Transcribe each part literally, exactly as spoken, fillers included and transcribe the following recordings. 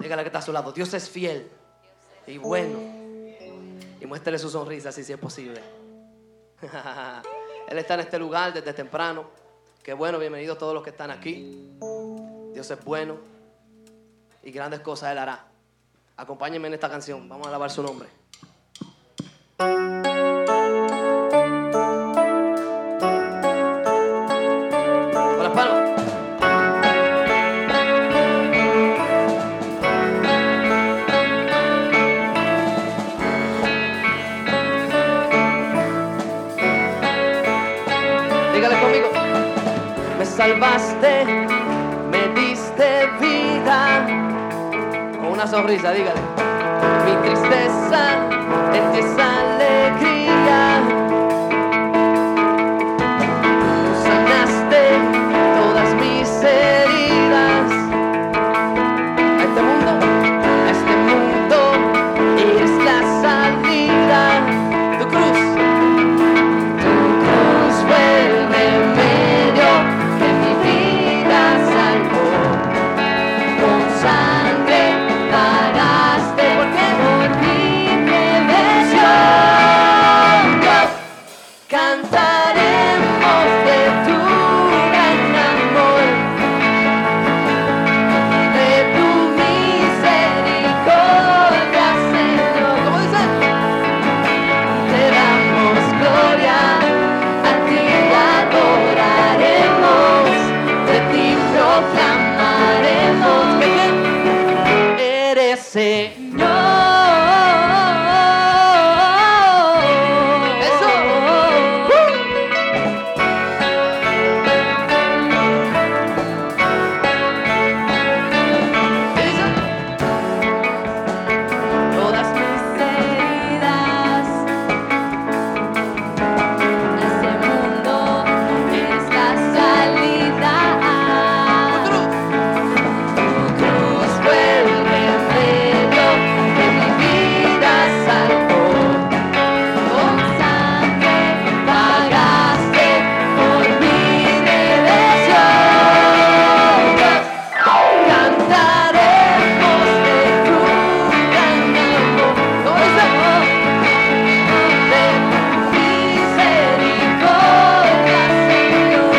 Dígale que está a su lado. Dios es fiel y bueno. Y muéstrele su sonrisa si es posible. Él está en este lugar desde temprano. Qué bueno, bienvenidos todos los que están aquí. Dios es bueno y grandes cosas Él hará. Acompáñenme en esta canción. Vamos a alabar su nombre. Con las palmas. Dígale conmigo. Me salvaste, me diste vida. Con una sonrisa, dígale. Mi tristeza en ti es alegría. Tú sanaste todas mis heridas. A este mundo, a este mundo eres la salida. Tu cruz, tu cruz fue el remedio que mi vida salvó. Con sangre pagaste por mi redención. Cantaremos de tu gran amor, de tu misericordia, Señor. ¿Cómo dice? Te damos gloria, a ti adoraremos, de ti proclamaremos que eres Señor. Eso. ¿Qué dice? Todas mis heridas, este mundo es la salida. Tu cruz, tu cruz fue el remedio que mi vida salvó. Con sangre pagaste por mi redención. Cantaremos de tu gran amor. ¿Cómo dice? De tu misericordia, Señor.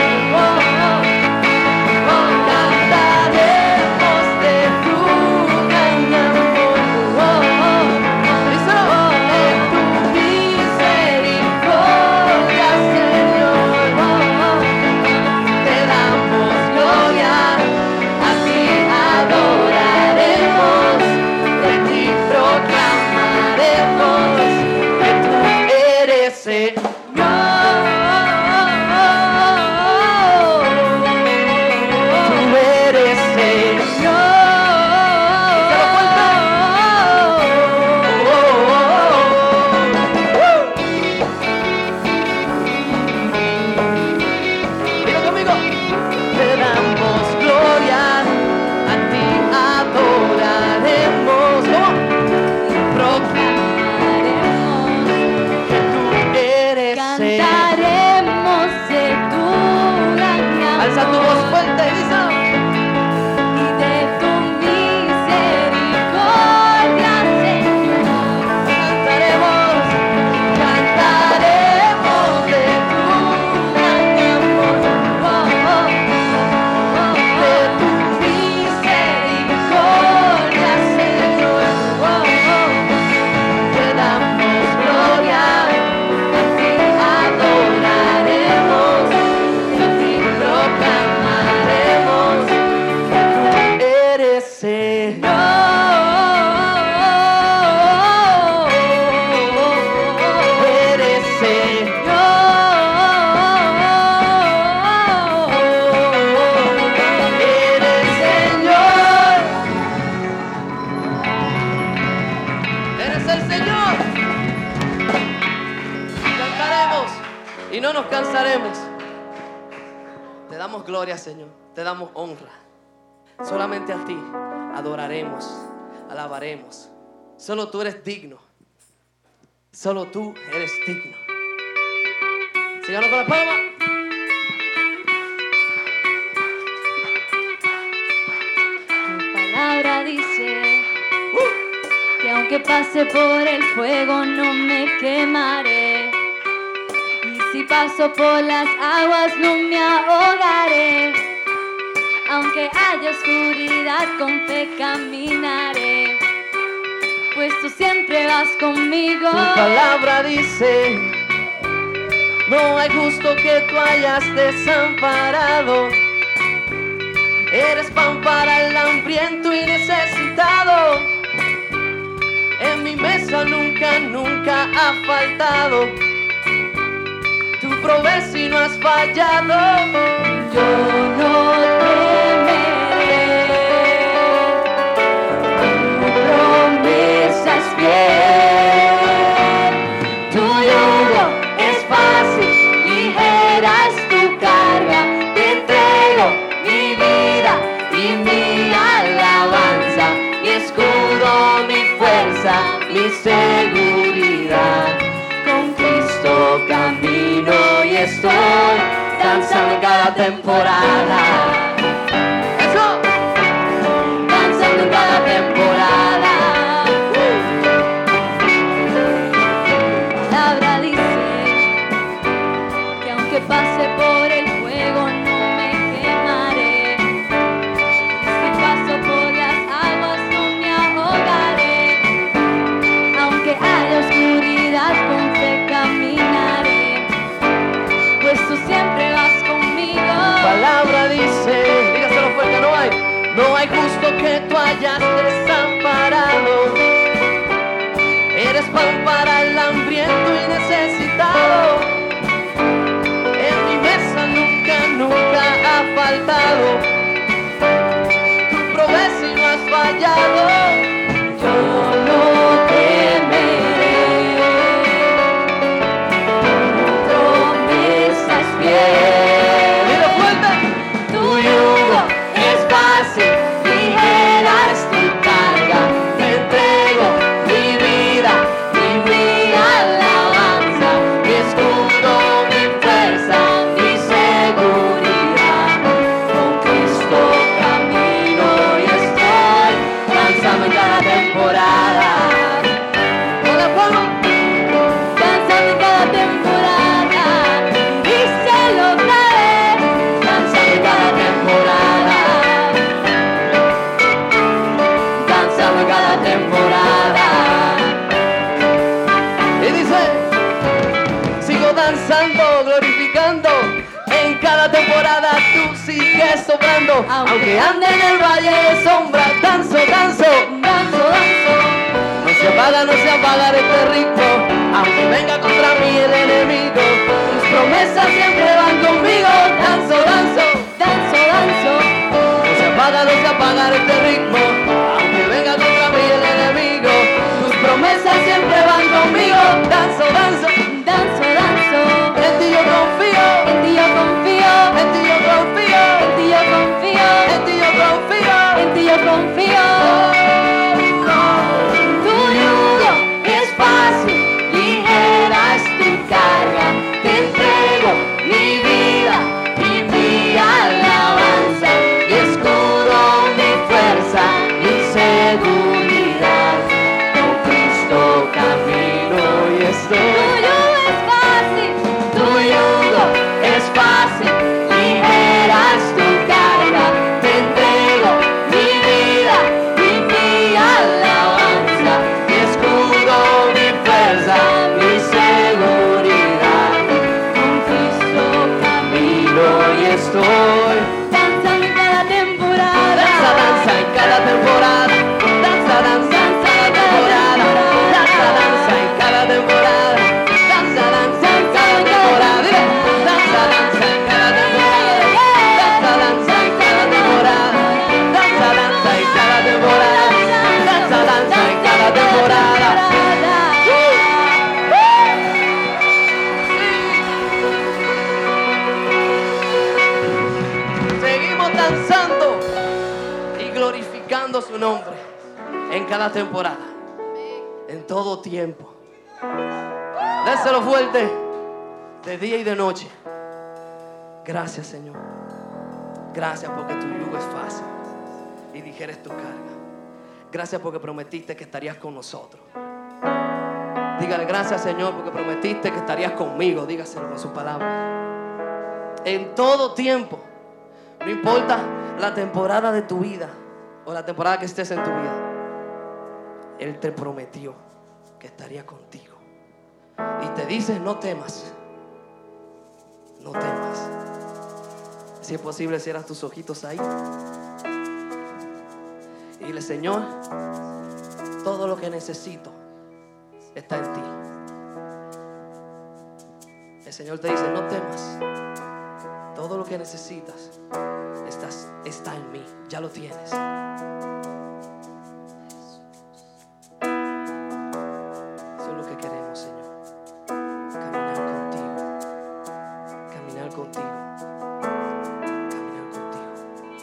Cantaremos de tu gran amor. Díselo. De tu misericordia, Señor. Te damos gloria, a ti adoraremos, de ti proclamaremos que tú eres Señor. Tú eres Señor. ¿Se lo cuenta? Dilo conmigo. Te damos gloria, a ti adoraremos. ¿Cómo? Proclamaremos que tú eres Señor. Cantaremos de tu gran amor Alza tu voz fuerte y díselo. y de tu misericordia, Señor. Cantaremos, cantaremos de tu gran amor, oh, oh, de tu misericordia, Señor, oh, oh. Te damos gloria, a ti adoraremos, a ti proclamaremos que tú eres Señor. Eres Señor. Eres Señor. Eres el Señor. Cantaremos y no nos cansaremos. Te damos gloria, Señor. Te damos honra. Solamente a ti adoraremos, alabaremos. Solo tú eres digno. Solo tú eres digno. Síganos con las palmas. Tu palabra dice Aunque pase por el fuego no me quemaré. Y si paso por las aguas no me ahogaré. Aunque haya oscuridad con fe caminaré. Pues tú siempre vas conmigo. Tu palabra dice: no hay justo que tú hayas desamparado. Eres pan para el hambriento y necesitado. En mi mesa nunca, nunca ha faltado. Tú provees y no has fallado. Yo no temeré. Tu promesa es fiel. Tu yugo es fácil, ligera es tu carga. Te entrego mi vida y mi alabanza, mi escudo, mi fuerza, mi seguridad. Con Cristo camino y estoy danzando en cada temporada. ¡Eso! Danzando en cada temporada. La palabra dice que aunque pase por el fuego no me quemaré. Si paso por las aguas no me ahogaré. Aunque haya oscuridad con fe caminaré. Pues tú siempre vas conmigo. Palabra dice, dígaselo fuerte, no hay, no hay justo que tú hayas desamparado. Eres pan para el hambriento y necesitado. En mi mesa nunca, nunca ha faltado. Tú provees y no has fallado. Yo no temeré. Tu promesa es fiel. Dilo fuerte. Tu yugo es fácil, ligera es tu carga. Te entrego mi vida y mi alabanza, mi escudo, mi fuerza, mi seguridad. Con Cristo camino y estoy danzando en cada temporada. Con la palma. Danzando en cada temporada. Y se lograré. Danzando en cada temporada. Danzando en cada temporada. Y dice, sigo danzando, glorificando. En cada temporada tú sigues sobrando. Aunque ande en el valle de sombra, danzo, danzo. Danzo, danzo. No se apaga, no se apaga este ritmo. Aunque venga contra mí el enemigo, tus promesas siempre van conmigo. Danzo, danzo. Danzo, danzo. No se apaga, no se apaga este ritmo. Aunque venga contra mí el enemigo, tus promesas siempre van conmigo. Danzo, danzo. Danzo, danzo. En ti yo confío. En ti yo confío. En ti yo confío. En ti yo confío. En ti yo confío. En ti yo confío. Tu yugo es fácil, ligera es tu carga. Te entrego mi vida y mi alabanza, mi escudo, mi fuerza, mi seguridad. Con Cristo camino y estoy. Tu yugo es fácil, tu yugo es fácil, ligera es tu carga. Te entrego mi vida y mi alabanza, mi escudo, mi fuerza, mi seguridad. Con Cristo camino y estoy danzando en cada temporada. Danza, danza en cada temporada. Danza, danza en cada temporada. Danza, danza en cada temporada. Danza, danza en cada temporada. Dile. Danza, danza en cada temporada. Danza, danza en cada temporada. Danza, danza en cada temporada. Danza, danza en cada temporada. Seguimos danzando y glorificando su nombre en cada temporada, en todo tiempo. Déselo fuerte, de día y de noche. Gracias, Señor. Gracias porque tu yugo es fácil y ligera es tu carga. Gracias porque prometiste que estarías con nosotros. Dígale gracias, Señor, porque prometiste que estarías conmigo. Dígaselo con sus palabras. En todo tiempo, no importa la temporada de tu vida o la temporada que estés en tu vida, Él te prometió que estaría contigo. Y te dice, no temas. No temas. Si es posible, cierra tus ojitos ahí. Y dile, Señor, todo lo que necesito está en ti. El Señor te dice, no temas. Todo lo que necesitas estás, está en mí. Ya lo tienes. Eso es lo que queremos, Señor. Caminar contigo. Caminar contigo. Caminar contigo.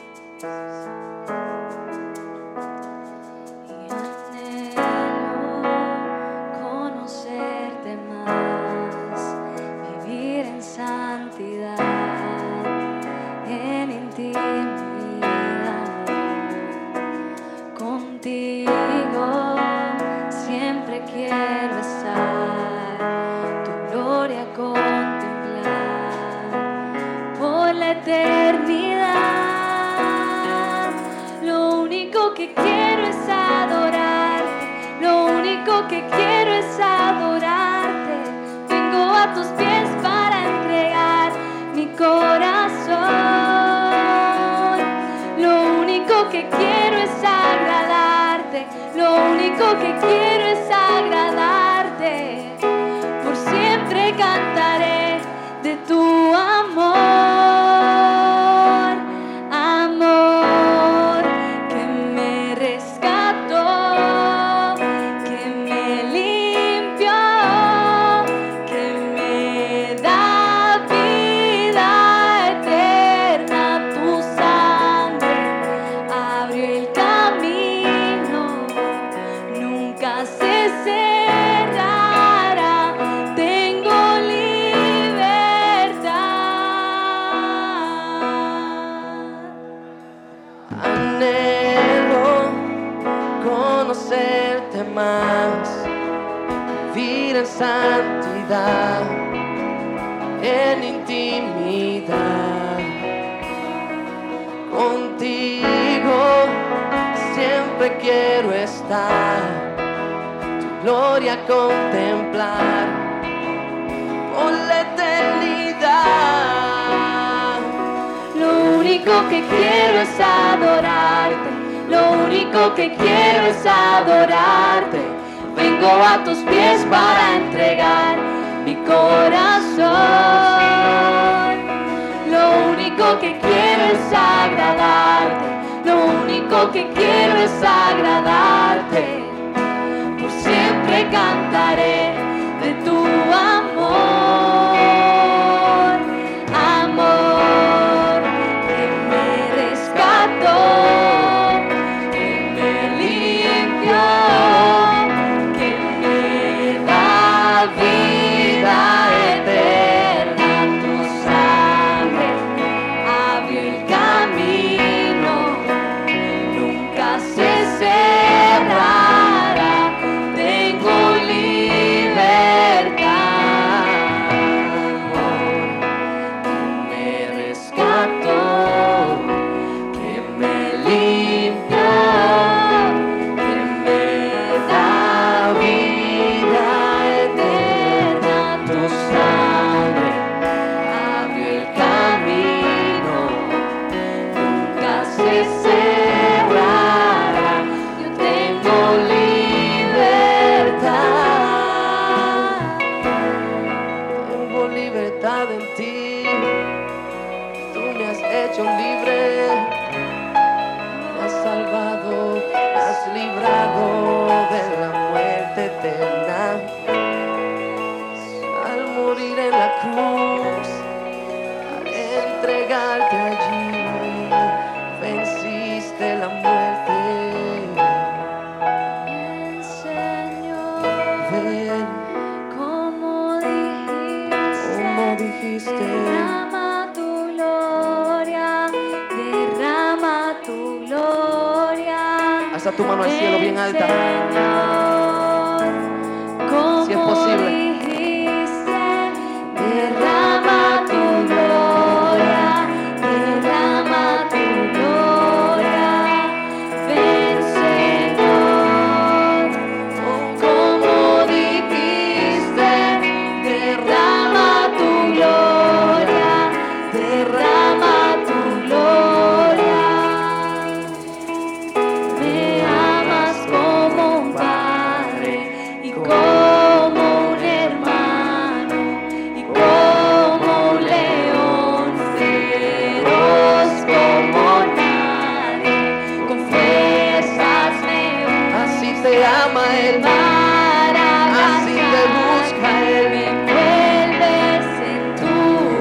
Y anhelo conocerte más, vivir en santidad, en intimidad. Contigo siempre quiero estar, tu gloria contemplar por la eternidad. Lo único que quiero es adorarte, lo único que quiero es adorarte. Vengo a tus pies para entregar mi corazón. Lo único que quiero es agradarte, lo único que quiero es agradarte. Por siempre cantaré de tu amor, amor que me rescató, que me limpió, que me da vida eterna. Tu sangre abrió el camino, nunca se cerrará. Tengo libertad. Anhelo conocerte más, vivir en santidad, en intimidad. Contigo siempre quiero estar, tu gloria contemplar por la eternidad. Lo único que quiero es adorarte, lo único que quiero es adorarte. Vengo a tus pies para entregar mi corazón. Lo único que quiero es agradarte, lo único que quiero es agradarte. Por siempre cantaré de tu amor, amor que me rescató, que me limpió, que me da vida eterna. Tu sangre abrió el camino, nunca se cerrará. tu mano al cielo bien alta. Señor, Si es posible. dijiste, derrama tu gloria, derrama tu gloria. Ven, Señor, como dijiste, derrama tu gloria, derrama tu gloria. Me amas como un padre y como un hermano y como un león feroz como nadie. Con fuerzas me Así te ama Él, para así te busca Él. me envuelves en tu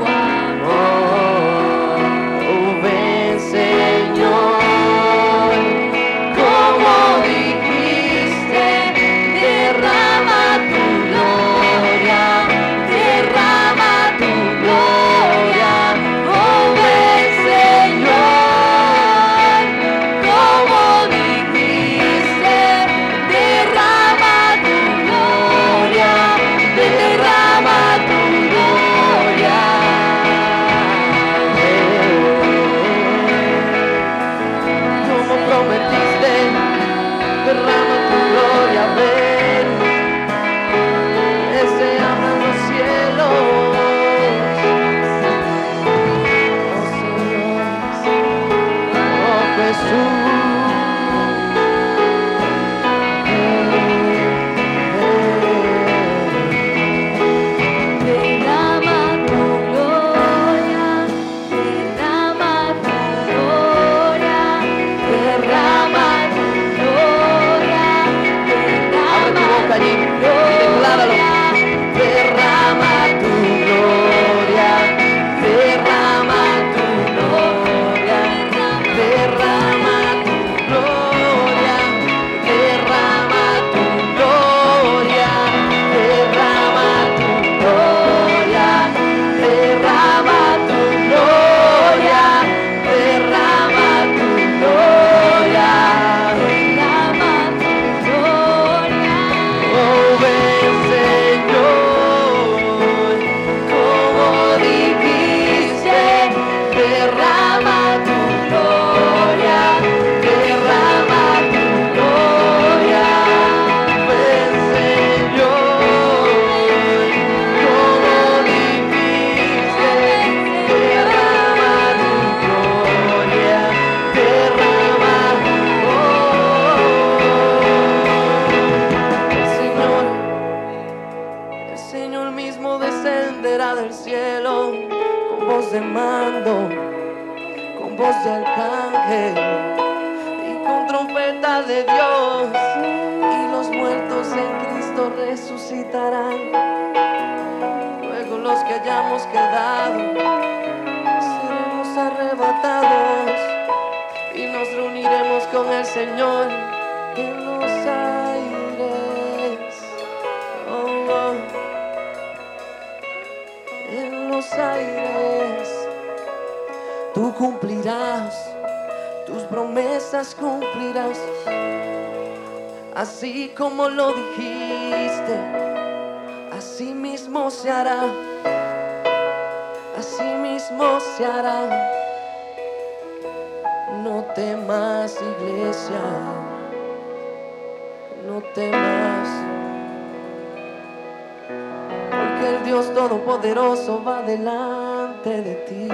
amor. Oh, ven, Señor, como dijiste, derrama tu gloria, derrama tu gloria. Oh, ven, Señor, como dijiste, derrama tu gloria, derrama tu gloria. Como prometiste, derrama tu gloria, ven, ese ama en los cielos. Oh Señor, oh Jesús. Derrama tu gloria, derrama tu gloria, derrama tu gloria, Abre tu boca allí y decláralo. Derrama tu gloria, derrama tu gloria, derrama tu gloria, derrama tu gloria, derrama tu gloria, derrama tu gloria, derrama tu gloria. derrama tu gloria. Oh, ven, Señor, como dijiste, derrama tu gloria, derrama tu gloria. Ven, Señor, como dijiste, derrama tu gloria, derrama tu Señor, el Señor mismo descenderá del cielo con voz de mando, con voz de arcángel y con trompeta de Dios, y los muertos en Cristo resucitarán. Luego los que hayamos quedado seremos arrebatados y nos reuniremos con el Señor en los aires. Oh, oh. En los aires tú cumplirás, tus promesas cumplirás, así como lo dijiste, así mismo se hará, así mismo se hará. No temas, iglesia, no temas, porque el Dios Todopoderoso va delante de ti.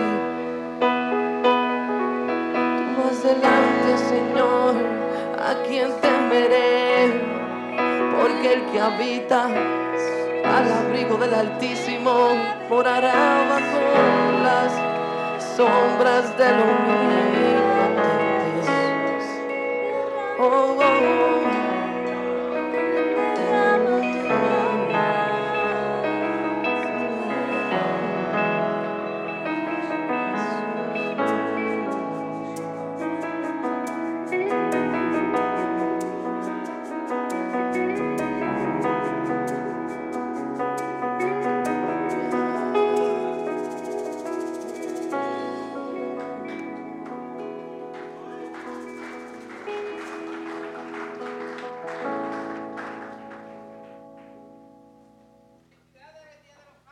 Tú vas delante, Señor, ¿a quién temeré? Porque el que habita al abrigo del Altísimo morará bajo las sombras del Omnipotente. Oh, oh, oh.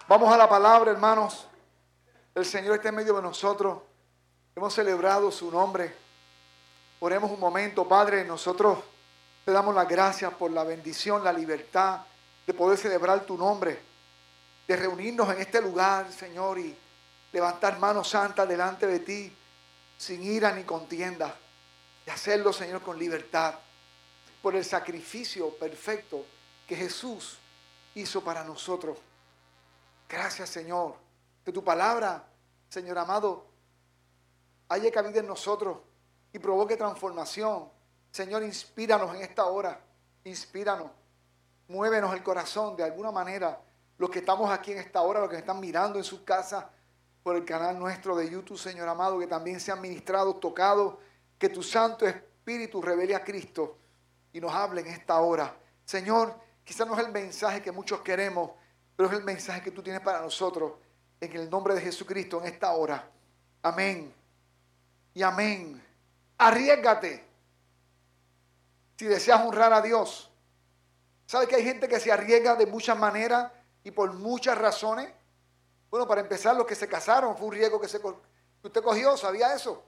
Vamos a la palabra, hermanos. El Señor está en medio de nosotros. Hemos celebrado su nombre. Oremos un momento, Padre. Nosotros te damos las gracias por la bendición, la libertad de poder celebrar tu nombre, de reunirnos en este lugar, Señor, y levantar manos santas delante de ti, sin ira ni contienda, y hacerlo, Señor, con libertad, por el sacrificio perfecto que Jesús hizo para nosotros. Gracias, Señor, que tu palabra, Señor amado, haya cabida en nosotros y provoque transformación. Señor, inspíranos en esta hora, inspíranos, muévenos el corazón de alguna manera. Los que estamos aquí en esta hora, los que están mirando en sus casas por el canal nuestro de YouTube, Señor amado, que también sean ministrados, tocados, que tu Santo Espíritu revele a Cristo y nos hable en esta hora. Señor, quizás no es el mensaje que muchos queremos, pero es el mensaje que tú tienes para nosotros, en el nombre de Jesucristo, en esta hora. Amén y amén. Arriésgate si deseas honrar a Dios. ¿Sabe que hay gente que se arriesga de muchas maneras y por muchas razones? Bueno, para empezar, los que se casaron fue un riesgo que, se, que usted cogió, ¿sabía eso?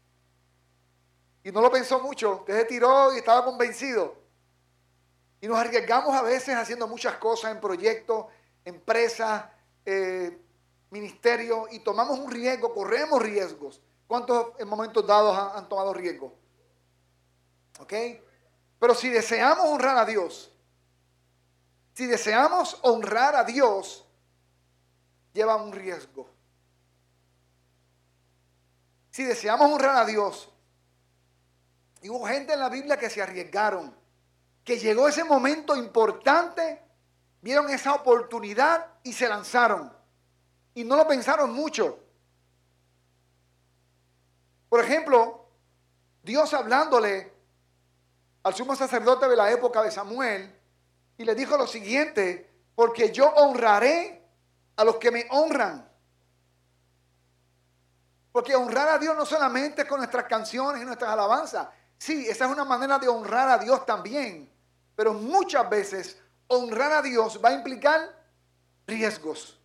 Y no lo pensó mucho, usted se tiró y estaba convencido. Y nos arriesgamos a veces haciendo muchas cosas en proyectos, empresas, eh, ministerios, y tomamos un riesgo, corremos riesgos. ¿Cuántos en momentos dados han, han tomado riesgos? ¿Ok? Pero si deseamos honrar a Dios, si deseamos honrar a Dios, lleva un riesgo. Si deseamos honrar a Dios, y hubo gente en la Biblia que se arriesgaron, que llegó ese momento importante, vieron esa oportunidad y se lanzaron. Y no lo pensaron mucho. Por ejemplo, Dios hablándole al sumo sacerdote de la época de Samuel, y le dijo lo siguiente: porque yo honraré a los que me honran. Porque honrar a Dios no solamente es con nuestras canciones y nuestras alabanzas. Sí, esa es una manera de honrar a Dios también. Pero muchas veces honrar a Dios va a implicar riesgos.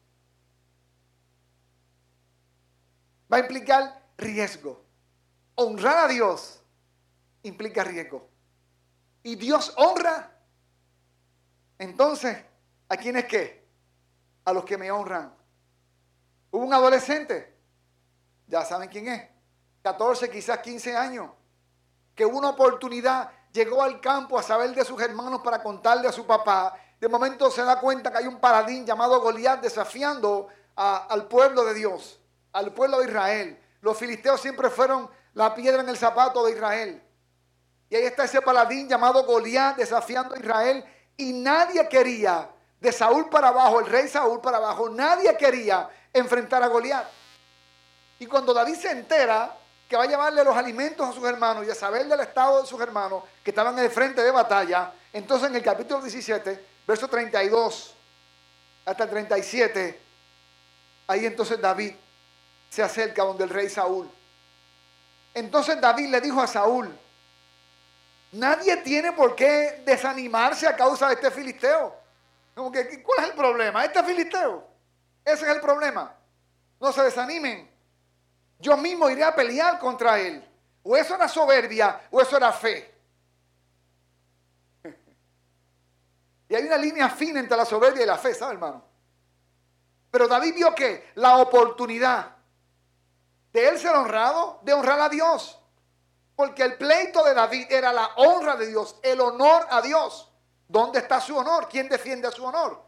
Va a implicar riesgo. Honrar a Dios implica riesgo. Y Dios honra. Entonces, ¿a quiénes qué? A los que me honran. Hubo un adolescente, ya saben quién es, catorce, quizás quince años, que hubo una oportunidad, llegó al campo a saber de sus hermanos para contarle a su papá. De momento se da cuenta que hay un paladín llamado Goliat desafiando a, al pueblo de Dios, al pueblo de Israel. Los filisteos siempre fueron la piedra en el zapato de Israel. Y ahí está ese paladín llamado Goliat desafiando a Israel, y nadie quería, de Saúl para abajo, el rey Saúl para abajo, nadie quería enfrentar a Goliat. Y cuando David se entera que va a llevarle los alimentos a sus hermanos y a saber del estado de sus hermanos que estaban en el frente de batalla, entonces en el capítulo diecisiete, verso treinta y dos hasta el treinta y siete, ahí entonces David se acerca donde el rey Saúl. Entonces David le dijo a Saúl: nadie tiene por qué desanimarse a causa de este filisteo. Como que, ¿cuál es el problema? Este filisteo. Ese es el problema. No se desanimen. Yo mismo iré a pelear contra él. O eso era soberbia, o eso era fe. Y hay una línea fina entre la soberbia y la fe, ¿sabe, hermano? Pero David vio que la oportunidad de él ser honrado, de honrar a Dios. Porque el pleito de David era la honra de Dios, el honor a Dios. ¿Dónde está su honor? ¿Quién defiende a su honor?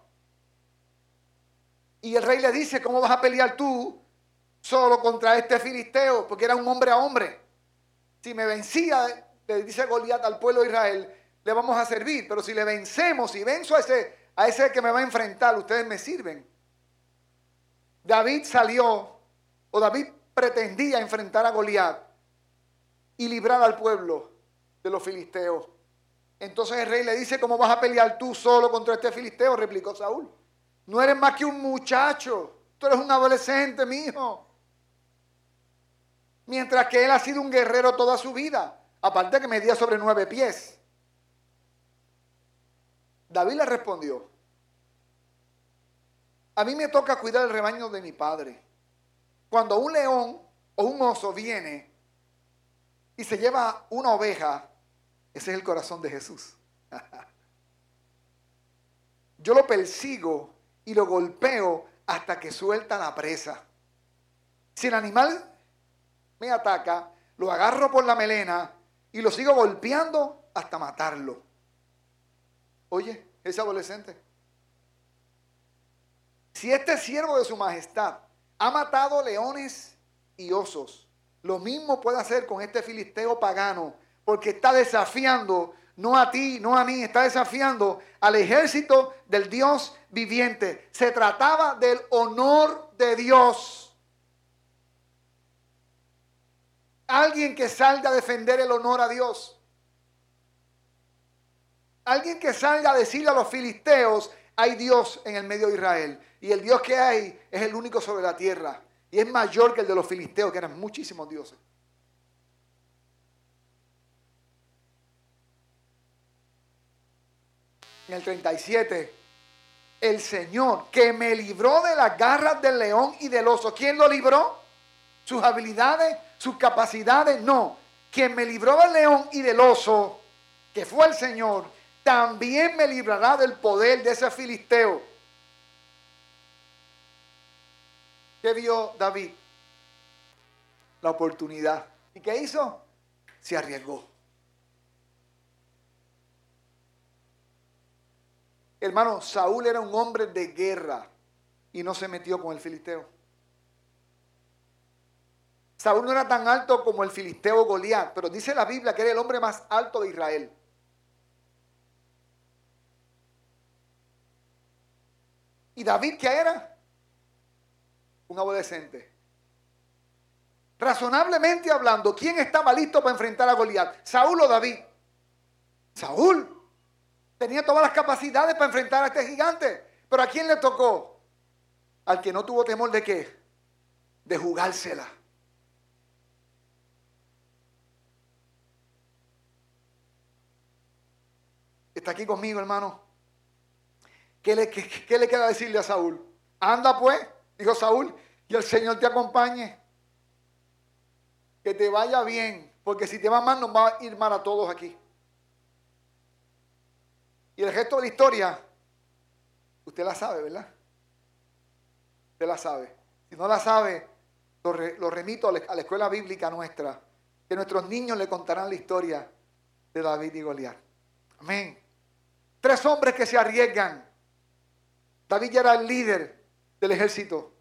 Y el rey le dice: ¿cómo vas a pelear tú solo contra este filisteo? Porque era un hombre a hombre. Si me vencía, le dice Goliat al pueblo de Israel, le vamos a servir. Pero si le vencemos, si venzo a ese, a ese que me va a enfrentar, ustedes me sirven. David salió, o David pretendía enfrentar a Goliat y librar al pueblo de los filisteos. Entonces el rey le dice: ¿cómo vas a pelear tú solo contra este filisteo? Replicó Saúl: no eres más que un muchacho, tú eres un adolescente, mi hijo. Mientras que él ha sido un guerrero toda su vida, aparte que medía sobre nueve pies. David le respondió: A mí me toca cuidar el rebaño de mi padre. Cuando un león o un oso viene y se lleva una oveja, ese es el corazón de Jesús. Yo lo persigo y lo golpeo hasta que suelta la presa. Si el animal me ataca, lo agarro por la melena y lo sigo golpeando hasta matarlo. Oye, ese adolescente, si este siervo de su majestad ha matado leones y osos, lo mismo puede hacer con este filisteo pagano, porque está desafiando, no a ti, no a mí, está desafiando al ejército del Dios viviente. Se trataba del honor de Dios. Alguien que salga a defender el honor a Dios. Alguien que salga a decirle a los filisteos, hay Dios en el medio de Israel. Y el Dios que hay es el único sobre la tierra. Y es mayor que el de los filisteos, que eran muchísimos dioses. En el treinta y siete, el Señor que me libró de las garras del león y del oso. ¿Quién lo libró? ¿Sus habilidades? ¿Sus capacidades? No. Quien me libró del león y del oso, que fue el Señor, también me librará del poder de ese filisteo. ¿Qué vio David? La oportunidad. ¿Y qué hizo? Se arriesgó. Hermano, Saúl era un hombre de guerra y no se metió con el filisteo. Saúl no era tan alto como el filisteo Goliat, pero dice la Biblia que era el hombre más alto de Israel. ¿Y David qué era? Un adolescente. Razonablemente hablando, ¿quién estaba listo para enfrentar a Goliat? ¿Saúl o David? Saúl. Tenía todas las capacidades para enfrentar a este gigante. ¿Pero a quién le tocó? Al que no tuvo temor de qué? De jugársela. ¿Está aquí conmigo, hermano? ¿Qué le, qué, qué le queda decirle a Saúl? Anda pues, dijo Saúl, y el Señor te acompañe. Que te vaya bien, porque si te va mal nos va a ir mal a todos aquí. Y el resto de la historia, usted la sabe, ¿verdad? Usted la sabe. Si no la sabe, lo, re, lo remito a la, a la escuela bíblica nuestra, que nuestros niños le contarán la historia de David y Goliat. Amén. Tres hombres que se arriesgan. David ya era el líder del ejército.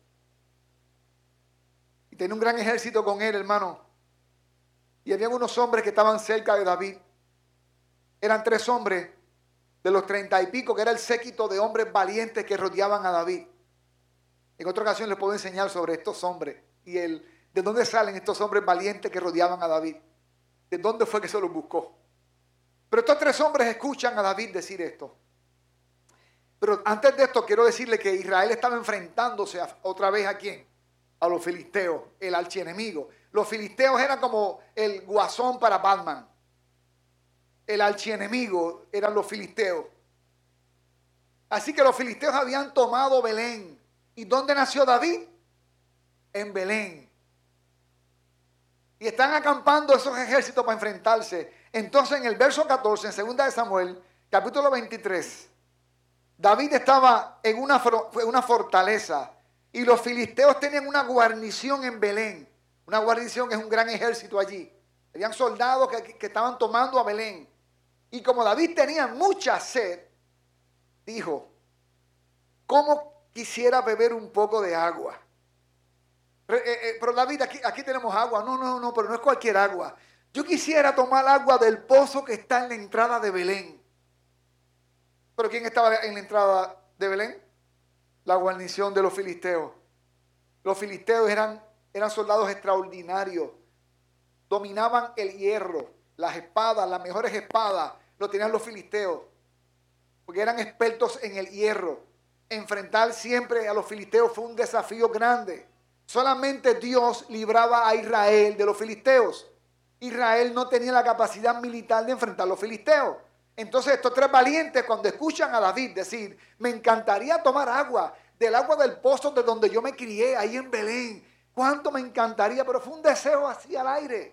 Y tenía un gran ejército con él, hermano. Y había unos hombres que estaban cerca de David. Eran tres hombres de los treinta y pico, que era el séquito de hombres valientes que rodeaban a David. En otra ocasión les puedo enseñar sobre estos hombres y el, de dónde salen estos hombres valientes que rodeaban a David. De dónde fue que se los buscó. Pero estos tres hombres escuchan a David decir esto. Pero antes de esto quiero decirle que Israel estaba enfrentándose a, otra vez a quién? A los filisteos, el archienemigo. Los filisteos eran como el guasón para Batman. El archienemigo eran los filisteos. Así que los filisteos habían tomado Belén. ¿Y dónde nació David? En Belén. Y están acampando esos ejércitos para enfrentarse. Entonces en el verso catorce, en segunda de Samuel, capítulo veintitrés, David estaba en una, una fortaleza y los filisteos tenían una guarnición en Belén. Una guarnición es un gran ejército allí. Habían soldados que, que estaban tomando a Belén. Y como David tenía mucha sed, dijo, ¿cómo quisiera beber un poco de agua? Pero, eh, eh, pero David, aquí, aquí tenemos agua. No, no, no, pero no es cualquier agua. Yo quisiera tomar agua del pozo que está en la entrada de Belén. ¿Pero quién estaba en la entrada de Belén? La guarnición de los filisteos. Los filisteos eran, eran soldados extraordinarios. Dominaban el hierro, las espadas, las mejores espadas, lo tenían los filisteos. Porque eran expertos en el hierro. Enfrentar siempre a los filisteos fue un desafío grande. Solamente Dios libraba a Israel de los filisteos. Israel no tenía la capacidad militar de enfrentar a los filisteos. Entonces estos tres valientes, cuando escuchan a David decir, me encantaría tomar agua del agua del pozo de donde yo me crié, ahí en Belén. Cuánto me encantaría, pero fue un deseo así al aire.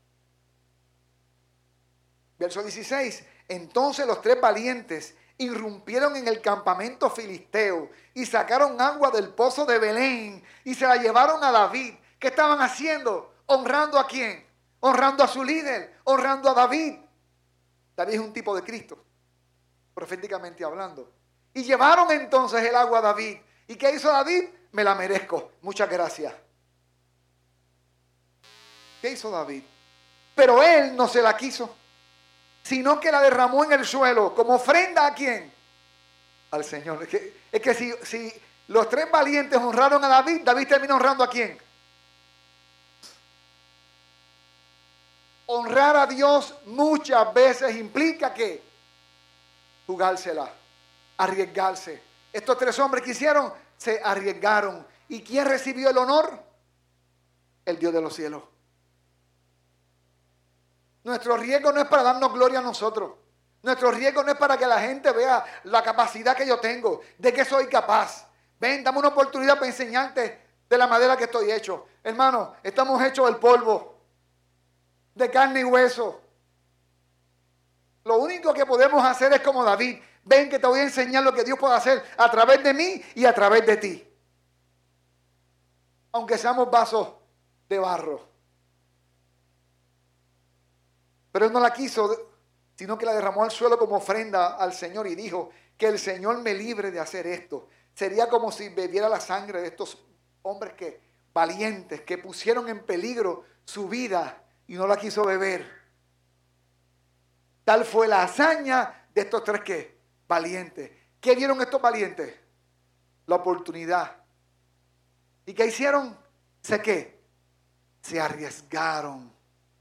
Verso dieciséis. Entonces los tres valientes irrumpieron en el campamento filisteo y sacaron agua del pozo de Belén y se la llevaron a David. ¿Qué estaban haciendo? ¿Honrando a quién? Honrando a su líder, honrando a David. David es un tipo de Cristo, proféticamente hablando. Y llevaron entonces el agua a David. ¿Y qué hizo David? Me la merezco. Muchas gracias. ¿Qué hizo David? Pero él no se la quiso, sino que la derramó en el suelo como ofrenda. ¿A quién? Al Señor. Es que, es que si, si los tres valientes honraron a David, David terminó honrando ¿a quién? Honrar a Dios muchas veces implica que jugársela, arriesgarse. Estos tres hombres que hicieron, se arriesgaron. ¿Y quién recibió el honor? El Dios de los cielos. Nuestro riesgo no es para darnos gloria a nosotros. Nuestro riesgo no es para que la gente vea la capacidad que yo tengo, de que soy capaz. Ven, dame una oportunidad para enseñarte de la madera que estoy hecho. Hermano, estamos hechos del polvo, de carne y hueso. Lo único que podemos hacer es como David. Ven que te voy a enseñar lo que Dios puede hacer a través de mí y a través de ti. Aunque seamos vasos de barro. Pero él no la quiso, sino que la derramó al suelo como ofrenda al Señor y dijo, que el Señor me libre de hacer esto. Sería como si bebiera la sangre de estos hombres que, valientes, que pusieron en peligro su vida y no la quiso beber. Tal fue la hazaña de estos tres que, valientes. ¿Qué vieron estos valientes? La oportunidad. ¿Y qué hicieron? ¿Sé qué? Se arriesgaron.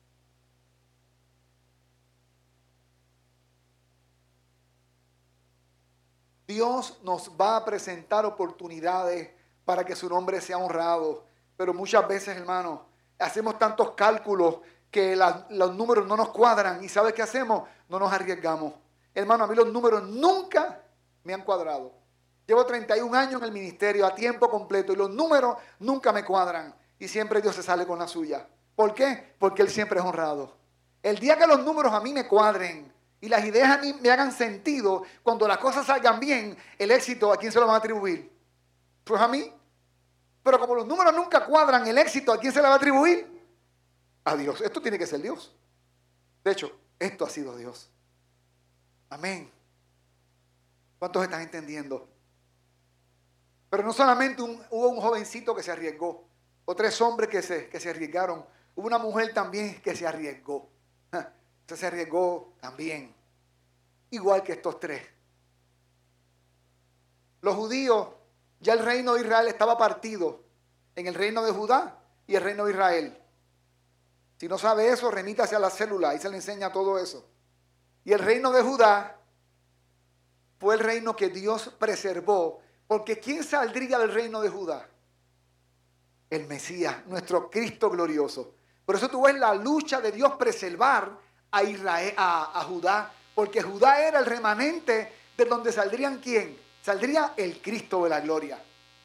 Dios nos va a presentar oportunidades para que su nombre sea honrado. Pero muchas veces, hermanos, hacemos tantos cálculos que la, los números no nos cuadran. ¿Y sabes qué hacemos? No nos arriesgamos. Hermano, a mí los números nunca me han cuadrado. Llevo treinta y un años en el ministerio a tiempo completo y los números nunca me cuadran. Y siempre Dios se sale con la suya. ¿Por qué? Porque Él siempre es honrado. El día que los números a mí me cuadren y las ideas a mí me hagan sentido, cuando las cosas salgan bien, el éxito, ¿a quién se lo van a atribuir? Pues a mí. Pero como los números nunca cuadran, el éxito, ¿a quién se le va a atribuir? A Dios. Esto tiene que ser Dios. De hecho, esto ha sido Dios. Amén. ¿Cuántos están entendiendo? Pero no solamente un, hubo un jovencito que se arriesgó, o tres hombres que se, que se arriesgaron. Hubo una mujer también que se arriesgó. Usted se arriesgó también, igual que estos tres. Los judíos, ya el reino de Israel estaba partido en el reino de Judá y el reino de Israel. Si no sabe eso, remítase a la célula y se le enseña todo eso. Y el reino de Judá fue el reino que Dios preservó, porque ¿quién saldría del reino de Judá? El Mesías, nuestro Cristo glorioso. Por eso tú ves la lucha de Dios preservar a Israel, a, a Judá, porque Judá era el remanente de donde saldrían ¿quién? Saldría el Cristo de la gloria.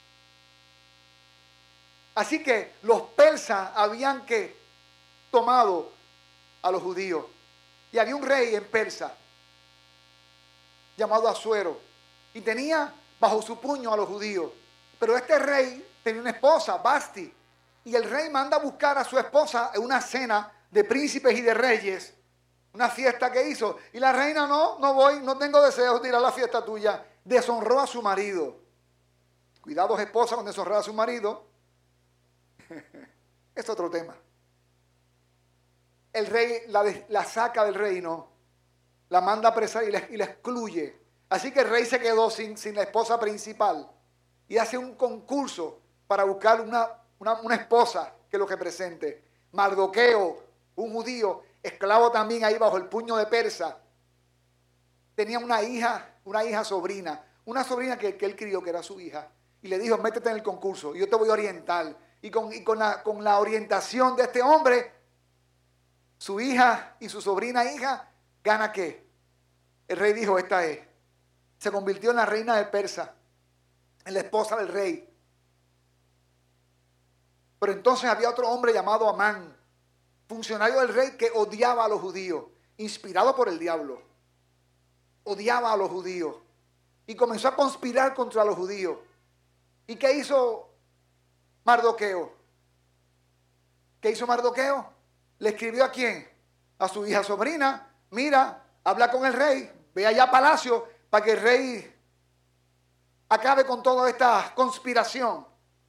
Así que los persas habían que tomado a los judíos. Y había un rey en Persa llamado Asuero y tenía bajo su puño a los judíos. Pero este rey tenía una esposa, Basti, y el rey manda a buscar a su esposa en una cena de príncipes y de reyes. Una fiesta que hizo. Y la reina, no, no voy, no tengo deseos de ir a la fiesta tuya. Deshonró a su marido. Cuidado, esposa, con deshonrar a su marido. Es otro tema. El rey la, la saca del reino, la manda a apresar y la, y la excluye. Así que el rey se quedó sin, sin la esposa principal. Y hace un concurso para buscar una, una, una esposa que lo represente. Mardoqueo, un judío, esclavo también ahí bajo el puño de Persa, tenía una hija, una hija sobrina, una sobrina que, que él crió, que era su hija, y le dijo, métete en el concurso, y yo te voy a orientar. Y con, y con, la, con la orientación de este hombre, su hija y su sobrina hija, ¿gana qué? El rey dijo, esta es. Se convirtió en la reina de Persa. en la esposa del rey. Pero entonces había otro hombre llamado Amán, funcionario del rey, que odiaba a los judíos, inspirado por el diablo. Odiaba a los judíos y comenzó a conspirar contra los judíos. ¿Y qué hizo Mardoqueo? ¿Qué hizo Mardoqueo? Le escribió ¿a quién? A su hija sobrina. Mira, habla con el rey, ve allá a palacio para que el rey acabe con toda esta conspiración.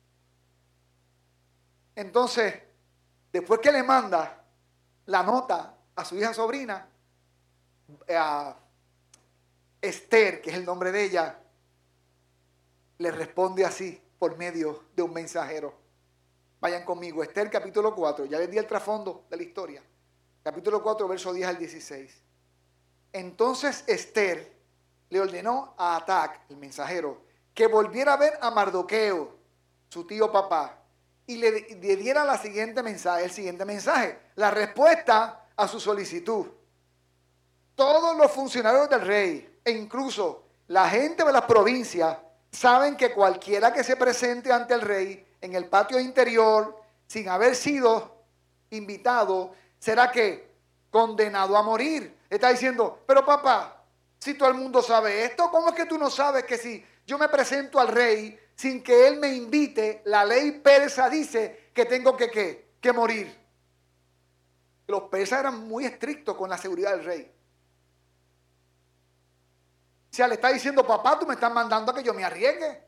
Entonces, después que le manda la nota a su hija sobrina, a Esther, que es el nombre de ella, le responde así por medio de un mensajero. Vayan conmigo, Esther capítulo cuatro, ya les di el trasfondo de la historia. Capítulo cuatro, verso diez al dieciséis. Entonces Esther le ordenó a Atac, el mensajero, que volviera a ver a Mardoqueo, su tío papá, y le, le diera la siguiente mensaje, el siguiente mensaje, la respuesta a su solicitud. Todos los funcionarios del rey e incluso la gente de las provincias saben que cualquiera que se presente ante el rey en el patio interior sin haber sido invitado será que condenado a morir. Está diciendo, pero papá, si todo el mundo sabe esto, ¿cómo es que tú no sabes que si yo me presento al rey sin que él me invite, la ley persa dice que tengo que, ¿qué? que morir? Los persas eran muy estrictos con la seguridad del rey. O sea, le está diciendo, papá, tú me estás mandando a que yo me arriesgue.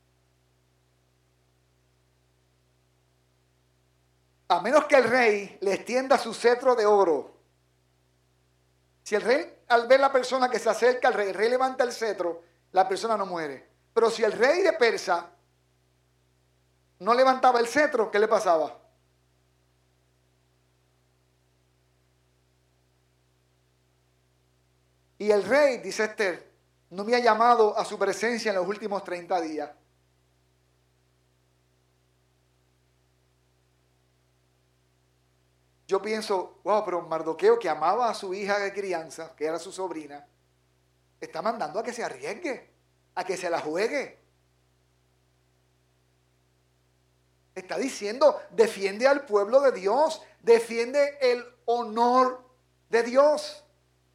A menos que el rey le extienda su cetro de oro. Si el rey, al ver la persona que se acerca al rey, el rey levanta el cetro, la persona no muere. Pero si el rey de Persa no levantaba el cetro, ¿qué le pasaba? Y el rey, dice Esther, no me ha llamado a su presencia en los últimos treinta días. Yo pienso, wow, pero Mardoqueo, que amaba a su hija de crianza, que era su sobrina, está mandando a que se arriesgue, a que se la juegue. Está diciendo, defiende al pueblo de Dios, defiende el honor de Dios.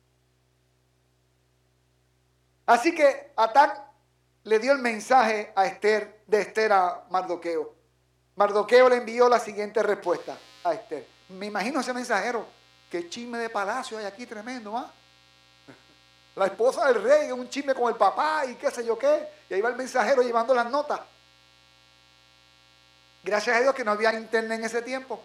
Así que Atac le dio el mensaje a Esther, de Esther a Mardoqueo. Mardoqueo le envió la siguiente respuesta a Esther. Me imagino ese mensajero, qué chisme de palacio hay aquí tremendo, ¿ah? La esposa del rey, un chisme con el papá y qué sé yo qué. Y ahí va el mensajero llevando las notas. Gracias a Dios que no había internet en ese tiempo.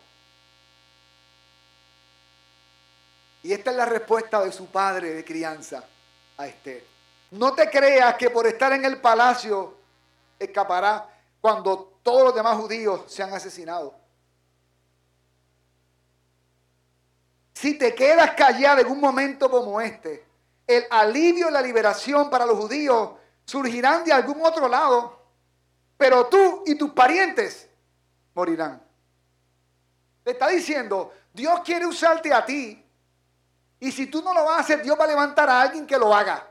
Y esta es la respuesta de su padre de crianza a Esther. No te creas que por estar en el palacio escapará cuando todos los demás judíos sean asesinados. Si te quedas callada en un momento como este, el alivio y la liberación para los judíos surgirán de algún otro lado, pero tú y tus parientes morirán. Le está diciendo, Dios quiere usarte a ti, y si tú no lo vas a hacer, Dios va a levantar a alguien que lo haga.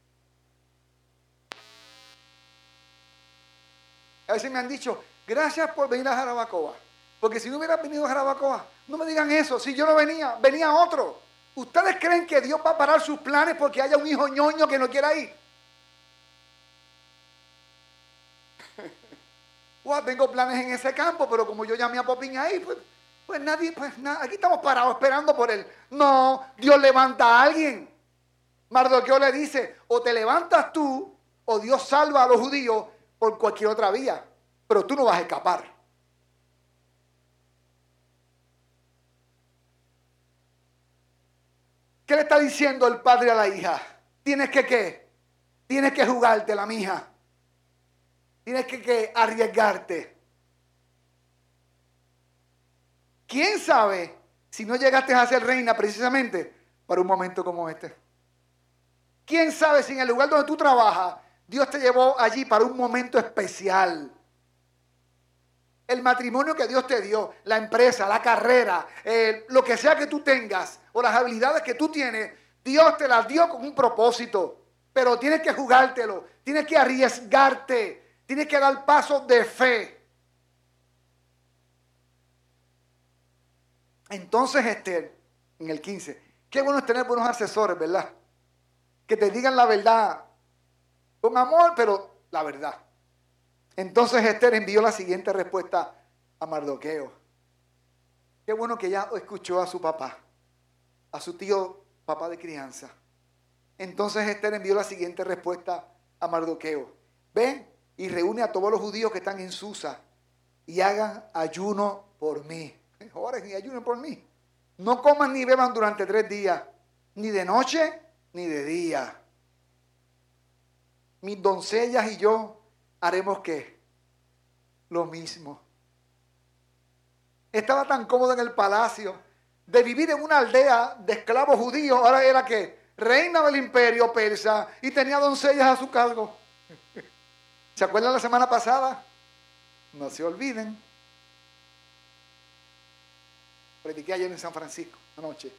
A veces me han dicho, gracias por venir a Jarabacoa, porque si no hubieras venido a Jarabacoa, no me digan eso, si yo no venía, venía otro. ¿Ustedes creen que Dios va a parar sus planes porque haya un hijo ñoño que no quiera ir? Wow, tengo planes en ese campo, pero como yo llamé a Popín ahí, pues, pues nadie, pues nada, aquí estamos parados esperando por él. No, Dios levanta a alguien. Mardoqueo le dice, o te levantas tú, o Dios salva a los judíos por cualquier otra vía, pero tú no vas a escapar. ¿Qué le está diciendo el padre a la hija? Tienes que, ¿qué? Tienes que jugártela, mija. Tienes que, que arriesgarte. ¿Quién sabe si no llegaste a ser reina precisamente para un momento como este? ¿Quién sabe si en el lugar donde tú trabajas, Dios te llevó allí para un momento especial? El matrimonio que Dios te dio, la empresa, la carrera, eh, lo que sea que tú tengas o las habilidades que tú tienes, Dios te las dio con un propósito, pero tienes que jugártelo, tienes que arriesgarte, Tienes que dar pasos de fe. Entonces Esther, en el quince, qué bueno es tener buenos asesores, ¿verdad? Que te digan la verdad con amor, pero la verdad. Entonces Esther envió la siguiente respuesta a Mardoqueo. Qué bueno que ella escuchó a su papá, a su tío papá de crianza. Entonces Esther envió la siguiente respuesta a Mardoqueo. Ven y reúne a todos los judíos que están en Susa y hagan ayuno por mí. Oren y ayunen por mí. No coman ni beban durante tres días, ni de noche ni de día. Mis doncellas y yo haremos ¿qué? Lo mismo. Estaba tan cómodo en el palacio de vivir en una aldea de esclavos judíos. Ahora era que reina del imperio persa y tenía doncellas a su cargo. ¿Se acuerdan la semana pasada? No se olviden. Prediqué ayer en San Francisco, anoche.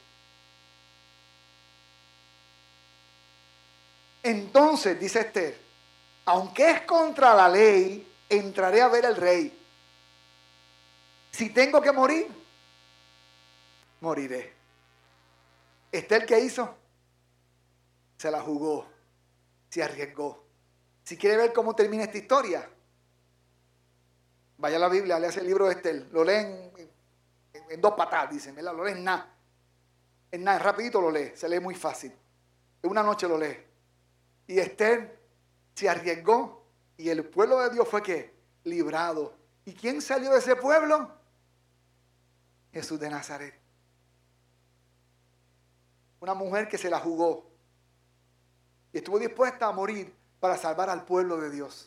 Entonces, dice Esther, aunque es contra la ley, entraré a ver al rey. Si tengo que morir, moriré. Esther, ¿qué hizo? Se la jugó, se arriesgó. Si quiere ver cómo termina esta historia, vaya a la Biblia, lea el libro de Esther, lo leen en, en, en dos patadas, dicen, ¿verdad? Lo leen en nada. En nada, rapidito lo lee, se lee muy fácil. En una noche lo lee. Y Esther se arriesgó y el pueblo de Dios fue ¿qué? Librado. ¿Y quién salió de ese pueblo? Jesús de Nazaret. Una mujer que se la jugó y estuvo dispuesta a morir para salvar al pueblo de Dios.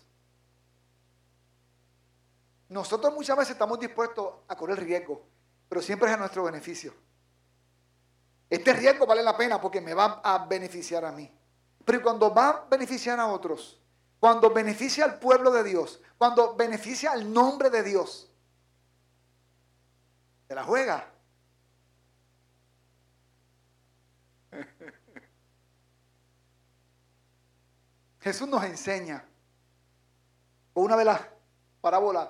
Nosotros muchas veces estamos dispuestos a correr riesgo, pero siempre es a nuestro beneficio. Este riesgo vale la pena porque me va a beneficiar a mí. Pero cuando va a beneficiar a otros, cuando beneficia al pueblo de Dios, cuando beneficia al nombre de Dios, se la juega. Jesús nos enseña con una de las parábolas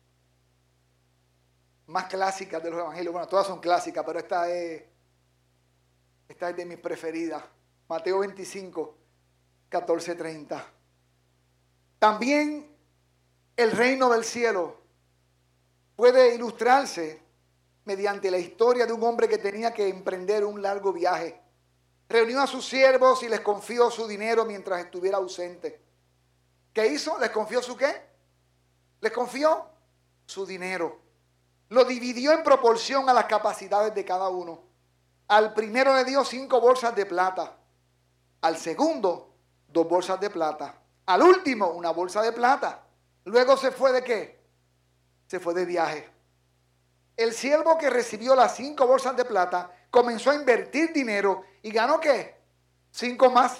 más clásicas de los evangelios. Bueno, todas son clásicas, pero esta es, esta es de mis preferidas. Mateo veinticinco, catorce, treinta. También el reino del cielo puede ilustrarse mediante la historia de un hombre que tenía que emprender un largo viaje. Reunió a sus siervos y les confió su dinero mientras estuviera ausente. ¿Qué hizo? ¿Les confió su qué? Les confió su dinero. Lo dividió en proporción a las capacidades de cada uno. Al primero le dio cinco bolsas de plata. Al segundo, dos bolsas de plata. Al último, una bolsa de plata. Luego se fue ¿de qué? Se fue de viaje. El siervo que recibió las cinco bolsas de plata comenzó a invertir dinero y ganó ¿qué? Cinco más.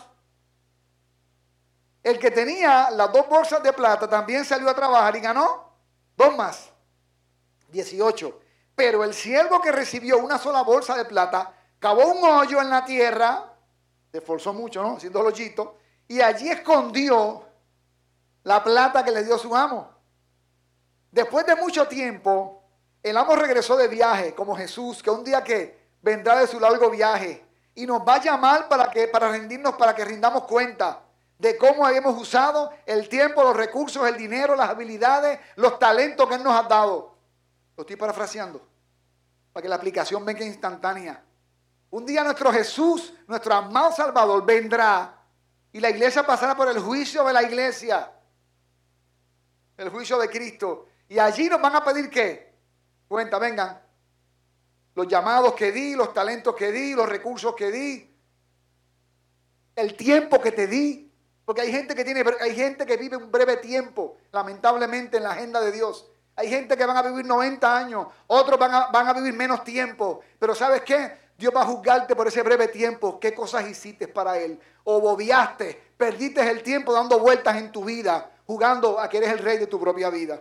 El que tenía las dos bolsas de plata también salió a trabajar y ganó dos más. dieciocho. Pero el siervo que recibió una sola bolsa de plata cavó un hoyo en la tierra, se esforzó mucho, ¿no? Haciendo el hoyito, y allí escondió la plata que le dio su amo. Después de mucho tiempo, el amo regresó de viaje, como Jesús, que un día que vendrá de su largo viaje y nos va a llamar para que para rendirnos, para que rindamos cuenta de cómo hemos usado el tiempo, los recursos, el dinero, las habilidades, los talentos que Él nos ha dado. Lo estoy parafraseando para que la aplicación venga instantánea. Un día nuestro Jesús, nuestro amado Salvador, vendrá y la iglesia pasará por el juicio de la iglesia, el juicio de Cristo. Y allí nos van a pedir ¿qué? Cuenta, vengan. Los llamados que di, los talentos que di, los recursos que di, el tiempo que te di. Porque hay gente que tiene, hay gente que vive un breve tiempo, lamentablemente, en la agenda de Dios. Hay gente que van a vivir noventa años, otros van a, van a vivir menos tiempo. Pero ¿sabes qué? Dios va a juzgarte por ese breve tiempo. ¿Qué cosas hiciste para Él? O bobeaste, perdiste el tiempo dando vueltas en tu vida, jugando a que eres el rey de tu propia vida.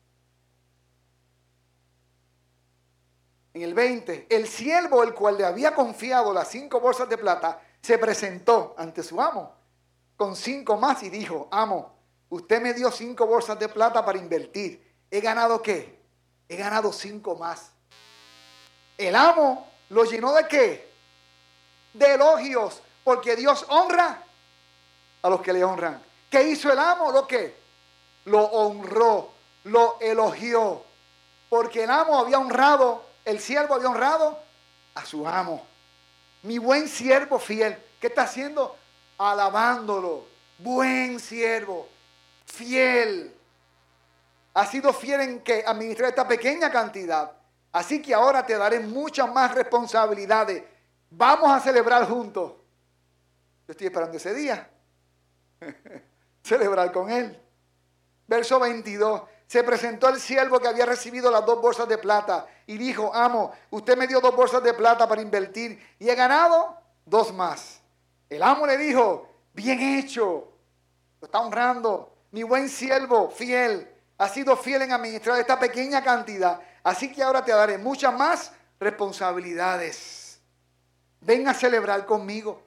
En el veinte, el siervo, el cual le había confiado las cinco bolsas de plata, se presentó ante su amo con cinco más y dijo: amo, usted me dio cinco bolsas de plata para invertir. ¿He ganado qué? He ganado cinco más. El amo lo llenó de qué? De elogios, porque Dios honra a los que le honran. ¿Qué hizo el amo? ¿Lo qué? Lo honró, lo elogió, porque el amo había honrado, el siervo había honrado a su amo. Mi buen siervo fiel. ¿Qué está haciendo? Alabándolo. Buen siervo, fiel. Ha sido fiel en que administrar esta pequeña cantidad. Así que ahora te daré muchas más responsabilidades. Vamos a celebrar juntos. Yo estoy esperando ese día. Celebrar con él. Verso veintidós. Se presentó el siervo que había recibido las dos bolsas de plata y dijo: amo, usted me dio dos bolsas de plata para invertir y he ganado dos más. El amo le dijo: bien hecho. Lo está honrando. Mi buen siervo fiel. Ha sido fiel en administrar esta pequeña cantidad. Así que ahora te daré muchas más responsabilidades. Ven a celebrar conmigo.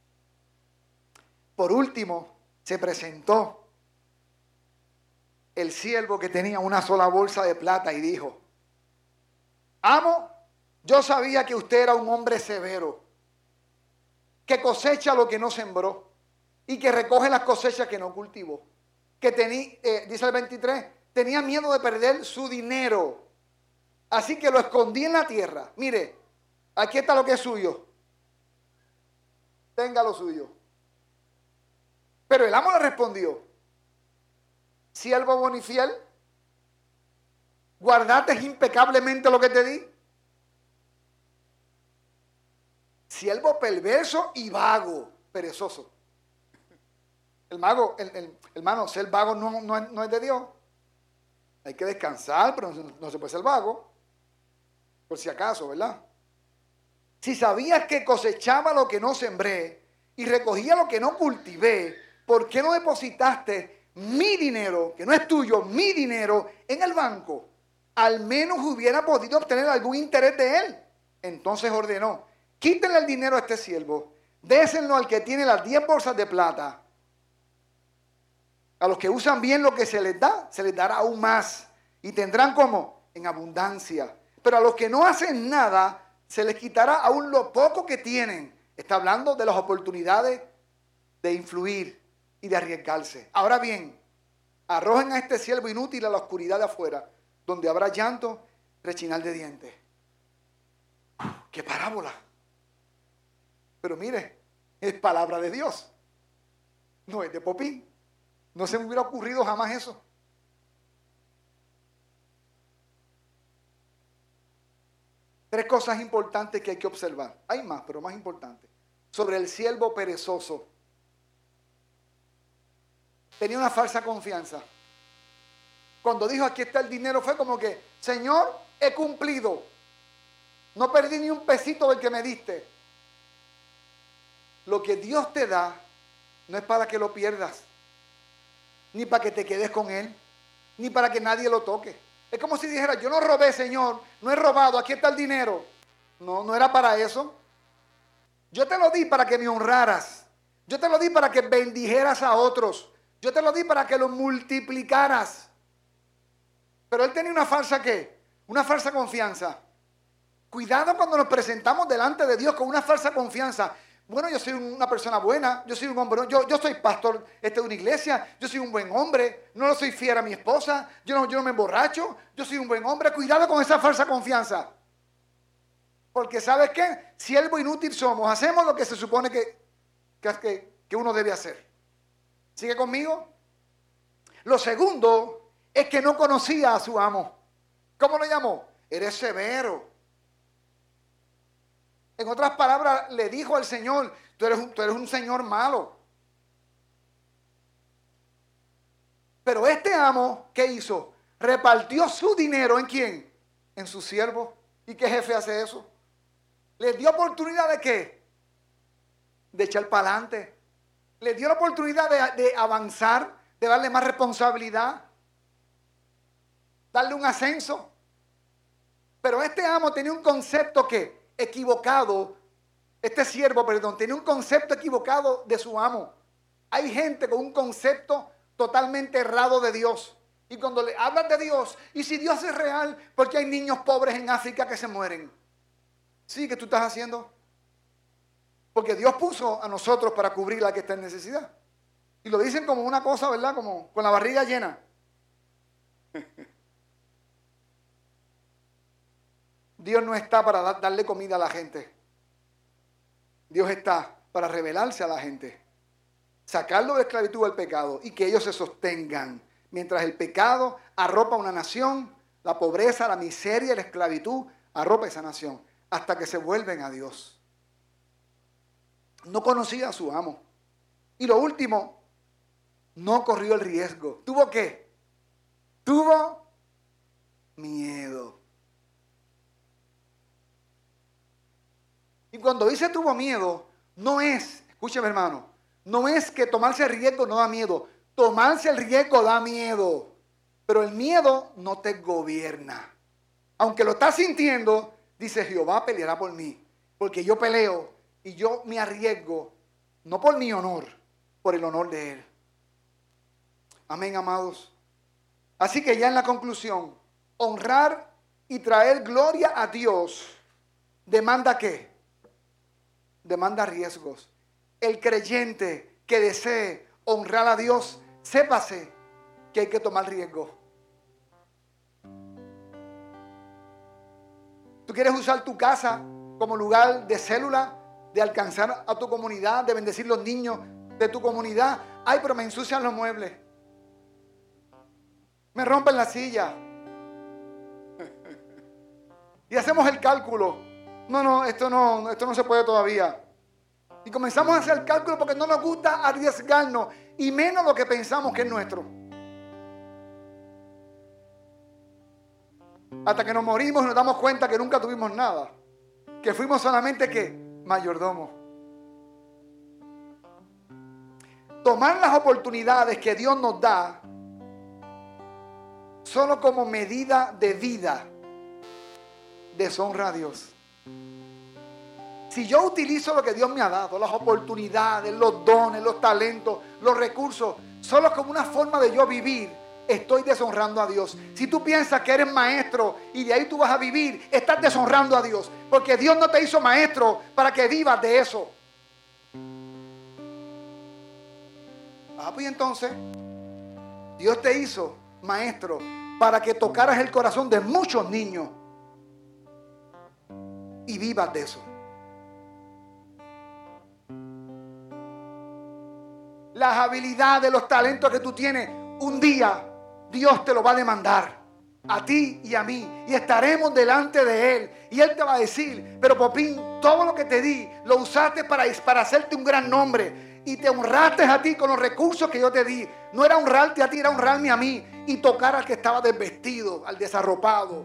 Por último, se presentó el siervo que tenía una sola bolsa de plata y dijo: amo, yo sabía que usted era un hombre severo, que cosecha lo que no sembró y que recoge las cosechas que no cultivó. Que tenía, eh, dice el veintitrés, tenía miedo de perder su dinero, así que lo escondí en la tierra. Mire, aquí está lo que es suyo. Tenga lo suyo. Pero el amo le respondió: siervo bueno y fiel, ¿guardaste impecablemente lo que te di? Siervo perverso y vago, perezoso. El mago, el, el, hermano, ser vago no, no, es, no es de Dios. Hay que descansar, pero no, no se puede ser vago. Por si acaso, ¿verdad? Si sabías que cosechaba lo que no sembré y recogía lo que no cultivé, ¿por qué no depositaste mi dinero, que no es tuyo, mi dinero, en el banco? Al menos hubiera podido obtener algún interés de él. Entonces ordenó: quítenle el dinero a este siervo, désenlo al que tiene las diez bolsas de plata. A los que usan bien lo que se les da, se les dará aún más. Y tendrán como en abundancia. Pero a los que no hacen nada, se les quitará aún lo poco que tienen. Está hablando de las oportunidades de influir y de arriesgarse. Ahora bien, arrojen a este siervo inútil a la oscuridad de afuera, donde habrá llanto, rechinar de dientes. ¡Qué parábola! Pero mire, es palabra de Dios. No es de Popín. No se me hubiera ocurrido jamás eso. Tres cosas importantes que hay que observar. Hay más, pero más importantes. Sobre el siervo perezoso. Tenía una falsa confianza. Cuando dijo: aquí está el dinero, fue como que: Señor, he cumplido. No perdí ni un pesito del que me diste. Lo que Dios te da no es para que lo pierdas, ni para que te quedes con él, ni para que nadie lo toque. Es como si dijera: yo no robé, Señor, no he robado, aquí está el dinero. No, no era para eso. Yo te lo di para que me honraras. Yo te lo di para que bendijeras a otros. Yo te lo di para que lo multiplicaras. Pero él tenía una falsa, ¿qué? Una falsa confianza. Cuidado cuando nos presentamos delante de Dios con una falsa confianza. Bueno, yo soy una persona buena, yo soy un hombre, yo, yo soy pastor este, de una iglesia, yo soy un buen hombre, no lo soy fiel a mi esposa, yo no, yo no me emborracho, yo soy un buen hombre. Cuidado con esa falsa confianza. Porque ¿sabes qué? Siervo inútil somos, hacemos lo que se supone que, que, que uno debe hacer. ¿Sigue conmigo? Lo segundo es que no conocía a su amo. ¿Cómo lo llamó? Eres severo. En otras palabras, le dijo al Señor: tú eres, un, tú eres un Señor malo. Pero este amo, ¿qué hizo? Repartió su dinero ¿en quién? En su siervo. ¿Y qué jefe hace eso? Les dio oportunidad de ¿qué? De echar para adelante. Les dio la oportunidad de, de avanzar, de darle más responsabilidad, darle un ascenso. Pero este amo tenía un concepto que equivocado, este siervo, perdón, tenía un concepto equivocado de su amo. Hay gente con un concepto totalmente errado de Dios. Y cuando le hablan de Dios, y si Dios es real, ¿por qué hay niños pobres en África que se mueren? Sí, ¿qué tú estás haciendo? Porque Dios puso a nosotros para cubrir a la que está en necesidad. Y lo dicen como una cosa, ¿verdad? Como con la barriga llena. Dios no está para dar, darle comida a la gente. Dios está para revelarse a la gente. Sacarlo de esclavitud al pecado y que ellos se sostengan. Mientras el pecado arropa una nación, la pobreza, la miseria y la esclavitud arropa esa nación. Hasta que se vuelven a Dios. No conocía a su amo. Y lo último, no corrió el riesgo. ¿Tuvo qué? Tuvo miedo. Y cuando dice tuvo miedo, no es, escúcheme hermano, no es que tomarse el riesgo no da miedo. Tomarse el riesgo da miedo. Pero el miedo no te gobierna. Aunque lo estás sintiendo, dice Jehová peleará por mí. Porque yo peleo y yo me arriesgo, no por mi honor, por el honor de Él. Amén, amados. Así que ya en la conclusión, honrar y traer gloria a Dios demanda ¿qué? Demanda riesgos. El creyente que desee honrar a Dios, sépase que hay que tomar riesgo. ¿Tú quieres usar tu casa como lugar de célula, de alcanzar a tu comunidad, de bendecir los niños de tu comunidad? Ay, pero me ensucian los muebles. Me rompen la silla. Y hacemos el cálculo. No, no, esto no, esto no se puede todavía. Y comenzamos a hacer el cálculo porque no nos gusta arriesgarnos. Y menos lo que pensamos que es nuestro. Hasta que nos morimos y nos damos cuenta que nunca tuvimos nada. Que fuimos solamente ¿qué? Mayordomos. Tomar las oportunidades que Dios nos da solo como medida de vida deshonra a Dios. Si yo utilizo lo que Dios me ha dado, las oportunidades, los dones, los talentos, los recursos, solo como una forma de yo vivir, estoy deshonrando a Dios. Si tú piensas que eres maestro y de ahí tú vas a vivir, estás deshonrando a Dios. Porque Dios no te hizo maestro para que vivas de eso. Ah, pues entonces, Dios te hizo maestro para que tocaras el corazón de muchos niños y vivas de eso. Las habilidades, los talentos que tú tienes, un día Dios te lo va a demandar a ti y a mí, y estaremos delante de Él, y Él te va a decir: pero Popín, todo lo que te di lo usaste para, para hacerte un gran nombre, y te honraste a ti con los recursos que yo te di. No era honrarte a ti, era honrarme a mí, y tocar al que estaba desvestido, al desarropado.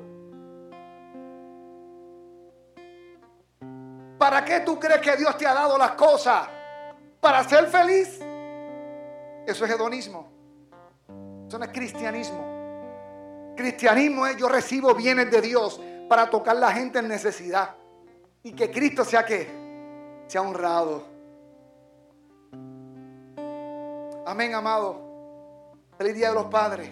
¿Para qué tú crees que Dios te ha dado las cosas? ¿Para ser feliz? Eso es hedonismo. Eso no es cristianismo. Cristianismo es: yo recibo bienes de Dios para tocar a la gente en necesidad. Y que Cristo sea ¿qué? Sea honrado. Amén, amado. Feliz Día de los Padres.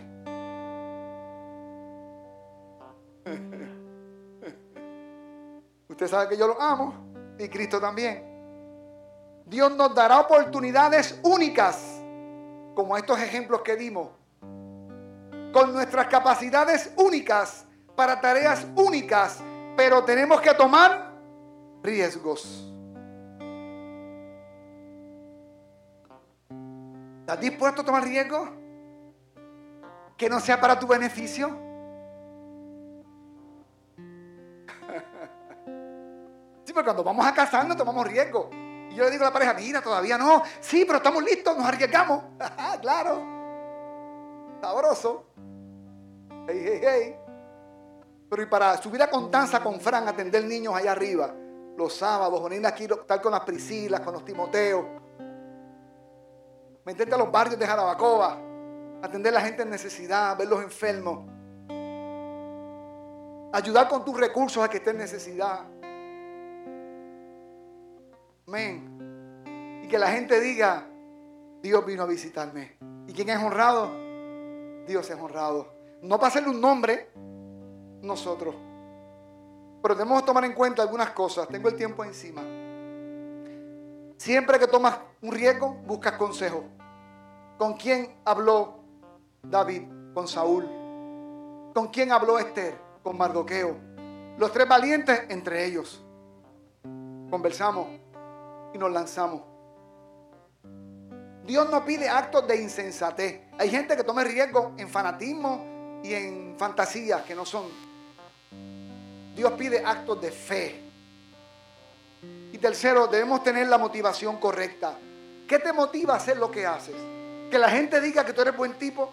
Usted sabe que yo lo amo y Cristo también. Dios nos dará oportunidades únicas, como estos ejemplos que dimos, con nuestras capacidades únicas, para tareas únicas, pero tenemos que tomar riesgos. ¿Estás dispuesto a tomar riesgos? Que no sea para tu beneficio. Sí, pero cuando vamos a casarnos tomamos riesgos. Y yo le digo a la pareja: mira, todavía no. Sí, pero estamos listos, nos arriesgamos. Claro. Sabroso. Hey, hey, hey. Pero y para subir a Constanza con Fran, atender niños allá arriba, los sábados, venir aquí, estar con las Priscilas, con los Timoteos, meterte a los barrios de Jarabacoa, atender a la gente en necesidad, ver los enfermos, ayudar con tus recursos a que esté en necesidad. Amén. Y que la gente diga: Dios vino a visitarme. Y quién es honrado? Dios es honrado. No para hacerle un nombre, nosotros. Pero debemos tomar en cuenta algunas cosas. Tengo el tiempo encima. Siempre que tomas un riesgo, buscas consejo. ¿Con quién habló David? Con Saúl. ¿Con quién habló Esther? Con Mardoqueo. Los tres valientes entre ellos. Conversamos y nos lanzamos. Dios no pide actos de insensatez. Hay gente que toma riesgo en fanatismo y en fantasías que no son. Dios pide actos de fe. Y tercero, debemos tener la motivación correcta. ¿Qué te motiva a hacer lo que haces? ¿Que la gente diga que tú eres buen tipo?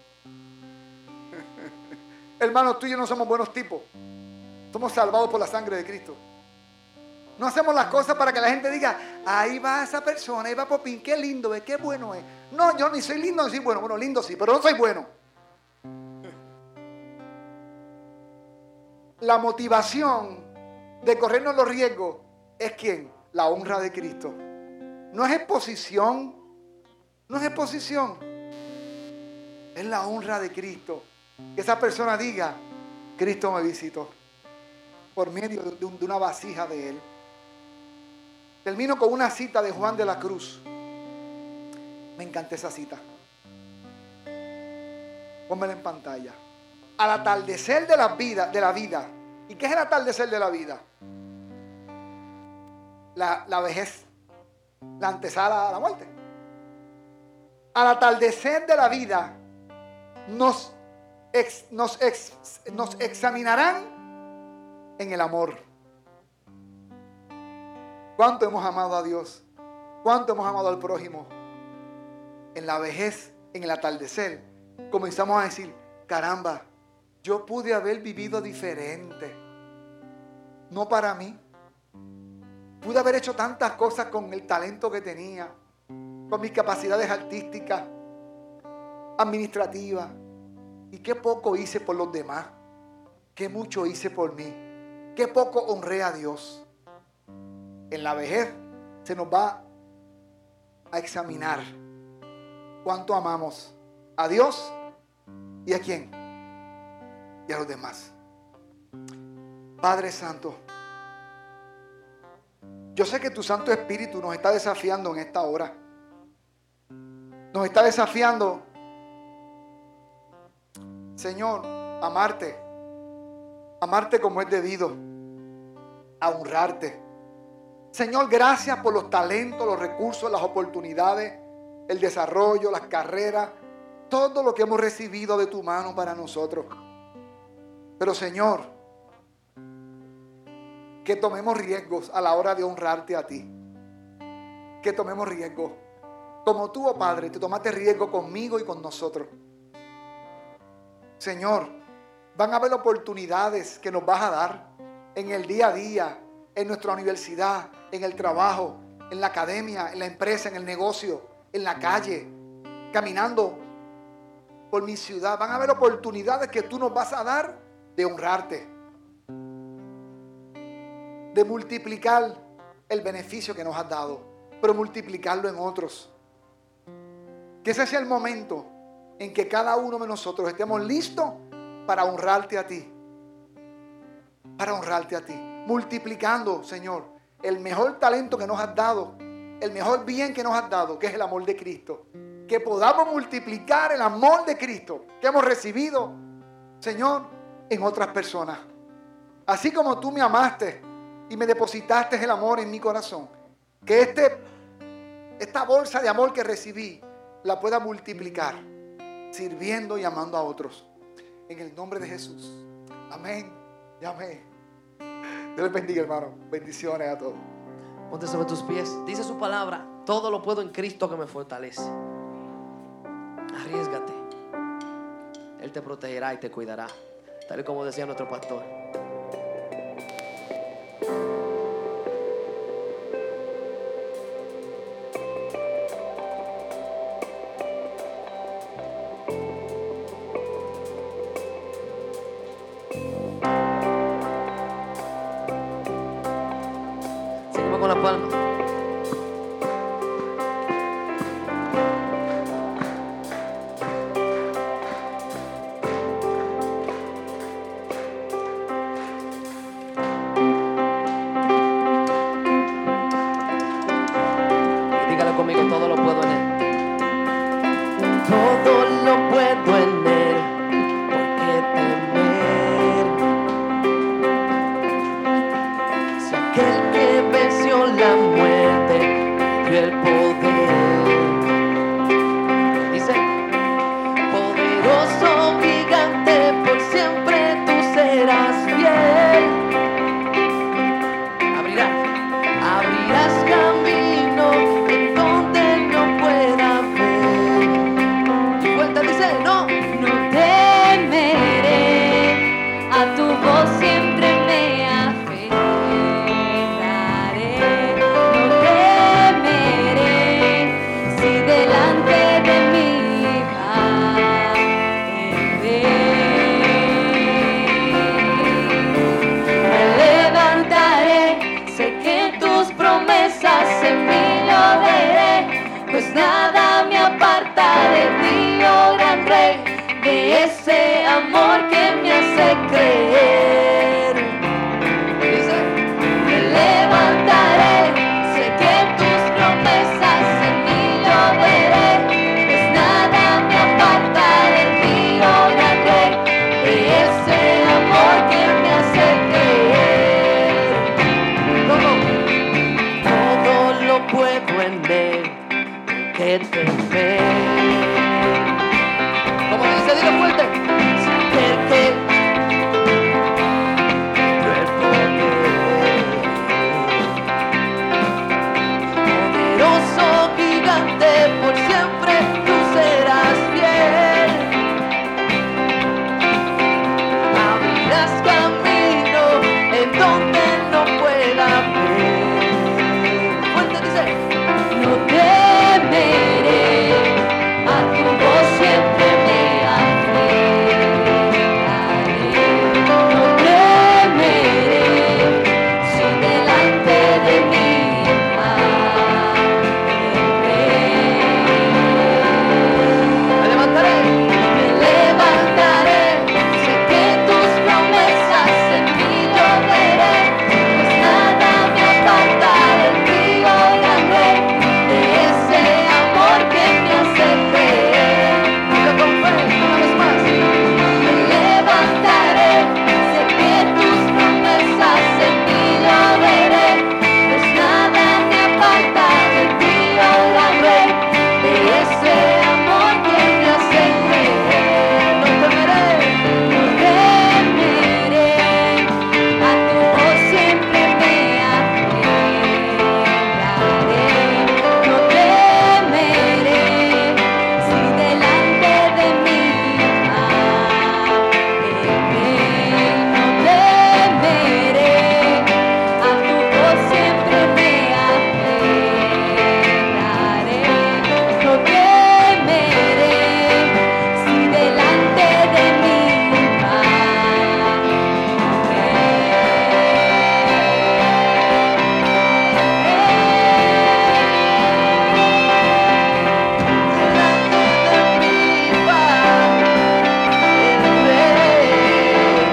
Hermanos, tú y yo no somos buenos tipos. Somos salvados por la sangre de Cristo. No hacemos las cosas para que la gente diga, ahí va esa persona, ahí va Popín, qué lindo es, qué bueno es. No, yo ni soy lindo ni soy bueno. Bueno, lindo sí, pero no soy bueno. La motivación de corrernos los riesgos es ¿quién? La honra de Cristo. No es exposición, no es exposición. Es la honra de Cristo. Que esa persona diga, Cristo me visitó por medio de, un, de una vasija de Él. Termino con una cita de Juan de la Cruz. Me encanta esa cita. Pónmela en pantalla. Al atardecer de la vida, de la vida. ¿Y qué es el atardecer de la vida? La, la vejez, la antesala a la muerte. Al atardecer de la vida nos, ex, nos, ex, nos examinarán en el amor. ¿Cuánto hemos amado a Dios? ¿Cuánto hemos amado al prójimo? En la vejez, en el atardecer, comenzamos a decir, caramba, yo pude haber vivido diferente. No para mí. Pude haber hecho tantas cosas con el talento que tenía, con mis capacidades artísticas, administrativas. Y qué poco hice por los demás. Qué mucho hice por mí. Qué poco honré a Dios. En la vejez se nos va a examinar cuánto amamos a Dios y a quién y a los demás. Padre Santo, yo sé que tu Santo Espíritu nos está desafiando en esta hora. Nos está desafiando, Señor, a amarte, amarte como es debido, a honrarte. Señor, gracias por los talentos, los recursos, las oportunidades, el desarrollo, las carreras, todo lo que hemos recibido de tu mano para nosotros. Pero Señor, que tomemos riesgos a la hora de honrarte a ti. Que tomemos riesgos. Como tú, oh Padre, te tomaste riesgo conmigo y con nosotros. Señor, van a haber oportunidades que nos vas a dar en el día a día, en nuestra universidad, en el trabajo, en la academia, en la empresa, en el negocio, en la calle, caminando por mi ciudad. Van a haber oportunidades que tú nos vas a dar de honrarte, de multiplicar el beneficio que nos has dado, pero multiplicarlo en otros. Que ese sea el momento en que cada uno de nosotros estemos listos para honrarte a ti, para honrarte a ti, multiplicando, Señor, el mejor talento que nos has dado, el mejor bien que nos has dado, que es el amor de Cristo. Que podamos multiplicar el amor de Cristo que hemos recibido, Señor, en otras personas. Así como tú me amaste y me depositaste el amor en mi corazón, que este, esta bolsa de amor que recibí la pueda multiplicar, sirviendo y amando a otros. En el nombre de Jesús. Amén y amén. Dios les bendiga, hermano. Bendiciones a todos. Ponte sobre tus pies. Dice su palabra: todo lo puedo en Cristo que me fortalece. Arriésgate. Él te protegerá y te cuidará, tal y como decía nuestro pastor. Seguimos con la palma. en Él, ¿por qué temer? Si aquel que venció la muerte me dio el poder. Dice, poderoso gigante, por siempre tú serás fiel. Abrirás, abrirás camino en donde no pueda ver. Y vuelta dice, no, No temeré, a tu voz siempre me aferraré. No temeré, si delante de mí va el rey. Me levantaré, sé que tus promesas en mí lo veré, pues nada me aparta de ti, oh gran rey, de ese amor que me hace creer. dice, Me levantaré, sé que tus promesas en mí lo veré, pues nada me aparta de ti, oh gran rey, de ese amor que me hace creer. todo, todo lo puedo en Él, que temer. Como dice, dilo fuerte. Si aquel que dio el poder, poderoso gigante, por siempre tú serás fiel. Abrirás camino en donde no pueda ver. Fuerte dice, No temeré, a tu voz siempre me aferraré. No temeré, si delante de mí va el rey. me levantaré. Me levantaré, sé que tus promesas en mí lo veré, pues nada me aparta de ti, oh gran rey, de ese amor que me hace creer. Dilo con fe, una vez más. Me levantaré, sé que tus promesas en mí lo veré, pues nada me aparta de ti, oh gran rey, de ese amor que me hace creer. No temeré. No temeré, a tu voz siempre me aferraré. No temeré, si delante de mí va el rey. No temeré, a tu voz siempre me aferraré. No temeré, si delante de mí va Delante de mí va el Rey.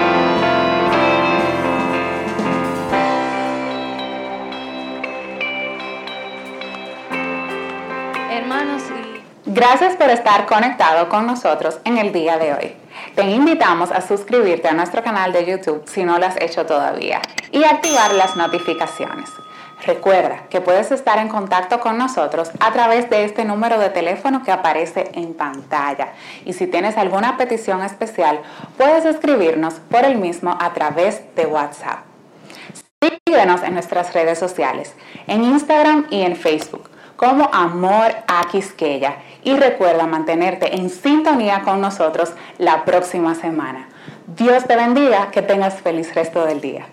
Hermanos, y Gracias por estar conectado con nosotros en el día de hoy. Te invitamos a suscribirte a nuestro canal de YouTube si no lo has hecho todavía y activar las notificaciones. Recuerda que puedes estar en contacto con nosotros a través de este número de teléfono que aparece en pantalla. Y si tienes alguna petición especial, puedes escribirnos por el mismo a través de WhatsApp. Síguenos en nuestras redes sociales, en Instagram y en Facebook, como Amor a Quisqueya. Y recuerda mantenerte en sintonía con nosotros la próxima semana. Dios te bendiga, que tengas feliz resto del día.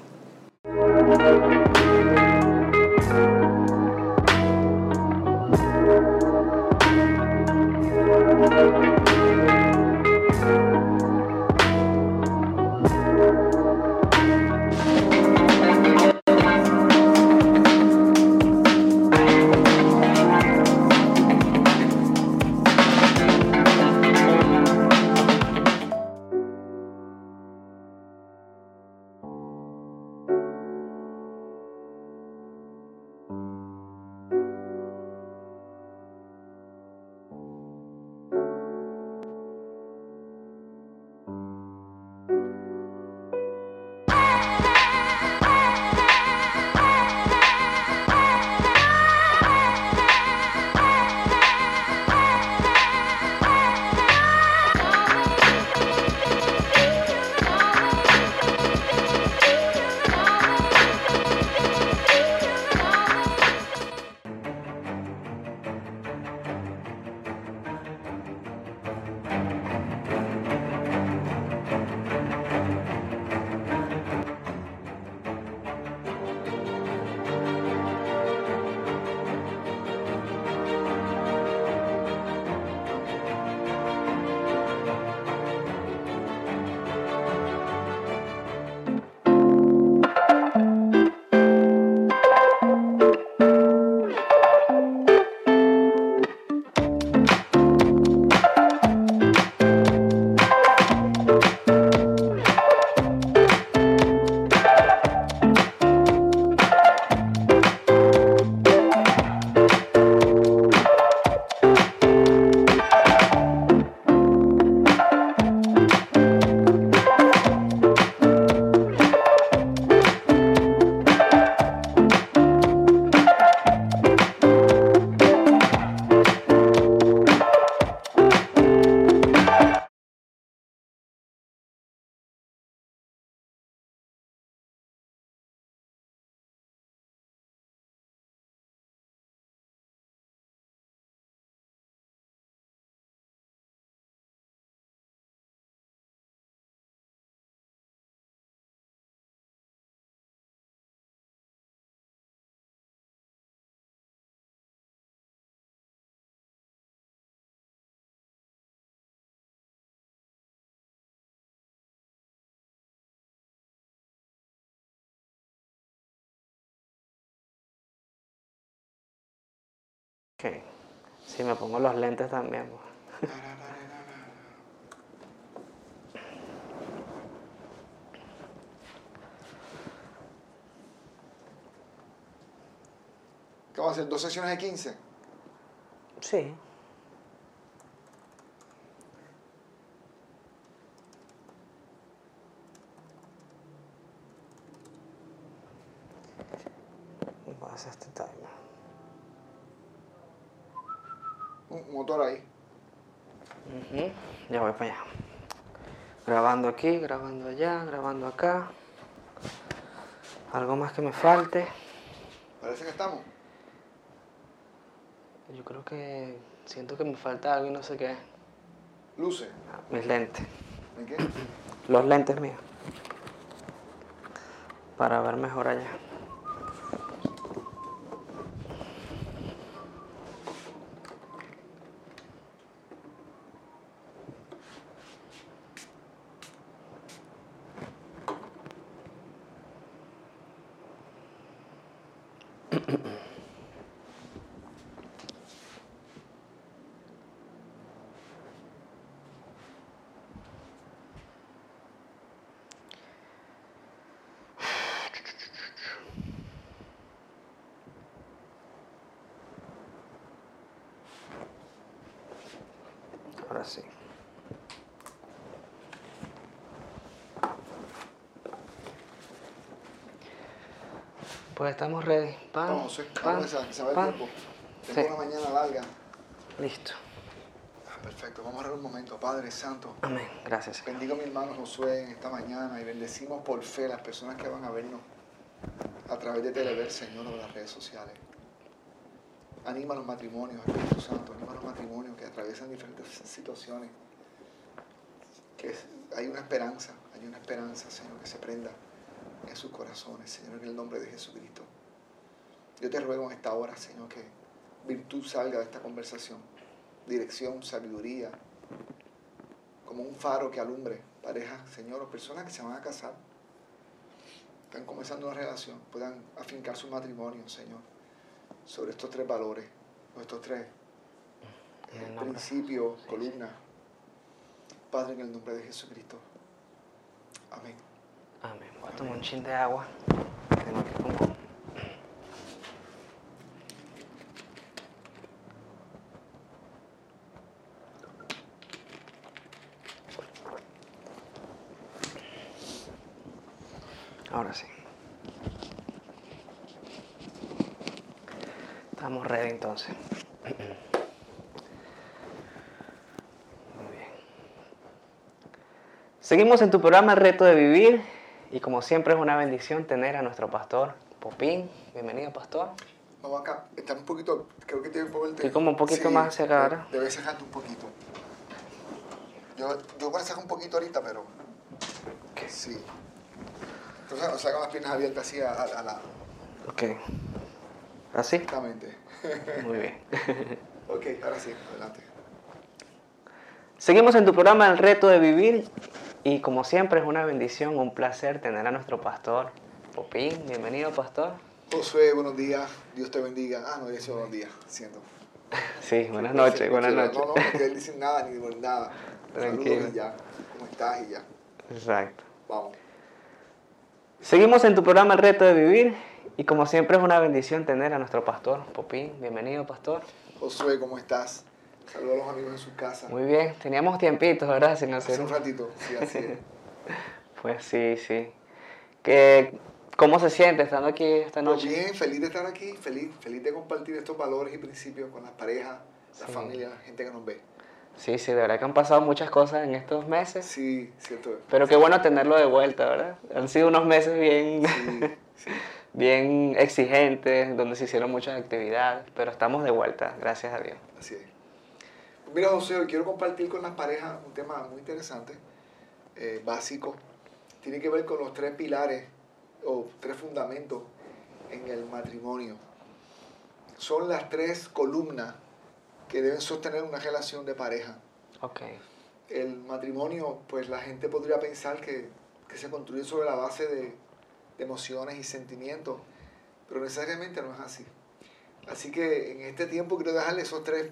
Ok. Sí, me pongo los lentes también. ¿Qué vamos a hacer? ¿Dos sesiones de quince? Sí. Voy a hacer este timer. Un motor ahí. Ujú. Ya voy para allá. Grabando aquí, grabando allá, grabando acá. Algo más que me falte. Parece que estamos. Yo creo que siento que me falta algo y no sé qué. Luces. Ah, mis lentes. ¿En qué? Los lentes míos. Para ver mejor allá. Ahora sí. Pues estamos ready. Pan, Vamos, José. pan, Vamos a que se va el pan. tiempo. Tengo Sí. una mañana larga. Listo. Ah, perfecto. Vamos a orar un momento. Padre Santo. Amén. Gracias, Señor. Bendigo a mi hermano Josué en esta mañana y bendecimos por fe las personas que van a vernos a través de Telever, Señor, o de las redes sociales. Anima a los matrimonios, Espíritu Santo, anima a los matrimonios que atraviesan diferentes situaciones. Que es- hay una esperanza, hay una esperanza, Señor, que se prenda en sus corazones, Señor, en el nombre de Jesucristo. Yo te ruego en esta hora, Señor, que virtud salga de esta conversación, dirección, sabiduría, como un faro que alumbre parejas, Señor, o personas que se van a casar, están comenzando una relación, puedan afincar su matrimonio, Señor, sobre estos tres valores, o estos tres En el eh, nombre. principios, Sí, columnas. Padre, en el nombre de Jesucristo. Amén. Amén. Voy a tomar un chin de agua. Tengo que como... Ahora sí. Estamos ready entonces. Muy bien. Seguimos en tu programa El Reto de Vivir y como siempre es una bendición tener a nuestro pastor Popín. Bienvenido, pastor. Vamos acá. Está un poquito, creo que tiene un poco el Estoy como un poquito más hacia acá ahora. Debe cejarte un poquito. Yo, yo voy a sacar un poquito ahorita, pero Ok. sí. Entonces nos sacan las piernas abiertas así a, a, a la... Ok. ¿Así? Exactamente. Muy bien. Ok, ahora sí, adelante. Seguimos en tu programa El Reto de Vivir y como siempre es una bendición, un placer tener a nuestro pastor Popín. Bienvenido, pastor. Josué, buenos días. Dios te bendiga. Ah, no, yo decía buenos días. Siento. Sí, buenas Sí, noches, sí, buenas sí, noches. No, no, no quiero decir nada ni por nada. Tranquilo. Saludos y ya. ¿Cómo estás? Y ya. Exacto. Vamos. Seguimos en tu programa El Reto de Vivir y como siempre es una bendición tener a nuestro pastor Popín. Bienvenido, pastor. Josué, ¿cómo estás? Saludos a los amigos en su casa. Muy bien, teníamos tiempitos, ¿verdad? Sin hacer... Hace un ratito, sí, así es. Pues sí, sí. ¿Qué, ¿Cómo se siente estando aquí esta Pues noche? bien, feliz de estar aquí, feliz, feliz de compartir estos valores y principios con las parejas, la Sí. familia, la gente que nos ve. Sí, sí, de verdad que han pasado muchas cosas en estos meses. Sí, cierto. Pero qué bueno tenerlo de vuelta, ¿verdad? Han sido unos meses bien, Sí, sí. bien exigentes, donde se hicieron muchas actividades, pero estamos de vuelta, gracias a Dios. Así es. Pues mira, José, hoy quiero compartir con las parejas un tema muy interesante, eh, básico. Tiene que ver con los tres pilares o tres fundamentos en el matrimonio. Son las tres columnas que deben sostener una relación de pareja. Ok, El matrimonio, pues la gente podría pensar que, que se construye sobre la base de, de emociones y sentimientos, pero necesariamente no es así. Así que en este tiempo quiero dejarle esos tres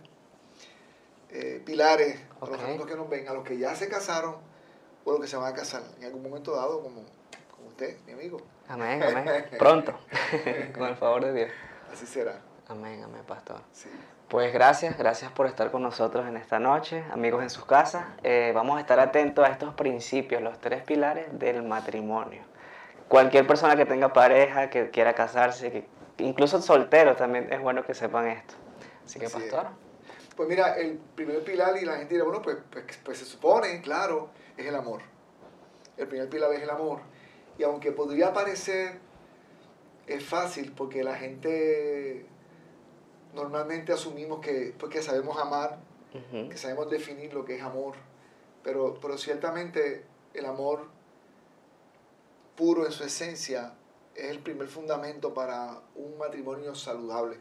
eh, pilares a los Ok. amigos que nos ven, a los que ya se casaron o a los que se van a casar en algún momento dado, como, como usted, mi amigo. Amén, amén. Pronto, con el favor de Dios. Así será. Amén, amén, pastor. Sí. Pues gracias, gracias por estar con nosotros en esta noche, amigos en sus casas. Eh, vamos a estar atentos a estos principios, los tres pilares del matrimonio. Cualquier persona que tenga pareja, que quiera casarse, que incluso solteros también es bueno que sepan esto. Así que, Así es. pastor, Pues mira, el primer pilar, y la gente dirá, bueno, pues, pues, pues se supone, claro, es el amor. El primer pilar es el amor. Y aunque podría parecer, es fácil porque la gente normalmente asumimos que, pues, que sabemos amar, ujú, que sabemos definir lo que es amor, pero, pero ciertamente el amor puro en su esencia es el primer fundamento para un matrimonio saludable.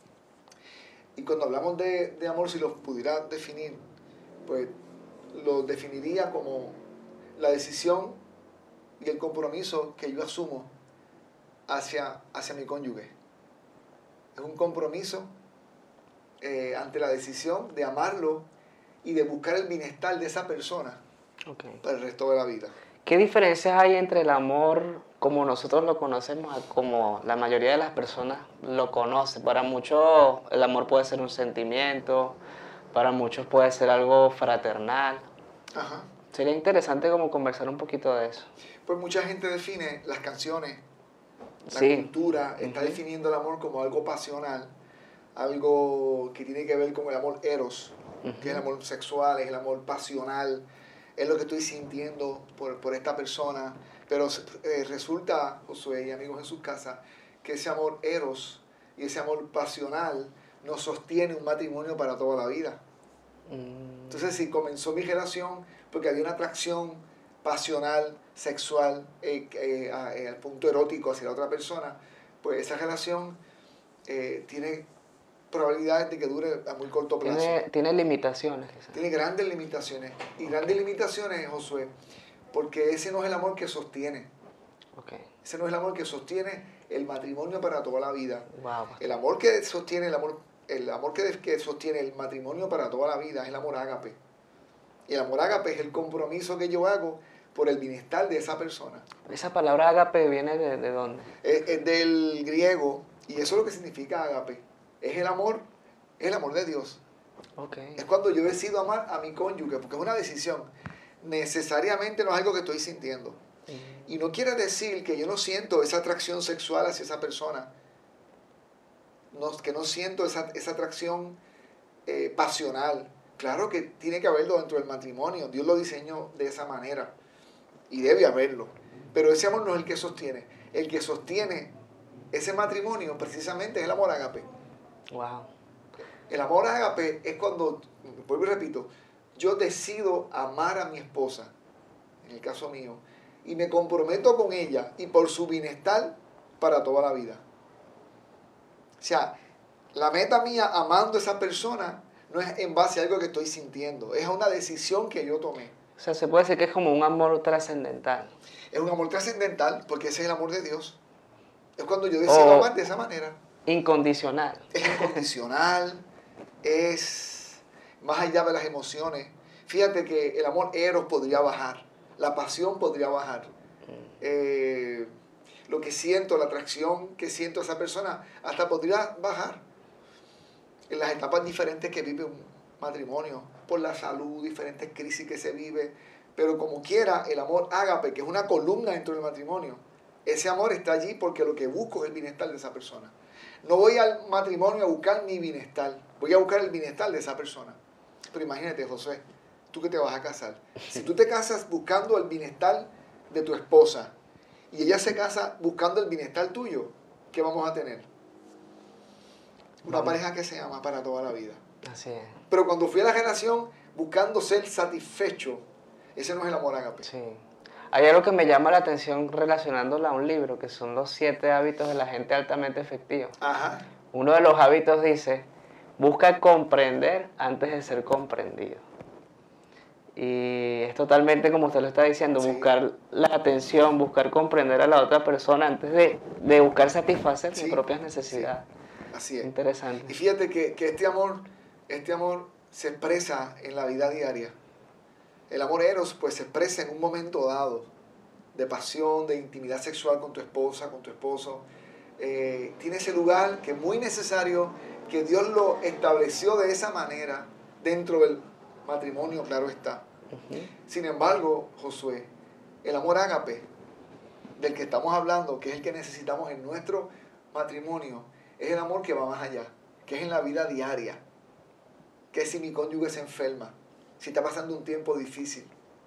Y cuando hablamos de, de amor, si lo pudiera definir, pues lo definiría como la decisión y el compromiso que yo asumo hacia, hacia mi cónyuge. Es un compromiso eh, ante la decisión de amarlo y de buscar el bienestar de esa persona ok. para el resto de la vida. ¿Qué diferencias hay entre el amor como nosotros lo conocemos a como la mayoría de las personas lo conocen? Para muchos el amor puede ser un sentimiento, para muchos puede ser algo fraternal. Ajá. Sería interesante como conversar un poquito de eso. Pues mucha gente define las canciones, la Sí. cultura, está Ujú. definiendo el amor como algo pasional, algo que tiene que ver con el amor eros, que es el Ujú. amor sexual, es el amor pasional, es lo que estoy sintiendo por, por esta persona. Pero eh, resulta, Josué y amigos en sus casas, que ese amor eros y ese amor pasional no sostiene un matrimonio para toda la vida. Mm, Entonces, si comenzó mi relación porque había una atracción pasional, sexual, eh, eh, a- eh, al punto erótico hacia la otra persona, pues esa relación eh, tiene probabilidades de que dure a muy corto plazo. tiene, tiene limitaciones, quizás. Tiene grandes limitaciones. Y grandes limitaciones, Josué, porque ese no es el amor que sostiene. Ok. Ese no es el amor que sostiene el matrimonio para toda la vida. Wow, pastor. El amor que sostiene el amor, el amor que, que sostiene el matrimonio para toda la vida es el amor ágape. Y el amor ágape es el compromiso que yo hago por el bienestar de esa persona. Esa palabra ágape viene de, de dónde? Es, es del griego, y eso es lo que significa ágape. Es el amor, es el amor de Dios. Ok. Es cuando yo decido amar a mi cónyuge, porque es una decisión. Necesariamente no es algo que estoy sintiendo. Mm, Y no quiere decir que yo no siento esa atracción sexual hacia esa persona. No, que no siento esa, esa atracción eh, pasional. Claro que tiene que haberlo dentro del matrimonio. Dios lo diseñó de esa manera. Y debe haberlo. Pero ese amor no es el que sostiene. El que sostiene ese matrimonio precisamente es el amor ágape. wow. El amor ágape es cuando, vuelvo y repito, yo decido amar a mi esposa, en el caso mío, y me comprometo con ella y por su bienestar para toda la vida. O sea, la meta mía amando a esa persona no es en base a algo que estoy sintiendo, es una decisión que yo tomé. O sea, se puede decir que es como un amor trascendental. Es un amor trascendental porque ese es el amor de Dios. Es cuando yo decido O- amar de esa manera. Incondicional. Es incondicional, es más allá de las emociones. Fíjate que el amor eros podría bajar, la pasión podría bajar. Eh, lo que siento, la atracción que siento a esa persona, hasta podría bajar. En las etapas diferentes que vive un matrimonio, por la salud, diferentes crisis que se vive, pero como quiera, el amor ágape, que es una columna dentro del matrimonio, ese amor está allí porque lo que busco es el bienestar de esa persona. No voy al matrimonio a buscar mi bienestar, voy a buscar el bienestar de esa persona. Pero imagínate, José, tú que te vas a casar. Si tú te casas buscando el bienestar de tu esposa y ella se casa buscando el bienestar tuyo, ¿qué vamos a tener? Una Vamos. pareja que se ama para toda la vida. Así es. Pero cuando fui a la relación buscando ser satisfecho, ese no es el amor ágape. Sí. Hay algo que me llama la atención relacionándola a un libro, que son los siete hábitos de la gente altamente efectiva. Ajá. Uno de los hábitos dice, busca comprender antes de ser comprendido. Y es totalmente como usted lo está diciendo, Sí. buscar la atención, buscar comprender a la otra persona antes de, de buscar satisfacer Sí. mis propias necesidades. Así es. Interesante. Y fíjate que, que este amor, este amor se expresa en la vida diaria. El amor eros pues se expresa en un momento dado de pasión, de intimidad sexual con tu esposa, con tu esposo. Eh, tiene ese lugar que es muy necesario, que Dios lo estableció de esa manera dentro del matrimonio, claro está. Ujú. Sin embargo, Josué, el amor ágape del que estamos hablando, que es el que necesitamos en nuestro matrimonio, es el amor que va más allá, que es en la vida diaria, que es si mi cónyuge se enferma, si está pasando un tiempo difícil,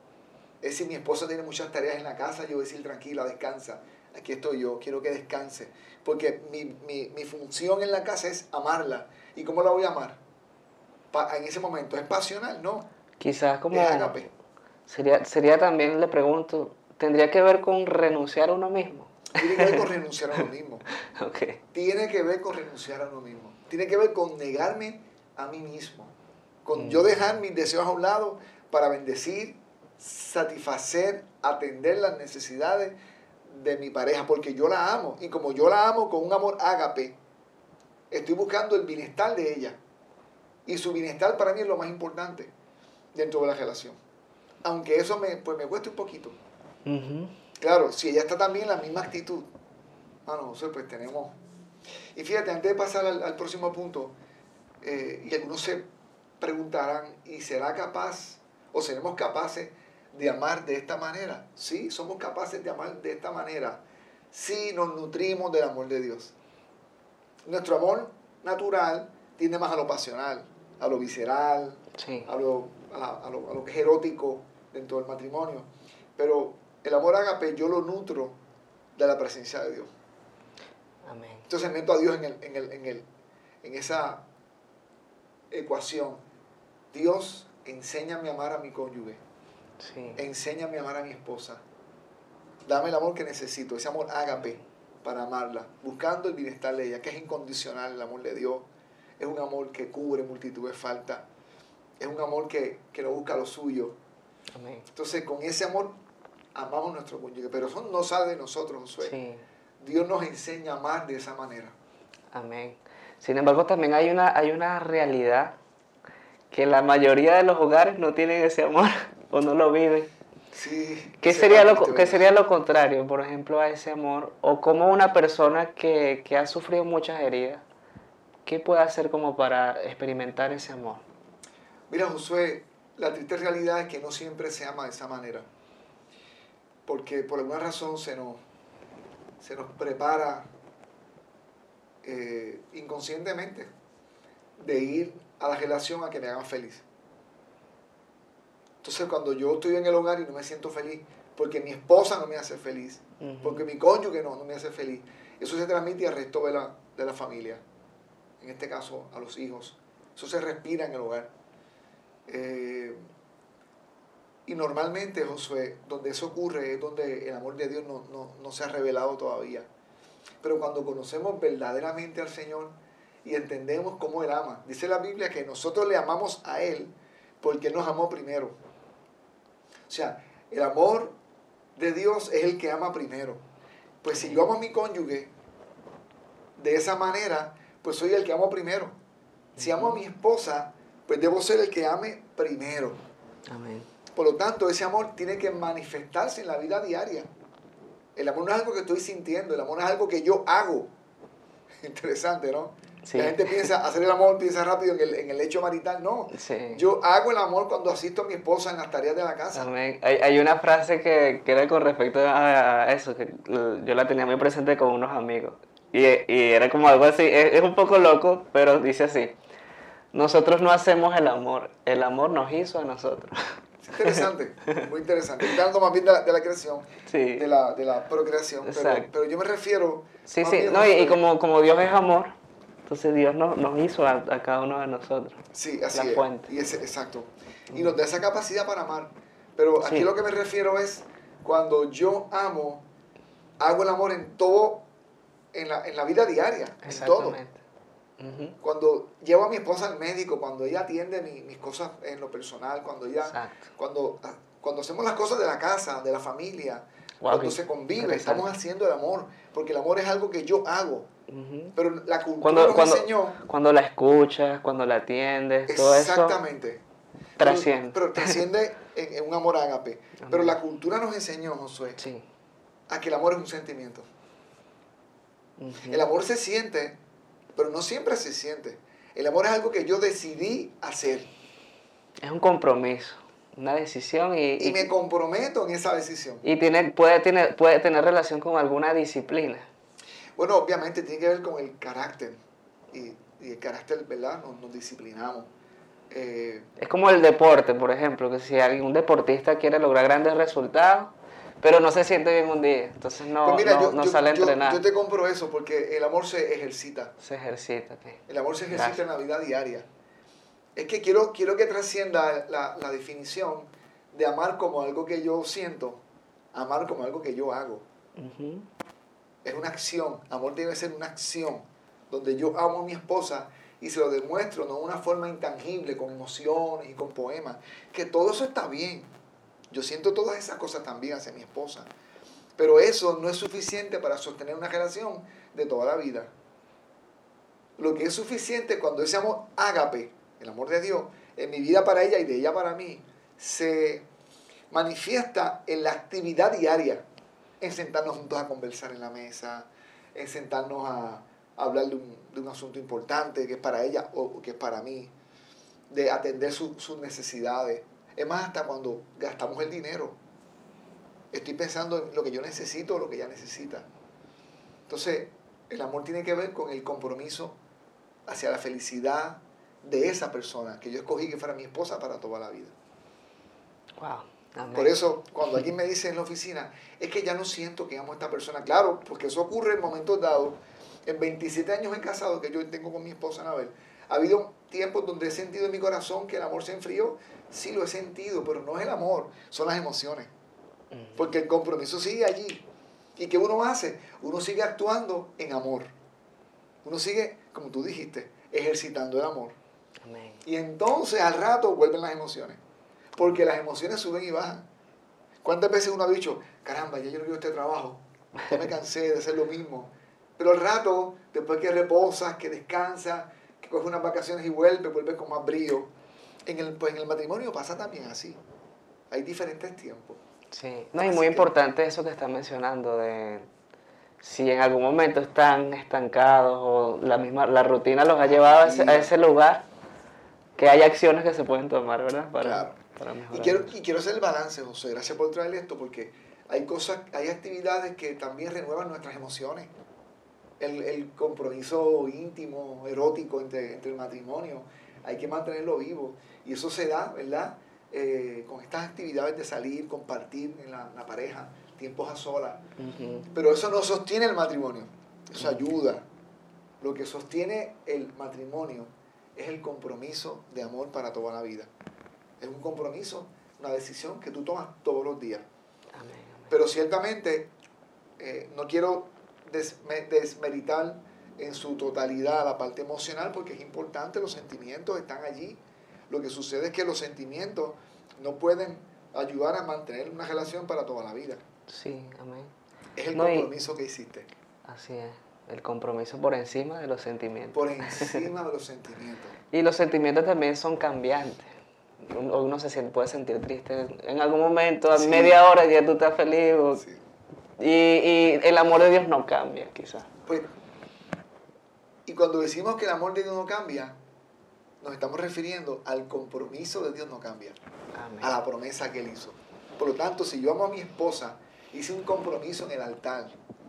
es si mi esposa tiene muchas tareas en la casa, yo voy a decir tranquila, descansa, aquí estoy yo, quiero que descanse, porque mi, mi, mi función en la casa es amarla. ¿Y cómo la voy a amar? Pa, en ese momento, ¿es pasional? No, Quizás como... es ágape. Sería, sería también, le pregunto, ¿tendría que ver con renunciar a uno mismo? Tiene que ver con renunciar a uno mismo. Ok. Tiene que ver con renunciar a uno mismo. Tiene que ver con negarme a mí mismo. Con Mm. yo dejar mis deseos a un lado para bendecir, satisfacer, atender las necesidades de mi pareja, porque yo la amo. Y como yo la amo con un amor ágape, estoy buscando el bienestar de ella. Y su bienestar para mí es lo más importante dentro de la relación. Aunque eso me, pues me cueste un poquito. Ujú. Claro, si ella está también en la misma actitud. Ah, no, José, pues tenemos... Y fíjate, antes de pasar al, al próximo punto, eh, y algunos se preguntarán, ¿y será capaz o seremos capaces de amar de esta manera? Sí, somos capaces de amar de esta manera si nos nutrimos del amor de Dios. Nuestro amor natural tiende más a lo pasional, a lo visceral, Sí. a lo, a, a lo, a lo que es erótico dentro del matrimonio. Pero el amor ágape yo lo nutro de la presencia de Dios. Amén. Entonces meto a Dios en, el, en, el, en, el, en esa ecuación. Dios, enséñame a amar a mi cónyuge. Sí. Enséñame a amar a mi esposa. Dame el amor que necesito, ese amor ágape para amarla, buscando el bienestar de ella, que es incondicional el amor de Dios. Es un amor que cubre multitud de faltas. Es un amor que, que no busca lo suyo. Amén. Entonces, con ese amor amamos a nuestro cónyuge, pero eso no sale de nosotros, Josué. Sí. Dios nos enseña a amar de esa manera. Amén. Sin embargo, también hay una, hay una realidad que la mayoría de los hogares no tienen ese amor o no lo viven. Sí. ¿Qué se sería, lo, parte, ¿Qué sería lo contrario, por ejemplo, a ese amor? O como una persona que, que ha sufrido muchas heridas, ¿qué puede hacer como para experimentar ese amor? Mira, Josué, la triste realidad es que no siempre se ama de esa manera. Porque por alguna razón se nos, se nos prepara eh, inconscientemente de ir a la relación a que me hagan feliz. Entonces, cuando yo estoy en el hogar y no me siento feliz, porque mi esposa no me hace feliz, Ujú. porque mi cónyuge no, no me hace feliz, eso se transmite al resto de la, de la familia. En este caso, a los hijos. Eso se respira en el hogar. Eh, y normalmente, Josué, donde eso ocurre es donde el amor de Dios no, no, no se ha revelado todavía. Pero cuando conocemos verdaderamente al Señor y entendemos cómo Él ama, dice la Biblia que nosotros le amamos a Él porque Él nos amó primero. O sea, el amor de Dios es el que ama primero. Pues si yo amo a mi cónyuge de esa manera, pues soy el que amo primero. Si amo a mi esposa, pues debo ser el que ame primero. Amén. Por lo tanto, ese amor tiene que manifestarse en la vida diaria. El amor no es algo que estoy sintiendo, el amor es algo que yo hago. Interesante, ¿no? Sí. La gente piensa, hacer el amor, piensa rápido en el, en el hecho marital. No, Sí. yo hago el amor cuando asisto a mi esposa en las tareas de la casa. Amén. Hay, hay una frase que, que era con respecto a, a eso, que l- yo la tenía muy presente con unos amigos. Y, y era como algo así, es, es un poco loco, pero dice así: nosotros no hacemos el amor, el amor nos hizo a nosotros. Es interesante, muy interesante. Está hablando más bien de la, de la creación, Sí. de, la, de la procreación. Pero, Exacto. pero yo me refiero... Sí, más sí, bien, no, y, y Josué, como, como Dios es amor, entonces Dios nos, nos hizo a, a cada uno de nosotros. Sí, así la es. fuente. Y ese, exacto. Y nos da esa capacidad para amar. Pero aquí Sí. lo que me refiero es cuando yo amo, hago el amor en todo, en la, en la vida diaria, en todo. Exactamente. Ujú. Cuando llevo a mi esposa al médico, cuando ella atiende mi- mis cosas en lo personal, cuando ella, Exacto. cuando, cuando hacemos las cosas de la casa, de la familia, Wow, cuando qué se convive, interesante. estamos haciendo el amor, porque el amor es algo que yo hago. Ujú. Pero la cultura Cuando, nos cuando, enseñó... cuando la escuchas, cuando la atiendes, todo eso Exactamente. trasciende. Pero, pero trasciende en, en un amor ágape. Amén. Pero la cultura nos enseñó, Josué, Sí. a que el amor es un sentimiento. Ujú. El amor se siente, pero no siempre se siente. El amor es algo que yo decidí hacer. Es un compromiso, una decisión y, Y y, me comprometo en esa decisión. y tiene, puede, tener, puede tener relación con alguna disciplina. Bueno, obviamente tiene que ver con el carácter. Y, y el carácter, ¿verdad? Nos, nos disciplinamos. Eh, Es como el deporte, por ejemplo, que si algún deportista quiere lograr grandes resultados, pero no se siente bien un día, entonces no, pues mira, no, yo, no yo- sale a yo- entrenar. yo te compro eso porque el amor se ejercita. Se ejercita. Sí. El amor se ejercita Gracias. en la vida diaria. Es que quiero, quiero que trascienda la, la definición de amar como algo que yo siento, amar como algo que yo hago. Ujú. Es una acción. Amor debe ser una acción donde yo amo a mi esposa y se lo demuestro, no de una forma intangible, con emociones y con poemas. Que todo eso está bien. Yo siento todas esas cosas también hacia mi esposa. Pero eso no es suficiente para sostener una relación de toda la vida. Lo que es suficiente cuando ese amor ágape, el amor de Dios, en mi vida para ella y de ella para mí, se manifiesta en la actividad diaria, en sentarnos juntos a conversar en la mesa, en sentarnos a, a hablar de un, de un asunto importante que es para ella o que es para mí, de atender su- sus necesidades. Es más, hasta cuando gastamos el dinero, estoy pensando en lo que yo necesito o lo que ella necesita. Entonces, el amor tiene que ver con el compromiso hacia la felicidad de esa persona que yo escogí que fuera mi esposa para toda la vida. Wow. Amén. Por eso, cuando alguien me dice en la oficina, es que ya no siento que amo a esta persona. Claro, porque eso ocurre en momentos dados. En veintisiete años de casado que yo tengo con mi esposa Anabel, ha habido tiempos donde he sentido en mi corazón que el amor se enfrió. Sí, lo he sentido, pero no es el amor, son las emociones. Ujú. Porque el compromiso sigue allí. ¿Y qué uno hace? Uno sigue actuando en amor. Uno sigue, como tú dijiste, ejercitando el amor. Amén. Y entonces al rato vuelven las emociones. Porque las emociones suben y bajan. ¿Cuántas veces uno ha dicho, caramba, ya yo no quiero este trabajo, ya me cansé de hacer lo mismo? Pero al rato, después que reposas, que descansas, que coges unas vacaciones y vuelves, vuelves con más brío. En el, pues en el matrimonio pasa también así. Hay diferentes tiempos. Sí, no, y Así muy que- importante eso que estás mencionando de si en algún momento están estancados o la misma la rutina los ha llevado a ese, a ese lugar, que hay acciones que se pueden tomar, ¿verdad? Para, Claro. para Y mejorar. quiero, y quiero hacer el balance, José. Gracias por traer esto, porque hay cosas, hay actividades que también renuevan nuestras emociones. El, el compromiso íntimo, erótico entre, entre el matrimonio, hay que mantenerlo vivo. Y eso se da, ¿verdad? Eh, con estas actividades de salir, compartir en la, la pareja, tiempos a solas. Ujú. Pero eso no sostiene el matrimonio, eso ayuda. Lo que sostiene el matrimonio es el compromiso de amor para toda la vida. Es un compromiso, una decisión que tú tomas todos los días. Amén, amén. Pero ciertamente eh, no quiero desme- desmeritar en su totalidad la parte emocional, porque es importante, los sentimientos están allí. Lo que sucede es que los sentimientos no pueden ayudar a mantener una relación para toda la vida. Sí, amén. Es el No, y- compromiso que hiciste, Así es. El compromiso por encima de los sentimientos. por encima de los sentimientos. Y los sentimientos también son cambiantes. Uno, uno se siente, puede sentir triste en algún momento, a Sí. media hora ya tú estás feliz. o- Sí. y, y el amor de Dios no cambia, quizás. Pues, y cuando decimos que el amor de Dios no cambia, nos estamos refiriendo al compromiso de Dios no cambia, Amén. a la promesa que Él hizo. Por lo tanto, si yo amo a mi esposa, hice un compromiso en el altar.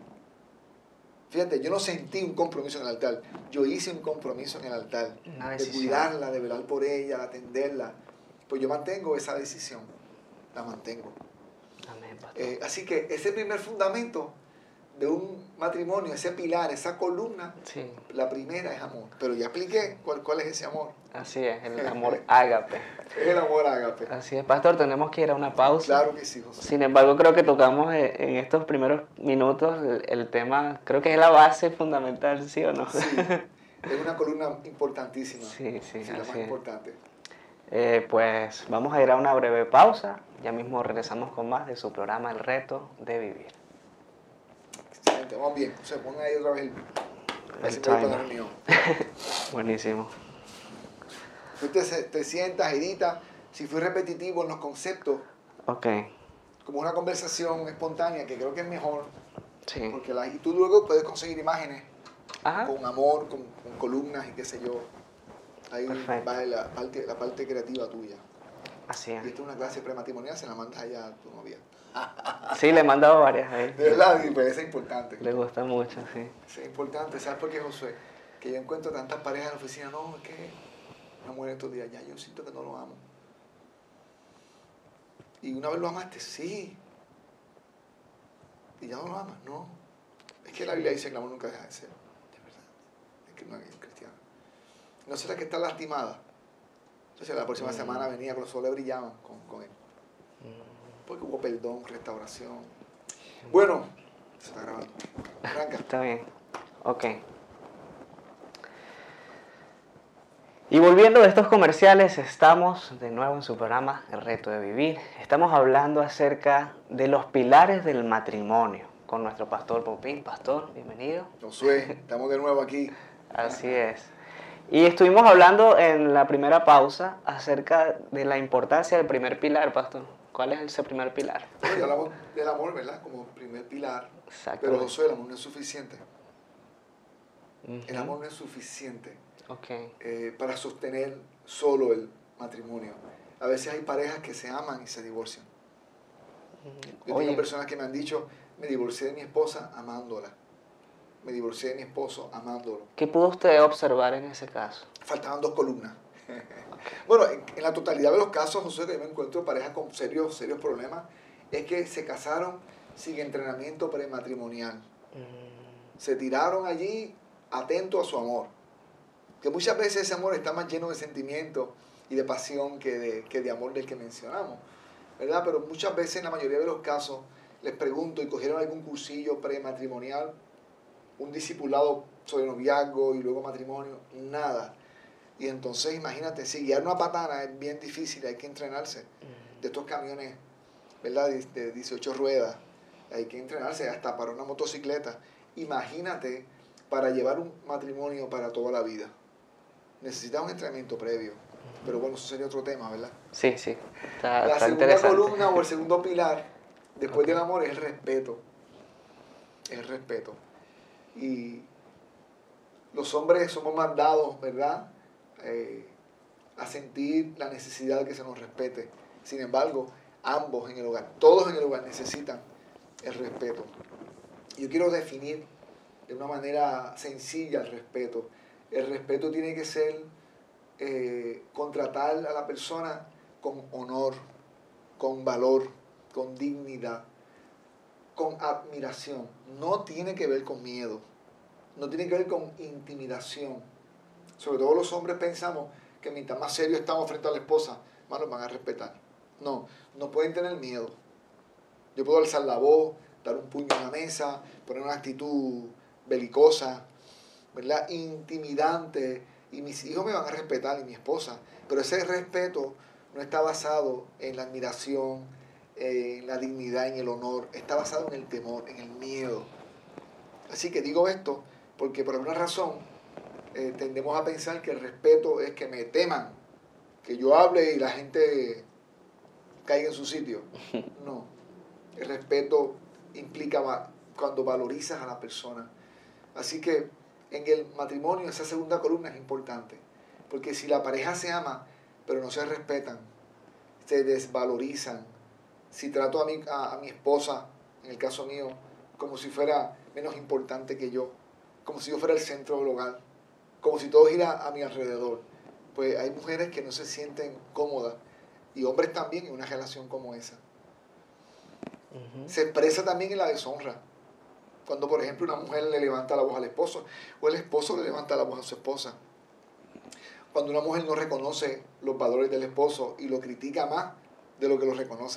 Fíjate, yo no sentí un compromiso en el altar, yo hice un compromiso en el altar. Una De decisión. cuidarla, de velar por ella, de atenderla. Pues yo mantengo esa decisión, la mantengo. Amén, pastor. Eh, así que ese primer fundamento de un matrimonio, ese pilar, esa columna, Sí, la primera es amor. Pero ya expliqué cuál, cuál es ese amor. así es, el amor ágape. Es el amor ágape. Así es, pastor, tenemos que ir a una pausa. Claro que sí, José. Sin embargo, creo que tocamos eh, en estos primeros minutos el, el tema, creo que es la base fundamental, ¿sí o no? Sí, es una columna importantísima. Sí, sí, la más así es. importante. Eh, pues vamos a ir a una breve pausa. Ya mismo regresamos con más de su programa El Reto de Vivir. Excelente, vamos bien. Se ponga ahí otra vez el, El el para la timer. reunión. Buenísimo. Tú te, te sientas, editas. Si fui repetitivo en los conceptos, Ok, como una conversación espontánea, que creo que es mejor, sí. porque la, y tú luego puedes conseguir imágenes Ajá. con amor, con, con columnas y qué sé yo. Ahí Perfecto. va la parte, la parte creativa tuya. Así Y es. esta es una clase prematrimonial, se la mandas allá a tu novia. Sí, le he mandado varias a él. De verdad, y pues eso es importante. Le gusta mucho, sí. Eso es importante. ¿Sabes por qué, Josué? Que yo encuentro tantas parejas en la oficina, no, es que una mujer estos días, ya yo siento que no lo amo. ¿Y una vez lo amaste? Sí. ¿Y ya no lo amas? No. Es que la Biblia dice que el amor nunca deja de ser. De verdad. Es que no es cristiano. ¿No será que está lastimada? Entonces la próxima Mm. semana venía con los soles brillaban con, con él. Porque hubo perdón, restauración. Bueno, se está grabando. Arranca. Está bien. Ok. Y volviendo de estos comerciales, estamos de nuevo en su programa El Reto de Vivir. Estamos hablando acerca de los pilares del matrimonio con nuestro pastor Popín. Pastor, bienvenido. Josué, estamos de nuevo aquí. Así es. Y estuvimos hablando en la primera pausa acerca de la importancia del primer pilar, pastor. ¿Cuál es ese primer pilar? Bueno, ya hablamos del amor, ¿verdad? Como primer pilar. Exacto. Pero Josué, el amor no es suficiente. Ujú. El amor no es suficiente Ok. eh, para sostener solo el matrimonio. A veces hay parejas que se aman y se divorcian. Yo Oye. tengo personas que me han dicho, me divorcié de mi esposa amándola. Me divorcié de mi esposo amándolo. ¿Qué pudo usted observar en ese caso? Faltaban dos columnas. Bueno, en, en la totalidad de los casos, José, que yo me encuentro parejas con serios, serios problemas, es que se casaron sin entrenamiento prematrimonial. Se tiraron allí atentos a su amor. Que muchas veces ese amor está más lleno de sentimiento y de pasión que de, que de amor del que mencionamos, ¿verdad? Pero muchas veces, en la mayoría de los casos, les pregunto, ¿y cogieron algún cursillo prematrimonial? ¿Un discipulado sobre noviazgo y luego matrimonio? Nada. Y entonces, imagínate, si guiar una patana es bien difícil, hay que entrenarse. De estos camiones, ¿verdad? De, de dieciocho ruedas, hay que entrenarse hasta para una motocicleta. Imagínate para llevar un matrimonio para toda la vida. Necesitas un entrenamiento previo. Pero bueno, eso sería otro tema, ¿verdad? Sí, sí. Está, La está segunda interesante. columna o el segundo pilar, después del amor, es el respeto. El respeto. Y los hombres somos mandados, ¿verdad? Eh, a sentir la necesidad de que se nos respete. Sin embargo, ambos en el hogar, todos en el hogar necesitan el respeto. Yo quiero definir de una manera sencilla el respeto. El respeto tiene que ser eh, contratar a la persona con honor, con valor, con dignidad, con admiración. No tiene que ver con miedo, no tiene que ver con intimidación. Sobre todo los hombres pensamos que mientras más serios estamos frente a la esposa, más nos van a respetar. No, no pueden tener miedo. Yo puedo alzar la voz, dar un puño en la mesa, poner una actitud belicosa, ¿verdad? Intimidante, y mis hijos me van a respetar y mi esposa. Pero ese respeto no está basado en la admiración, en la dignidad, en el honor. Está basado en el temor, en el miedo. Así que digo esto porque por alguna razón eh, tendemos a pensar que el respeto es que me teman, que yo hable y la gente caiga en su sitio. No. El respeto implica va- cuando valorizas a la persona. Así que en el matrimonio esa segunda columna es importante. Porque si la pareja se ama, pero no se respetan, se desvalorizan. Si trato a mi, a, a mi esposa, en el caso mío, como si fuera menos importante que yo, como si yo fuera el centro del hogar, como si todo gira a mi alrededor, pues hay mujeres que no se sienten cómodas y hombres también en una relación como esa. Ujú. Se expresa también en la deshonra. Cuando, por ejemplo, una mujer le levanta la voz al esposo o el esposo le levanta la voz a su esposa. Cuando una mujer no reconoce los valores del esposo y lo critica más de lo que lo reconoce.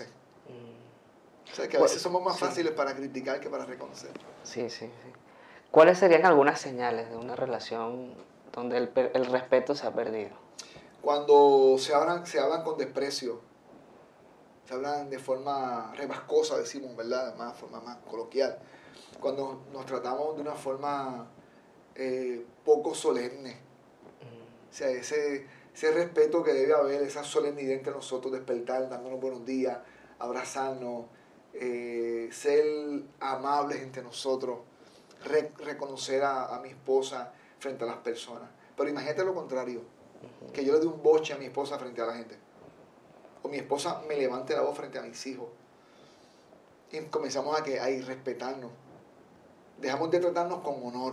O sea, que a veces somos más Sí. fáciles para criticar que para reconocer. Sí, sí, sí. ¿Cuáles serían algunas señales de una relación donde el, per- el respeto se ha perdido? Cuando se hablan, se hablan con desprecio, se hablan de forma rebascosa, decimos, ¿verdad? De más forma más coloquial. Cuando nos tratamos de una forma eh, poco solemne. O sea, ese, ese respeto que debe haber, esa solemnidad entre nosotros, despertar, dándonos buenos días, abrazarnos, eh, ser amables entre nosotros, re, reconocer a, a mi esposa frente a las personas. Pero imagínate lo contrario, que yo le dé un boche a mi esposa frente a la gente. O mi esposa me levante la voz frente a mis hijos. Y comenzamos a, que, a irrespetarnos. Dejamos de tratarnos con honor.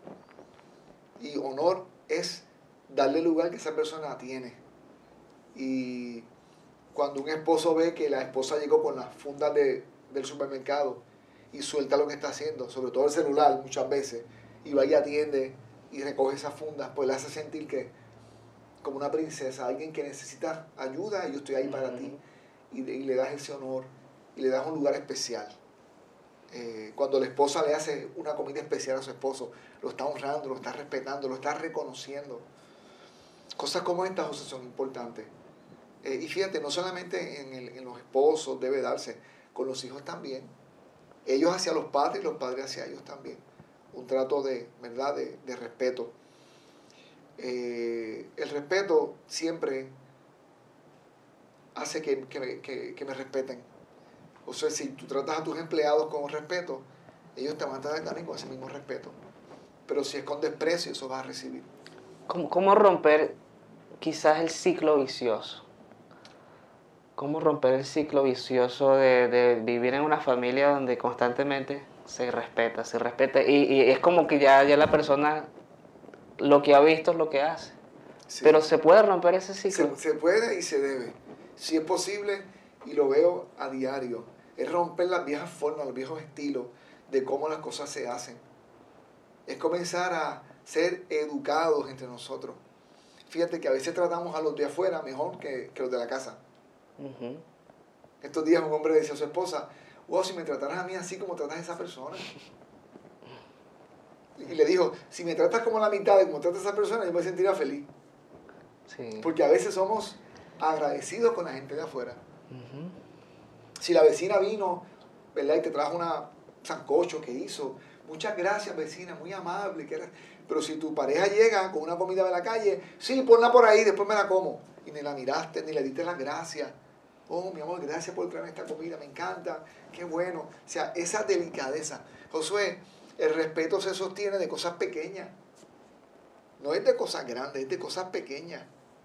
Y honor es darle el lugar que esa persona tiene. Y cuando un esposo ve que la esposa llegó con las fundas de, del supermercado y suelta lo que está haciendo, sobre todo el celular muchas veces, y va y atiende y recoge esas fundas, pues le hace sentir que como una princesa, alguien que necesita ayuda, y yo estoy ahí para ti, y, y le das ese honor, y le das un lugar especial. Eh, cuando la esposa le hace una comida especial a su esposo, lo está honrando, lo está respetando, lo está reconociendo. Cosas como estas, José, son importantes. Eh, y fíjate, no solamente en, el, en los esposos debe darse, con los hijos también. Ellos hacia los padres y los padres hacia ellos también. Un trato de, ¿verdad? de, de respeto. Eh, el respeto siempre hace que, que, que, que me respeten. O sea, si tú tratas a tus empleados con respeto, ellos te van a tratar también con ese mismo respeto. Pero si es con desprecio, eso vas a recibir. ¿Cómo, cómo romper quizás el ciclo vicioso? ¿Cómo romper el ciclo vicioso de, de vivir en una familia donde constantemente se respeta, se respeta? Y, y es como que ya, ya la persona lo que ha visto es lo que hace. Sí. Pero se puede romper ese ciclo. Se, se puede y se debe. Si es posible, y lo veo a diario, es romper las viejas formas, los viejos estilos de cómo las cosas se hacen. Es comenzar a ser educados entre nosotros. Fíjate que a veces tratamos a los de afuera mejor que, que los de la casa. Uh-huh. Estos días un hombre decía a su esposa, wow, si me trataras a mí así como tratas a esa persona. Y le dijo, si me tratas como la mitad de como tratas a esa persona, yo me sentiría feliz. Sí. Porque a veces somos agradecidos con la gente de afuera. Uh-huh. Si la vecina vino, ¿verdad? Y te trajo una sancocho que hizo, muchas gracias, vecina, muy amable. Que era... Pero si tu pareja llega con una comida de la calle, sí, ponla por ahí, después me la como. Y ni la miraste, ni le diste las gracias. Oh, mi amor, gracias por traerme esta comida, me encanta, qué bueno. O sea, esa delicadeza. Josué, el respeto se sostiene de cosas pequeñas. No es de cosas grandes, es de cosas pequeñas.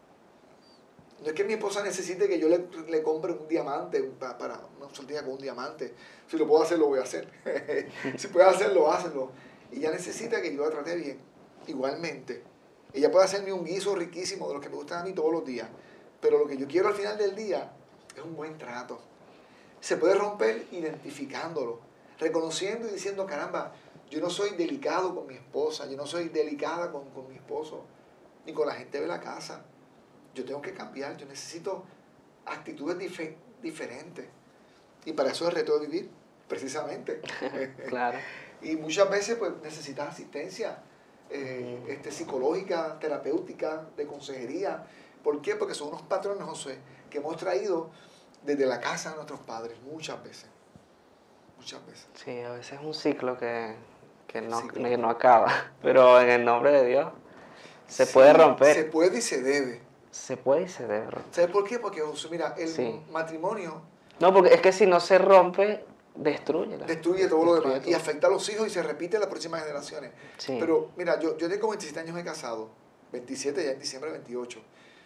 No es que mi esposa necesite que yo le, le compre un diamante para, para una sortija con un diamante. Si lo puedo hacer, lo voy a hacer. Si puedo hacerlo, hazlo. Y ella necesita que yo la trate bien. Igualmente. Ella puede hacerme un guiso riquísimo de los que me gustan a mí todos los días. Pero lo que yo quiero al final del día es un buen trato. Se puede romper identificándolo, reconociendo y diciendo, caramba, yo no soy delicado con mi esposa, yo no soy delicada con, con mi esposo, ni con la gente de la casa. Yo tengo que cambiar, yo necesito actitudes dif- diferentes. Y para eso es el reto de vivir, precisamente. Claro. Y muchas veces pues necesitas asistencia eh, este, psicológica, terapéutica, de consejería. ¿Por qué? Porque son unos patrones, José, que hemos traído desde la casa de nuestros padres, muchas veces. Muchas veces. Sí, a veces es un ciclo que, que, no, ciclo. que no acaba. Pero en el nombre de Dios se sí, puede romper. Se puede y se debe. Se puede y se debe romper. ¿Sabes por qué? Porque, José, mira, el sí. matrimonio... No, porque es que si no se rompe, destruye. La destruye todo destruye lo demás. Todo. Y afecta a los hijos y se repite en las próximas generaciones. Sí. Pero, mira, yo, yo tengo veintisiete años de casado. veintisiete, ya en diciembre veintiocho.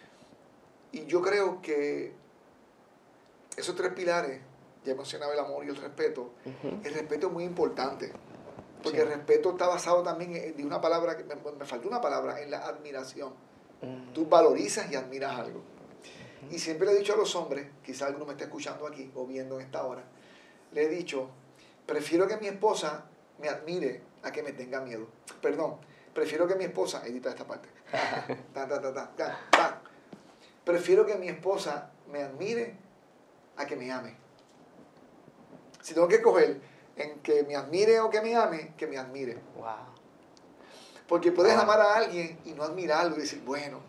Y yo creo que esos tres pilares, ya mencionaba el amor y el respeto, uh-huh. El respeto es muy importante. Porque sí. El respeto está basado también en una palabra, que me, me faltó una palabra, en la admiración. Uh-huh. Tú valorizas y admiras algo. Uh-huh. Y siempre le he dicho a los hombres, quizás alguno me esté escuchando aquí o viendo en esta hora, le he dicho, prefiero que mi esposa me admire a que me tenga miedo. Perdón, prefiero que mi esposa, edita esta parte, ta, ta, ta, ta, ta, ta. Prefiero que mi esposa me admire a que me ame. Si tengo que escoger en que me admire o que me ame, que me admire. Wow. Porque puedes wow. amar a alguien y no admirarlo y decir, bueno,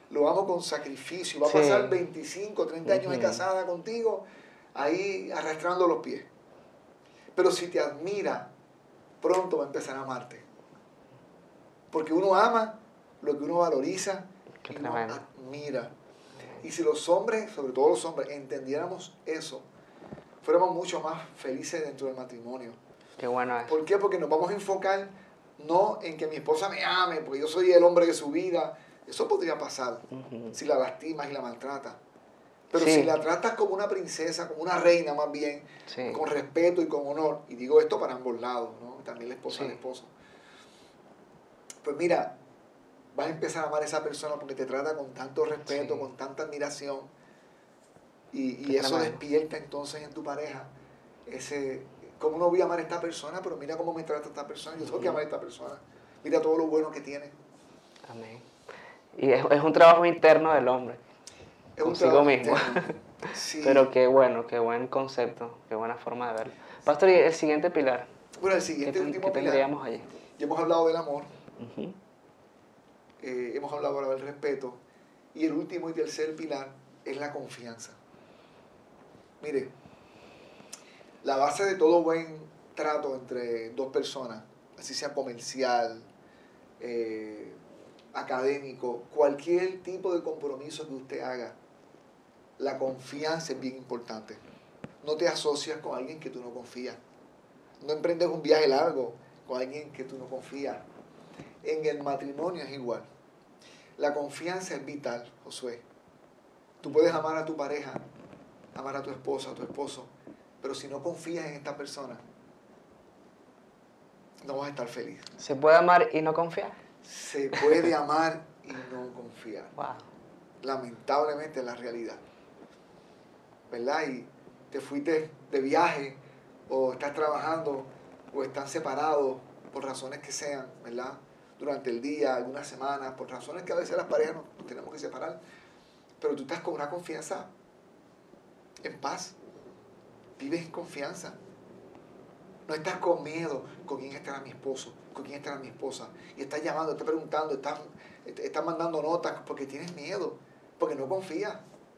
lo amo con sacrificio, va a Sí. pasar veinticinco, treinta años de Ujú. casada contigo, ahí arrastrando los pies. Pero si te admira, pronto va a empezar a amarte. Porque uno ama lo que uno valoriza Qué y uno tremendo. admira. Y si los hombres, sobre todo los hombres, entendiéramos eso, fuéramos mucho más felices dentro del matrimonio. Qué bueno es. ¿Por qué? Porque nos vamos a enfocar no en que mi esposa me ame, porque yo soy el hombre de su vida. Eso podría pasar Ujú. si la lastimas y la maltratas. Pero Sí. si la tratas como una princesa, como una reina más bien, Sí. con respeto y con honor, y digo esto para ambos lados, ¿no? También la esposa Sí. al esposo. Pues mira, vas a empezar a amar a esa persona porque te trata con tanto respeto, Sí. con tanta admiración, y, y Qué eso tremendo. despierta entonces en tu pareja ese, ¿cómo no voy a amar a esta persona? Pero mira cómo me trata esta persona, yo tengo que amar a esta persona. Mira todo lo bueno que tiene. Amén. Y es, es un trabajo interno del hombre. Es un Consigo trabajo mismo. interno. Sí. Pero qué bueno, qué buen concepto, qué buena forma de verlo. Pastor, ¿y el siguiente pilar? Bueno, el ¿Qué, siguiente ten- último qué pilar, tendríamos allí? ya hemos hablado del amor, Ujú. eh, hemos hablado ahora del respeto, y el último y tercer pilar es la confianza. Mire, la base de todo buen trato entre dos personas, así sea comercial, eh, académico, cualquier tipo de compromiso que usted haga, la confianza es bien importante. No te asocias con alguien que tú no confías. No emprendes un viaje largo con alguien que tú no confías. En el matrimonio es igual. La confianza es vital, Josué. Tú puedes amar a tu pareja, amar a tu esposa, a tu esposo, pero si no confías en esta persona, no vas a estar feliz. ¿Se puede amar y no confiar? Se puede amar y no confiar. Wow. Lamentablemente es la realidad. ¿Verdad? Y te fuiste de viaje, o estás trabajando, o están separados por razones que sean, ¿verdad? Durante el día, algunas semanas, por razones que a veces las parejas nos, nos tenemos que separar. Pero tú estás con una confianza en paz. Vives en confianza. No estás con miedo con quién estará mi esposo, con quién estará mi esposa. Y estás llamando, estás preguntando, estás, estás mandando notas porque tienes miedo, porque no confías.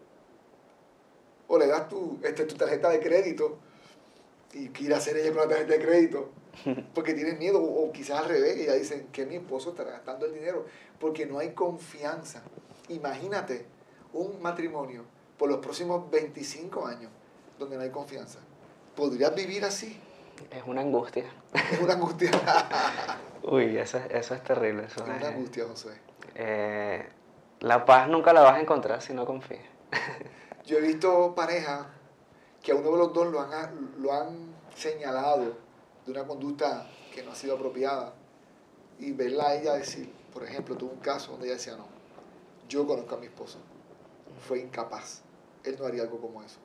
O le das tu, este, tu tarjeta de crédito y quiere hacer ella con la tarjeta de crédito porque tienes miedo, o, o quizás al revés, ella dice que mi esposo estará gastando el dinero porque no hay confianza. Imagínate un matrimonio por los próximos veinticinco años donde no hay confianza. ¿Podrías vivir así? Es una angustia. Es una angustia. Uy, eso, es- eso es terrible. Eso Es una es- angustia, Josué. eh, la paz nunca la vas a encontrar si no confías. Yo he visto parejas que a uno de los dos lo han, lo han señalado de una conducta que no ha sido apropiada, y verla a ella decir, por ejemplo, tuve un caso donde ella decía, no, yo conozco a mi esposo, fue incapaz, él no haría algo como eso.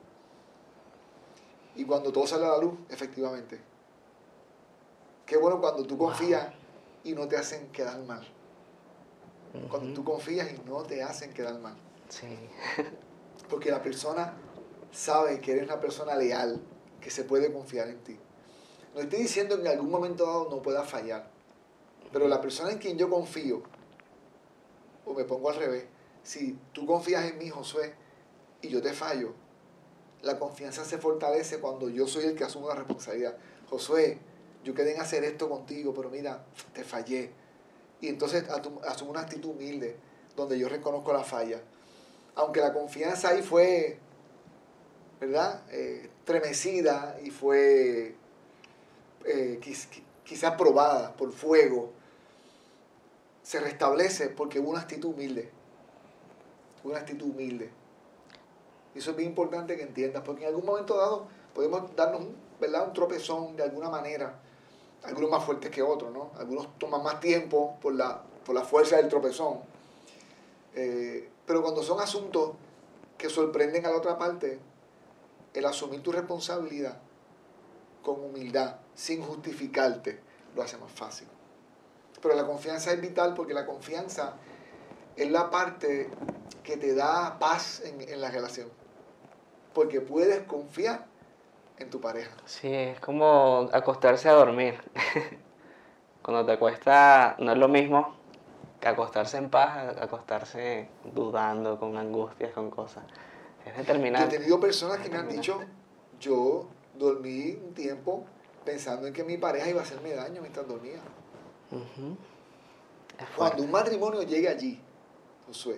Y cuando todo sale a la luz, efectivamente, qué bueno cuando tú confías y no te hacen quedar mal. Cuando Ujú. tú confías y no te hacen quedar mal. Sí. Porque la persona sabe que eres una persona leal, que se puede confiar en ti. No estoy diciendo que en algún momento dado no pueda fallar, pero la persona en quien yo confío, o me pongo al revés, si tú confías en mí, Josué, y yo te fallo, la confianza se fortalece cuando yo soy el que asume la responsabilidad. Josué, yo quedé en hacer esto contigo, pero mira, te fallé. Y entonces asumo una actitud humilde, donde yo reconozco la falla. Aunque la confianza ahí fue, ¿verdad? Eh, tremecida y fue eh, quiz, quizás probada por fuego, se restablece porque hubo una actitud humilde. Una actitud humilde. Y eso es bien importante que entiendas, porque en algún momento dado podemos darnos un, ¿verdad? un tropezón de alguna manera, algunos más fuertes que otros, ¿no? Algunos toman más tiempo por la, por la fuerza del tropezón. Eh, pero cuando son asuntos que sorprenden a la otra parte, el asumir tu responsabilidad con humildad, sin justificarte, lo hace más fácil. Pero la confianza es vital, porque la confianza es la parte que te da paz en, en la relación. Porque puedes confiar en tu pareja. Sí, es como acostarse a dormir. Cuando te acuestas, no es lo mismo acostarse en paz, acostarse dudando, con angustias, con cosas. Es Yo he determinante. tenido personas que me han dicho, yo dormí un tiempo pensando en que mi pareja iba a hacerme daño mientras dormía. Ujú. Es fuerte. Cuando un matrimonio llegue allí, Josué,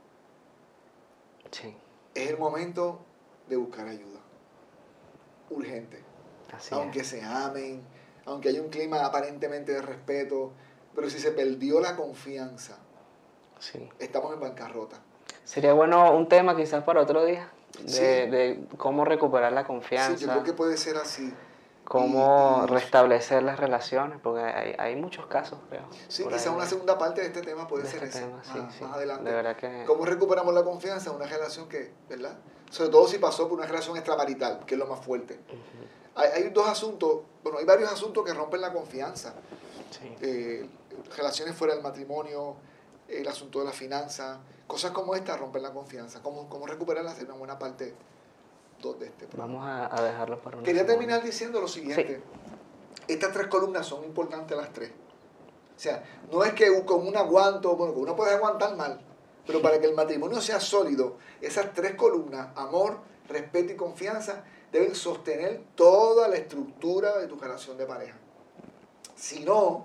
Sí, es el momento de buscar ayuda. Urgente. así Aunque es. se amen, aunque haya un clima aparentemente de respeto, pero si se perdió la confianza, Sí. estamos en bancarrota. Sería bueno un tema quizás para otro día, de, Sí. de cómo recuperar la Sí, confianza, yo creo que puede ser así. cómo y- y- restablecer las relaciones, porque hay, hay muchos casos, creo. Sí, por quizás ahí una de- segunda parte de este tema puede de ser este ese, tema, sí, más, sí. más adelante. De verdad que... ¿Cómo recuperamos la confianza en una relación que, ¿verdad? Sobre todo si pasó por una relación extramarital, que es lo más fuerte. Ujú. Hay, hay dos asuntos, bueno, hay varios asuntos que rompen la confianza. Sí. Eh, relaciones fuera del matrimonio, el asunto de la finanza, cosas como esta rompen la confianza. ¿Cómo, cómo recuperarlas? Es una buena parte dos de este programa. Vamos a, a dejarlo para una Quería segunda. terminar diciendo lo siguiente. Estas tres columnas son importantes las tres. O sea, no es que con un aguanto, bueno, que uno puede aguantar mal, pero para que el matrimonio sea sólido, esas tres columnas, amor, respeto y confianza, deben sostener toda la estructura de tu relación de pareja. Si no,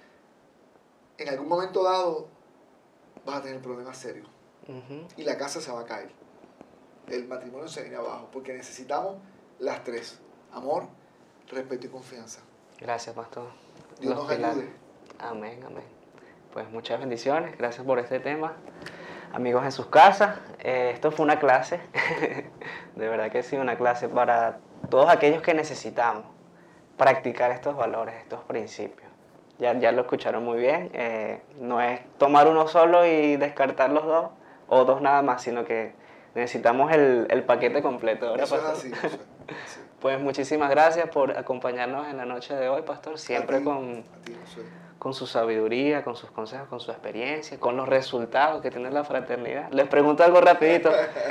en algún momento dado vas a tener problemas serios Ujú. y la casa se va a caer. El matrimonio se viene abajo porque necesitamos las tres, amor, respeto y confianza. Gracias, pastor. Dios Los nos pilares. ayude. Amén, amén. Pues muchas bendiciones, gracias por este tema. Amigos en sus casas, eh, esto fue una clase, de verdad que sí, una clase para todos aquellos que necesitamos practicar estos valores, estos principios. Ya, ya lo escucharon muy bien, eh, no es tomar uno solo y descartar los dos, o dos nada más, sino que necesitamos el, el paquete completo. ¿Verdad, Eso es pastor? así, eso es así. Pues muchísimas gracias por acompañarnos en la noche de hoy, pastor, siempre A ti, con... a ti, Josué. con su sabiduría, con sus consejos, con su experiencia, con los resultados que tiene la fraternidad. Les pregunto algo rapidito.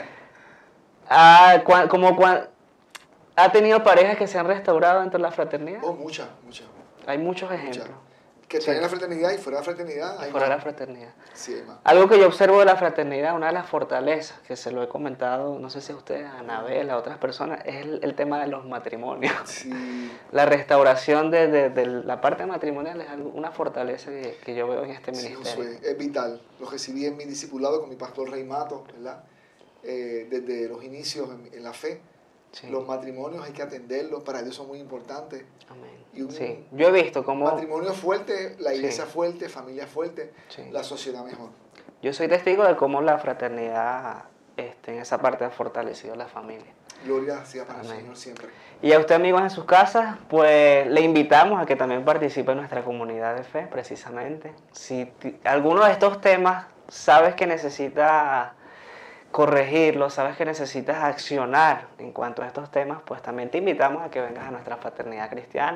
Ah, cua- como cua- ¿Ha tenido parejas que se han restaurado dentro de la fraternidad? Oh, muchas, muchas. Hay muchos muchas. ejemplos. Que Sí. están en la fraternidad y fuera de la fraternidad. Y hay fuera de la más. fraternidad. Sí, hay más. Algo que yo observo de la fraternidad, una de las fortalezas, que se lo he comentado, no sé si a ustedes, a Anabel, a otras personas, es el, el tema de los matrimonios. Sí. La restauración de, de- de la parte matrimonial es algo- una fortaleza que, que yo veo en este Sí, ministerio. Josué, es vital. Lo recibí en mi discipulado con mi pastor Rey Mato, ¿verdad? Eh, desde los inicios en, en la fe. Sí. Los matrimonios hay que atenderlos, para Dios son muy importantes. Amén. Y un Sí, yo he visto cómo... matrimonio fuerte, la iglesia Sí. fuerte, familia fuerte, Sí. la sociedad mejor. Yo soy testigo de cómo la fraternidad este, en esa parte ha fortalecido la familia. Gloria sea para el Amén. Señor siempre. Y a usted, amigos, en sus casas, pues le invitamos a que también participe en nuestra comunidad de fe, precisamente. Si ti- alguno de estos temas sabes que necesita corregirlo, sabes que necesitas accionar en cuanto a estos temas, pues también te invitamos a que vengas a nuestra fraternidad cristiana.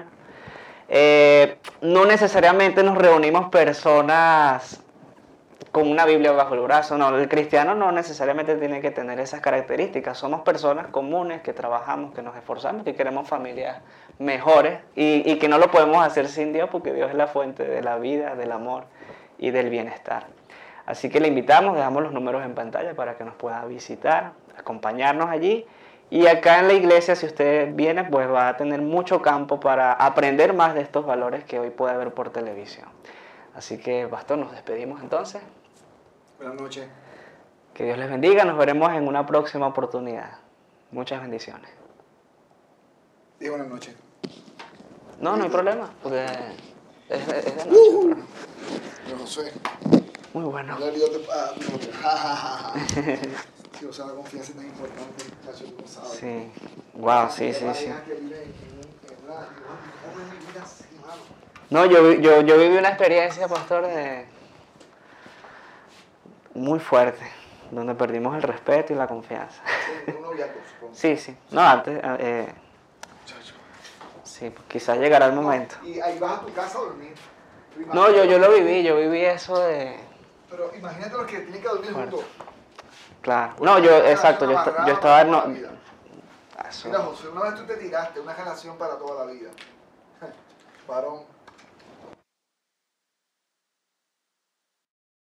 Eh, no necesariamente nos reunimos personas con una Biblia bajo el brazo, no, el cristiano no necesariamente tiene que tener esas características, somos personas comunes que trabajamos, que nos esforzamos, que queremos familias mejores y, y que no lo podemos hacer sin Dios porque Dios es la fuente de la vida, del amor y del bienestar. Así que le invitamos, dejamos los números en pantalla para que nos pueda visitar, acompañarnos allí. Y acá en la iglesia, si usted viene, pues va a tener mucho campo para aprender más de estos valores que hoy puede ver por televisión. Así que, pastor, nos despedimos entonces. Buenas noches. Que Dios les bendiga, nos veremos en una próxima oportunidad. Muchas bendiciones. Digo buenas noches. No, no hay problema, porque es de, es de noche. Uh, pero- Pero Josué, Muy bueno. no le digo te- ah, no, te- ja, ja, ja, ja. Sí, o sea, la confianza es tan importante, muchacho, tú no sabes. Sí, wow, sí, Hay sí, sí. parejas que viven en un- en una- ¿cómo es mi vida así, mano? No, yo, vi- yo, yo viví una experiencia, pastor, de muy fuerte, donde perdimos el respeto y la confianza. Sí, un noviazgo, supongo. Sí, sí. No, antes, eh, Muchacho. sí, quizás llegará el momento. Y ahí vas a tu casa a dormir. Pero No, yo, imagínate yo los lo que- viví, yo viví eso de... Pero imagínate los que tienen que dormir Fuerte. juntos. Claro. No, yo, exacto, yo, esta- yo estaba... Para toda No, la vida. eso. Mira, José, una vez tú te tiraste una relación para toda la vida. Varón,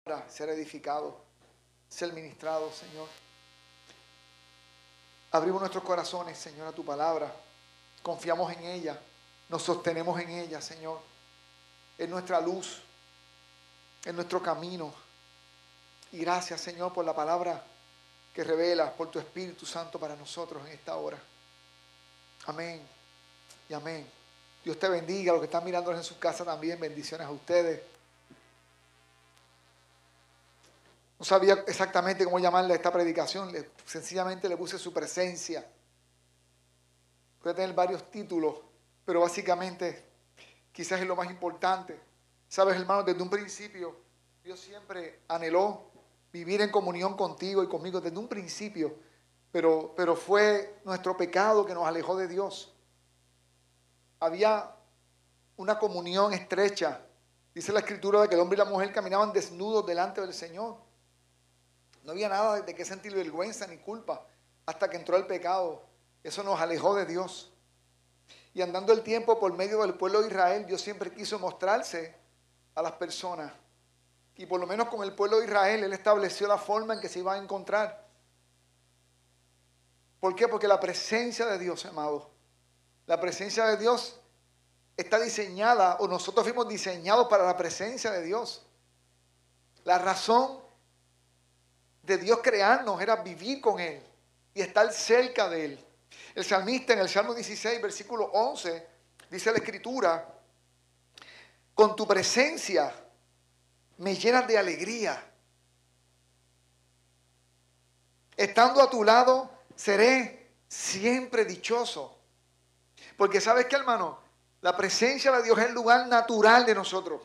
ser edificado, ser ministrado, Señor. Abrimos nuestros corazones, Señor, a tu palabra. Confiamos en ella, nos sostenemos en ella, Señor. Es nuestra luz, es nuestro camino. Y gracias, Señor, por la palabra que revelas, por tu Espíritu Santo para nosotros en esta hora. Amén y amén. Dios te bendiga. Los que están mirándonos en sus casas también, bendiciones a ustedes. No sabía exactamente cómo llamarle a esta predicación. Le, sencillamente le puse su presencia. Puede tener varios títulos, pero básicamente quizás es lo más importante. Sabes, hermano, desde un principio Dios siempre anheló vivir en comunión contigo y conmigo desde un principio, pero, pero fue nuestro pecado que nos alejó de Dios. Había una comunión estrecha. Dice la Escritura de que el hombre y la mujer caminaban desnudos delante del Señor. No había nada de qué sentir vergüenza ni culpa hasta que entró el pecado. Eso nos alejó de Dios. Y andando el tiempo por medio del pueblo de Israel, Dios siempre quiso mostrarse a las personas. Y por lo menos con el pueblo de Israel, Él estableció la forma en que se iba a encontrar. ¿Por qué? Porque la presencia de Dios, amado, la presencia de Dios está diseñada, o nosotros fuimos diseñados para la presencia de Dios. La razón de Dios crearnos era vivir con Él y estar cerca de Él. El salmista en el Salmo dieciséis, versículo once, dice la Escritura: con tu presencia me llenas de alegría. Estando a tu lado seré siempre dichoso. Porque ¿sabes qué, hermano? La presencia de Dios es el lugar natural de nosotros.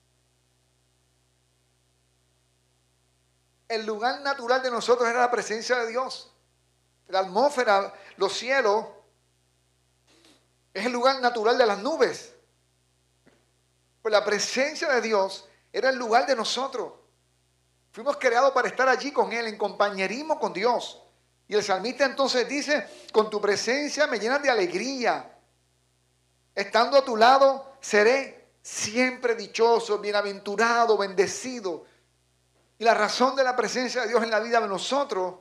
El lugar natural de nosotros era la presencia de Dios. La atmósfera, los cielos, es el lugar natural de las nubes. Pues la presencia de Dios era el lugar de nosotros. Fuimos creados para estar allí con Él, en compañerismo con Dios. Y el salmista entonces dice: con tu presencia me llenas de alegría. Estando a tu lado seré siempre dichoso, bienaventurado, bendecido. Y la razón de la presencia de Dios en la vida de nosotros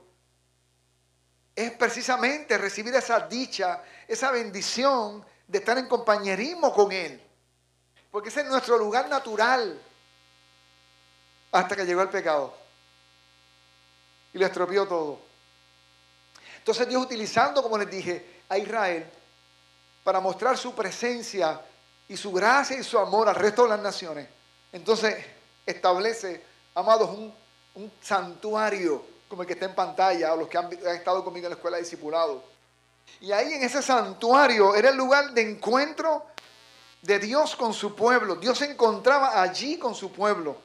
es precisamente recibir esa dicha, esa bendición de estar en compañerismo con Él. Porque ese es nuestro lugar natural. Hasta que llegó el pecado. Y lo estropeó todo. Entonces Dios, utilizando, como les dije, a Israel para mostrar su presencia y su gracia y su amor al resto de las naciones, entonces establece, amados, un, un santuario como el que está en pantalla, o los que han, han estado conmigo en la escuela de discipulado. Y ahí en ese santuario era el lugar de encuentro de Dios con su pueblo. Dios se encontraba allí con su pueblo.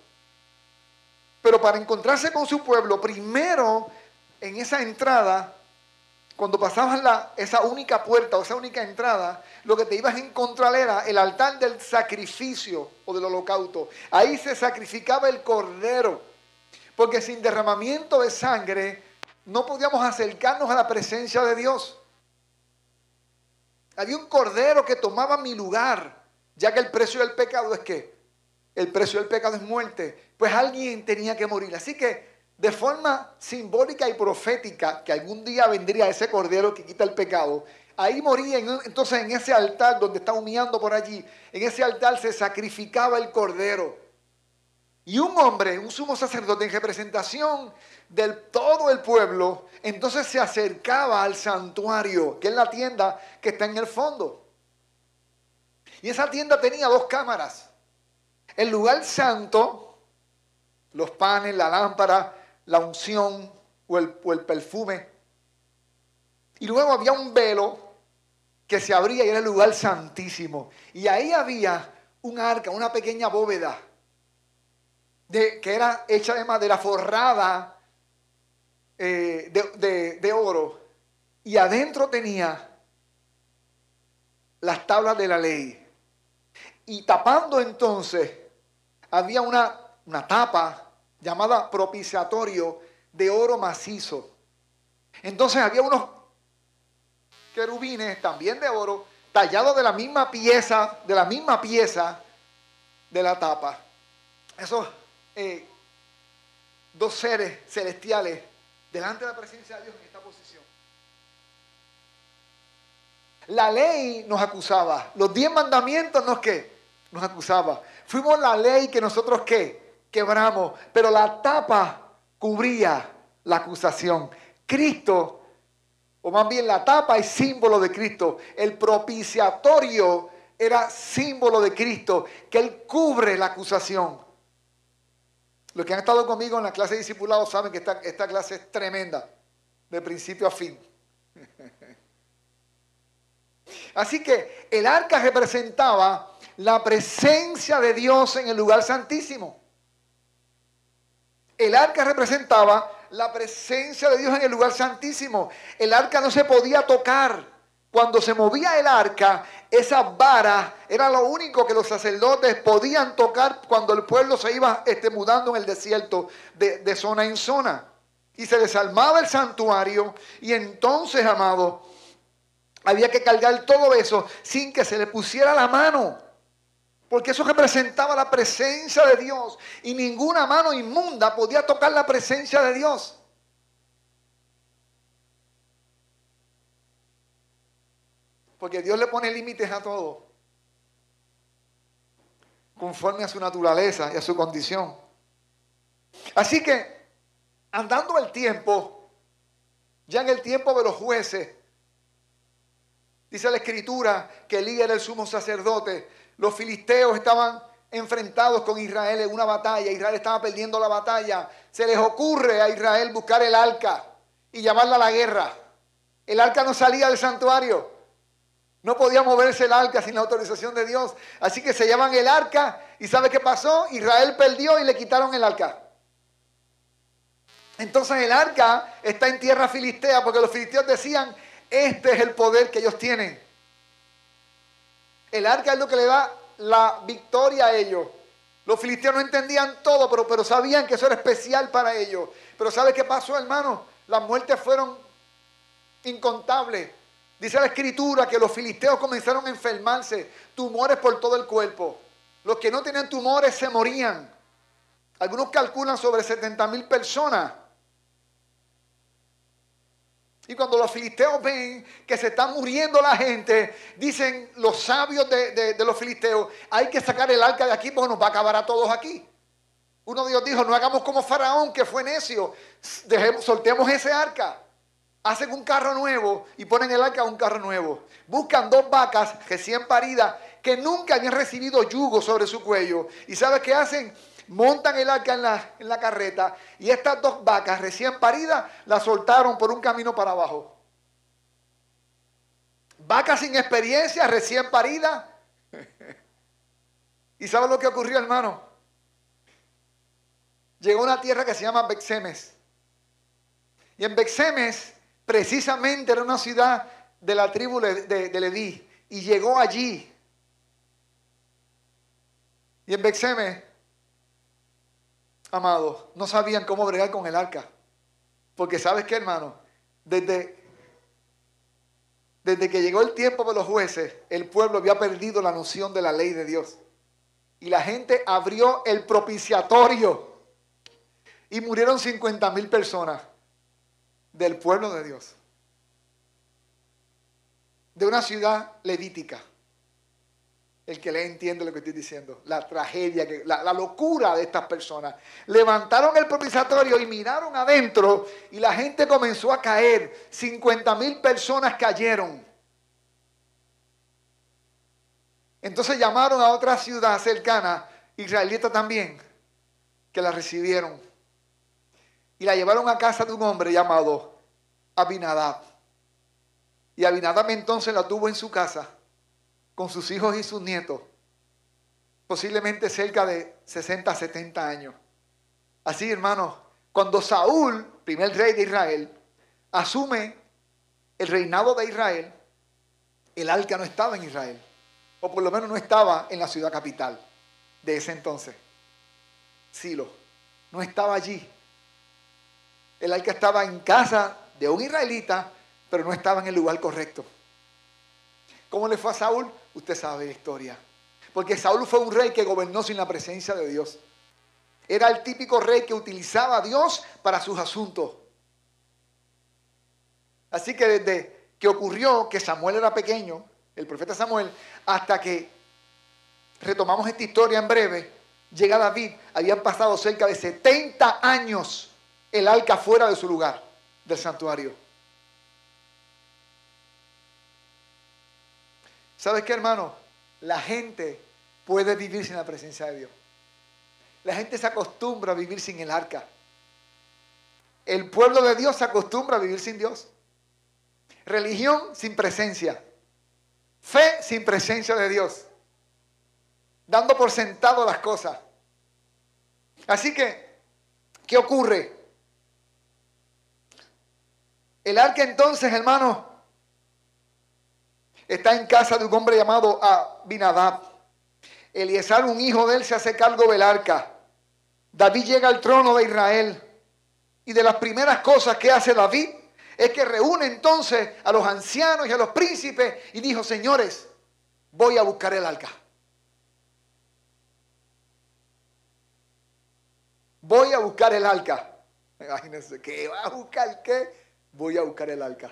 Pero para encontrarse con su pueblo, primero en esa entrada, cuando pasabas la, esa única puerta o esa única entrada, lo que te ibas a encontrar era el altar del sacrificio o del holocausto. Ahí se sacrificaba el cordero, porque sin derramamiento de sangre no podíamos acercarnos a la presencia de Dios. Había un cordero que tomaba mi lugar, ya que el precio del pecado es ¿qué? El precio del pecado es muerte. Pues alguien tenía que morir. Así que de forma simbólica y profética, que algún día vendría ese cordero que quita el pecado, ahí moría, entonces en ese altar donde está humeando por allí, en ese altar se sacrificaba el cordero. Y un hombre, un sumo sacerdote en representación de todo el pueblo, entonces se acercaba al santuario, que es la tienda que está en el fondo. Y esa tienda tenía dos cámaras. El lugar santo, los panes, la lámpara, la unción o el, o el perfume. Y luego había un velo que se abría y era el lugar santísimo. Y ahí había un arca, una pequeña bóveda, de, que era hecha de madera forrada eh, de, de, de oro. Y adentro tenía las tablas de la ley. Y tapando entonces, había una, una tapa llamada propiciatorio de oro macizo. Entonces había unos querubines también de oro, tallados de la misma pieza, de la misma pieza de la tapa. Esos eh, dos seres celestiales delante de la presencia de Dios en esta posición. La ley nos acusaba. Los diez mandamientos nos ¿qué? Nos acusaba. Fuimos la ley que nosotros ¿qué? Quebramos. Pero la tapa cubría la acusación. Cristo, o más bien la tapa es símbolo de Cristo. El propiciatorio era símbolo de Cristo, que Él cubre la acusación. Los que han estado conmigo en la clase de discipulado saben que esta, esta clase es tremenda, de principio a fin. Así que el arca representaba la presencia de Dios en el lugar santísimo. El arca representaba la presencia de Dios en el lugar santísimo. El arca no se podía tocar. Cuando se movía el arca, esas varas era lo único que los sacerdotes podían tocar cuando el pueblo se iba este, mudando en el desierto de, de zona en zona. Y se desarmaba el santuario y entonces, amado, había que cargar todo eso sin que se le pusiera la mano. Porque eso representaba la presencia de Dios. Y ninguna mano inmunda podía tocar la presencia de Dios. Porque Dios le pone límites a todo. Conforme a su naturaleza y a su condición. Así que, andando el tiempo, ya en el tiempo de los jueces, dice la Escritura que Elías era el sumo sacerdote. Los filisteos estaban enfrentados con Israel en una batalla. Israel estaba perdiendo la batalla. Se les ocurre a Israel buscar el arca y llamarla a la guerra. El arca no salía del santuario. No podía moverse el arca sin la autorización de Dios. Así que se llevan el arca y ¿sabe qué pasó? Israel perdió y le quitaron el arca. Entonces el arca está en tierra filistea porque los filisteos decían, este es el poder que ellos tienen. El arca es lo que le da la victoria a ellos. Los filisteos no entendían todo, pero, pero sabían que eso era especial para ellos. Pero ¿sabe qué pasó, hermano? Las muertes fueron incontables. Dice la Escritura que los filisteos comenzaron a enfermarse, tumores por todo el cuerpo. Los que no tenían tumores se morían. Algunos calculan sobre setenta mil personas. Y cuando los filisteos ven que se está muriendo la gente, dicen los sabios de, de, de los filisteos, hay que sacar el arca de aquí porque nos va a acabar a todos aquí. Uno de ellos dijo, no hagamos como Faraón que fue necio, dejemos, soltemos ese arca. Hacen un carro nuevo y ponen el arca a un carro nuevo. Buscan dos vacas recién paridas que nunca habían recibido yugo sobre su cuello. ¿Y sabes qué hacen? Montan el arca en la, en la carreta y estas dos vacas recién paridas las soltaron por un camino para abajo. Vacas sin experiencia, recién paridas. ¿Y sabes lo que ocurrió, hermano? Llegó a una tierra que se llama Bexemes. Y en Bexemes, precisamente era una ciudad de la tribu de, de, de Leví. Y llegó allí. Y en Bexemes, amados, no sabían cómo bregar con el arca. Porque ¿sabes qué, hermano? Desde, desde que llegó el tiempo de los jueces, el pueblo había perdido la noción de la ley de Dios. Y la gente abrió el propiciatorio. Y murieron cincuenta mil personas del pueblo de Dios. De una ciudad levítica. El que le entiende lo que estoy diciendo. La tragedia, que, la, la locura de estas personas. Levantaron el propiciatorio y miraron adentro y la gente comenzó a caer. cincuenta mil personas cayeron. Entonces llamaron a otra ciudad cercana, israelita también, que la recibieron. Y la llevaron a casa de un hombre llamado Abinadab. Y Abinadab entonces la tuvo en su casa, con sus hijos y sus nietos, posiblemente cerca de sesenta, setenta años. Así, hermanos, cuando Saúl, primer rey de Israel, asume el reinado de Israel, el arca no estaba en Israel, o por lo menos no estaba en la ciudad capital de ese entonces, Silo, no estaba allí. El arca estaba en casa de un israelita, pero no estaba en el lugar correcto. ¿Cómo le fue a Saúl? Usted sabe la historia. Porque Saúl fue un rey que gobernó sin la presencia de Dios. Era el típico rey que utilizaba a Dios para sus asuntos. Así que desde que ocurrió que Samuel era pequeño, el profeta Samuel, hasta que retomamos esta historia en breve, llega David, habían pasado cerca de setenta años el arca fuera de su lugar, del santuario. ¿Sabes qué, hermano? La gente puede vivir sin la presencia de Dios. La gente se acostumbra a vivir sin el arca. El pueblo de Dios se acostumbra a vivir sin Dios. Religión sin presencia. Fe sin presencia de Dios. Dando por sentado las cosas. Así que, ¿qué ocurre? El arca entonces, hermano, está en casa de un hombre llamado Abinadab. Eliezer, un hijo de él, se hace cargo del arca. David llega al trono de Israel. Y de las primeras cosas que hace David es que reúne entonces a los ancianos y a los príncipes y dijo: señores, voy a buscar el arca. Voy a buscar el arca. Imagínense, ¿qué va a buscar qué? Voy a buscar el arca.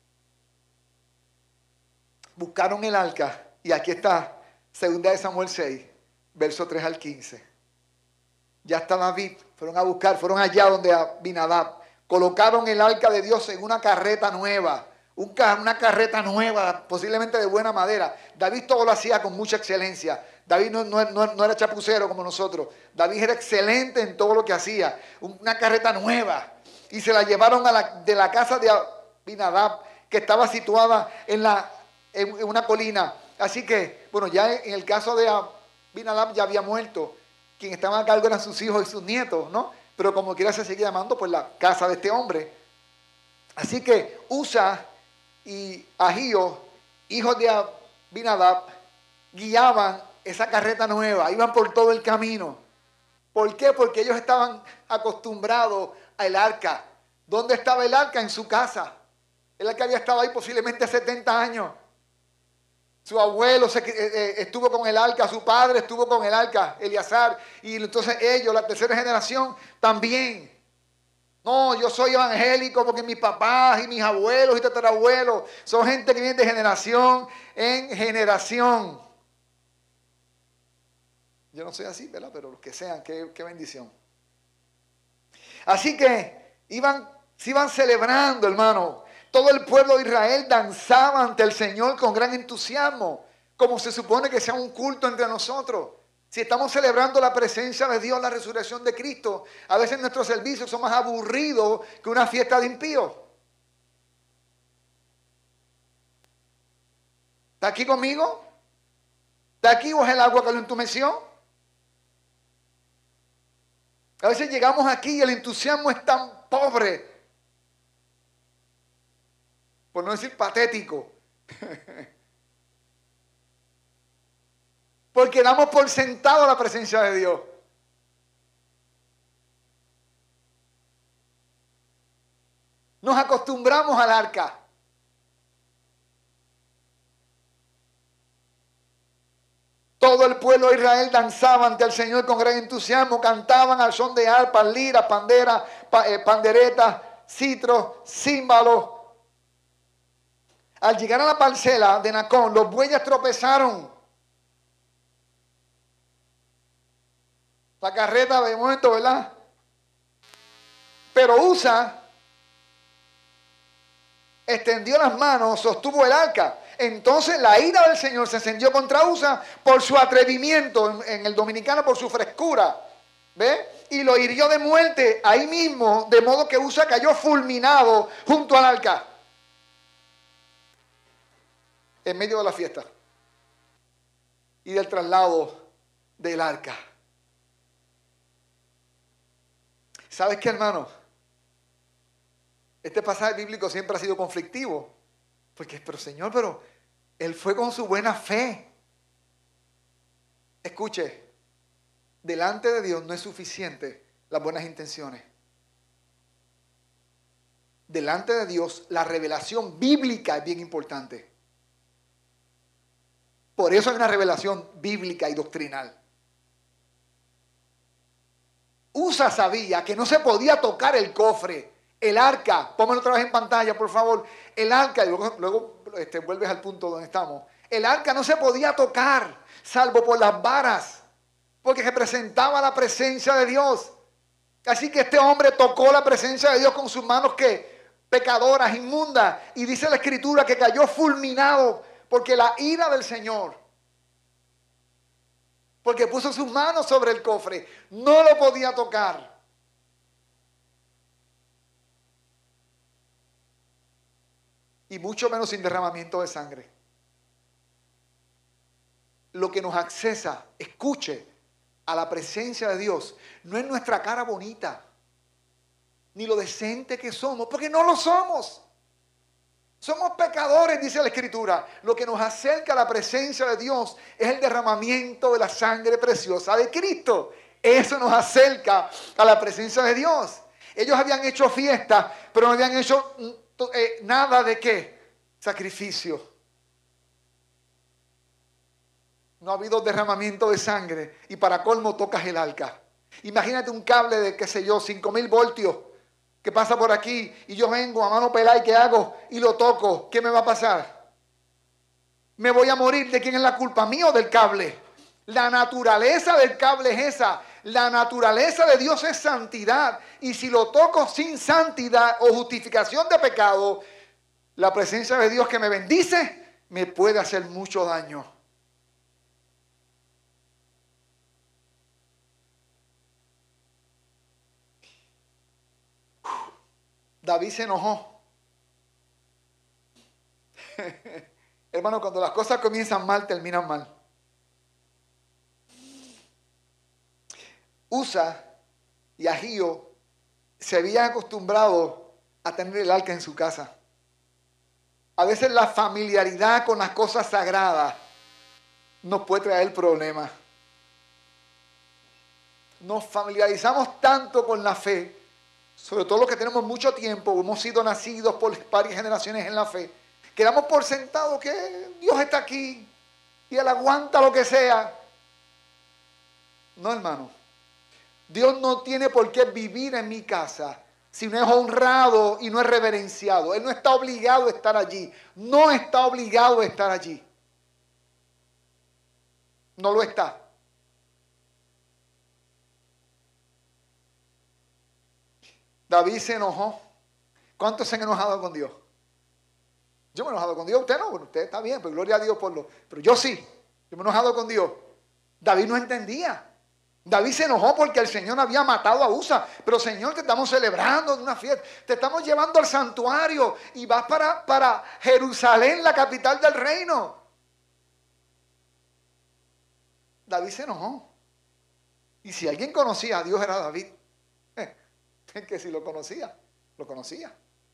Buscaron el arca y aquí está, segunda de Samuel seis, verso tres al quince. Ya está David, fueron a buscar, fueron allá donde Abinadab. Colocaron el arca de Dios en una carreta nueva, un, una carreta nueva, posiblemente de buena madera. David todo lo hacía con mucha excelencia. David no, no, no, no era chapucero como nosotros. David era excelente en todo lo que hacía. Una carreta nueva. Y se la llevaron a la, de la casa de Abinadab, que estaba situada en, la, en, en una colina. Así que, bueno, ya en el caso de Abinadab ya había muerto. Quien estaba a cargo eran sus hijos y sus nietos, ¿no? Pero como quiera se sigue llamando pues la casa de este hombre. Así que Usa y Ahío, hijos de Abinadab, guiaban esa carreta nueva, iban por todo el camino. ¿Por qué? Porque ellos estaban acostumbrados al arca. ¿Dónde estaba el arca? En su casa. El arca había estado ahí posiblemente setenta años. Su abuelo se, eh, estuvo con el arca, su padre estuvo con el arca, Eliezer, y entonces ellos, la tercera generación, también. No, yo soy evangélico porque mis papás y mis abuelos y tatarabuelos son gente que viene de generación en generación. Yo no soy así, ¿verdad? Pero los que sean, qué, qué bendición. Así que iban, se iban celebrando, hermano. Todo el pueblo de Israel danzaba ante el Señor con gran entusiasmo, como se supone que sea un culto entre nosotros. Si estamos celebrando la presencia de Dios, la resurrección de Cristo, a veces nuestros servicios son más aburridos que una fiesta de impíos. ¿Está aquí conmigo? ¿Está aquí o es el agua que lo entumeció? A veces llegamos aquí y el entusiasmo es tan pobre, por no decir patético, porque damos por sentado la presencia de Dios. Nos acostumbramos al arca. Todo el pueblo de Israel danzaba ante el Señor con gran entusiasmo, cantaban al son de arpas, liras, panderas, pa, eh, panderetas, citros, címbalos. Al llegar a la parcela de Nacón, los bueyes tropezaron. La carreta de momento, ¿verdad? Pero Usa extendió las manos, sostuvo el arca. Entonces la ira del Señor se encendió contra Usa por su atrevimiento, en, en el dominicano por su frescura. ¿Ve? Y lo hirió de muerte ahí mismo, de modo que Usa cayó fulminado junto al arca. En medio de la fiesta y del traslado del arca. ¿Sabes qué, hermano? Este pasaje bíblico siempre ha sido conflictivo. Porque, pero Señor, pero él fue con su buena fe. Escuche, delante de Dios no es suficiente las buenas intenciones. Delante de Dios la revelación bíblica es bien importante. Por eso hay una revelación bíblica y doctrinal. Usa sabía que no se podía tocar el cofre, el arca. Pónmelo otra vez en pantalla, por favor. El arca, y luego, luego este, vuelves al punto donde estamos. El arca no se podía tocar, salvo por las varas, porque representaba la presencia de Dios. Así que este hombre tocó la presencia de Dios con sus manos que pecadoras, inmundas. Y dice la Escritura que cayó fulminado porque la ira del Señor, porque puso sus manos sobre el cofre, no lo podía tocar. Y mucho menos sin derramamiento de sangre. Lo que nos accesa, escuche, a la presencia de Dios, no es nuestra cara bonita, ni lo decente que somos, porque no lo somos. Somos pecadores, dice la Escritura. Lo que nos acerca a la presencia de Dios es el derramamiento de la sangre preciosa de Cristo. Eso nos acerca a la presencia de Dios. Ellos habían hecho fiesta, pero no habían hecho eh, nada de qué, sacrificio. No ha habido derramamiento de sangre y para colmo tocas el arca. Imagínate un cable de, qué sé yo, cinco mil voltios que pasa por aquí y yo vengo a mano pelada y ¿qué hago? Y lo toco. ¿Qué me va a pasar? ¿Me voy a morir? ¿De quién es la culpa? ¿Mía o del cable? La naturaleza del cable es esa. La naturaleza de Dios es santidad. Y si lo toco sin santidad o justificación de pecado, la presencia de Dios que me bendice me puede hacer mucho daño. David se enojó. Hermano, cuando las cosas comienzan mal, terminan mal. Usa y Ahío se habían acostumbrado a tener el arca en su casa. A veces la familiaridad con las cosas sagradas nos puede traer problemas. Nos familiarizamos tanto con la fe, sobre todo los que tenemos mucho tiempo, hemos sido nacidos por varias generaciones en la fe, que damos por sentado que Dios está aquí y Él aguanta lo que sea. No, hermano. Dios no tiene por qué vivir en mi casa si no es honrado y no es reverenciado. Él no está obligado a estar allí. No está obligado a estar allí. No lo está. David se enojó. ¿Cuántos se han enojado con Dios? Yo me he enojado con Dios. Usted no, bueno, usted está bien, pero gloria a Dios por lo. Pero yo sí. Yo me he enojado con Dios. David no entendía. David se enojó porque el Señor había matado a Usa. Pero Señor, te estamos celebrando de una fiesta. Te estamos llevando al santuario y vas para, para Jerusalén, la capital del reino. David se enojó. Y si alguien conocía a Dios era David. Que si lo conocía, lo conocía.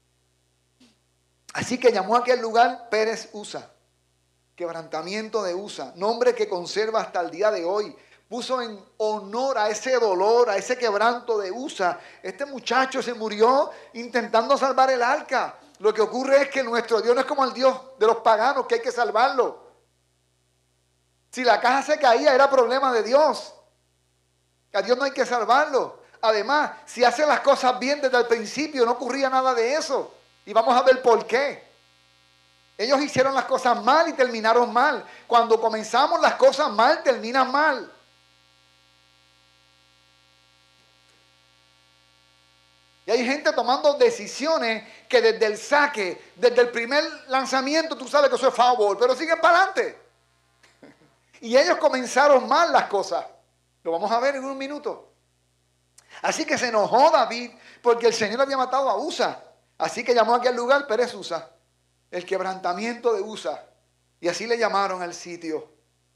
Así que llamó a aquel lugar Pérez Usa, quebrantamiento de Usa, nombre que conserva hasta el día de hoy. Puso en honor a ese dolor, a ese quebranto de Usa. Este muchacho se murió intentando salvar el arca. Lo que ocurre es que nuestro Dios no es como el Dios de los paganos, que hay que salvarlo. Si la caja se caía era problema de Dios. A Dios no hay que salvarlo. Además, si hace las cosas bien desde el principio, no ocurría nada de eso. Y vamos a ver por qué. Ellos hicieron las cosas mal y terminaron mal. Cuando comenzamos las cosas mal, terminan mal. Y hay gente tomando decisiones que desde el saque, desde el primer lanzamiento, tú sabes que eso es favor, pero siguen para adelante. Y ellos comenzaron mal las cosas. Lo vamos a ver en un minuto. Así que se enojó David porque el Señor había matado a Usa. Así que llamó a aquel lugar Pérez Usa, el quebrantamiento de Usa. Y así le llamaron al sitio.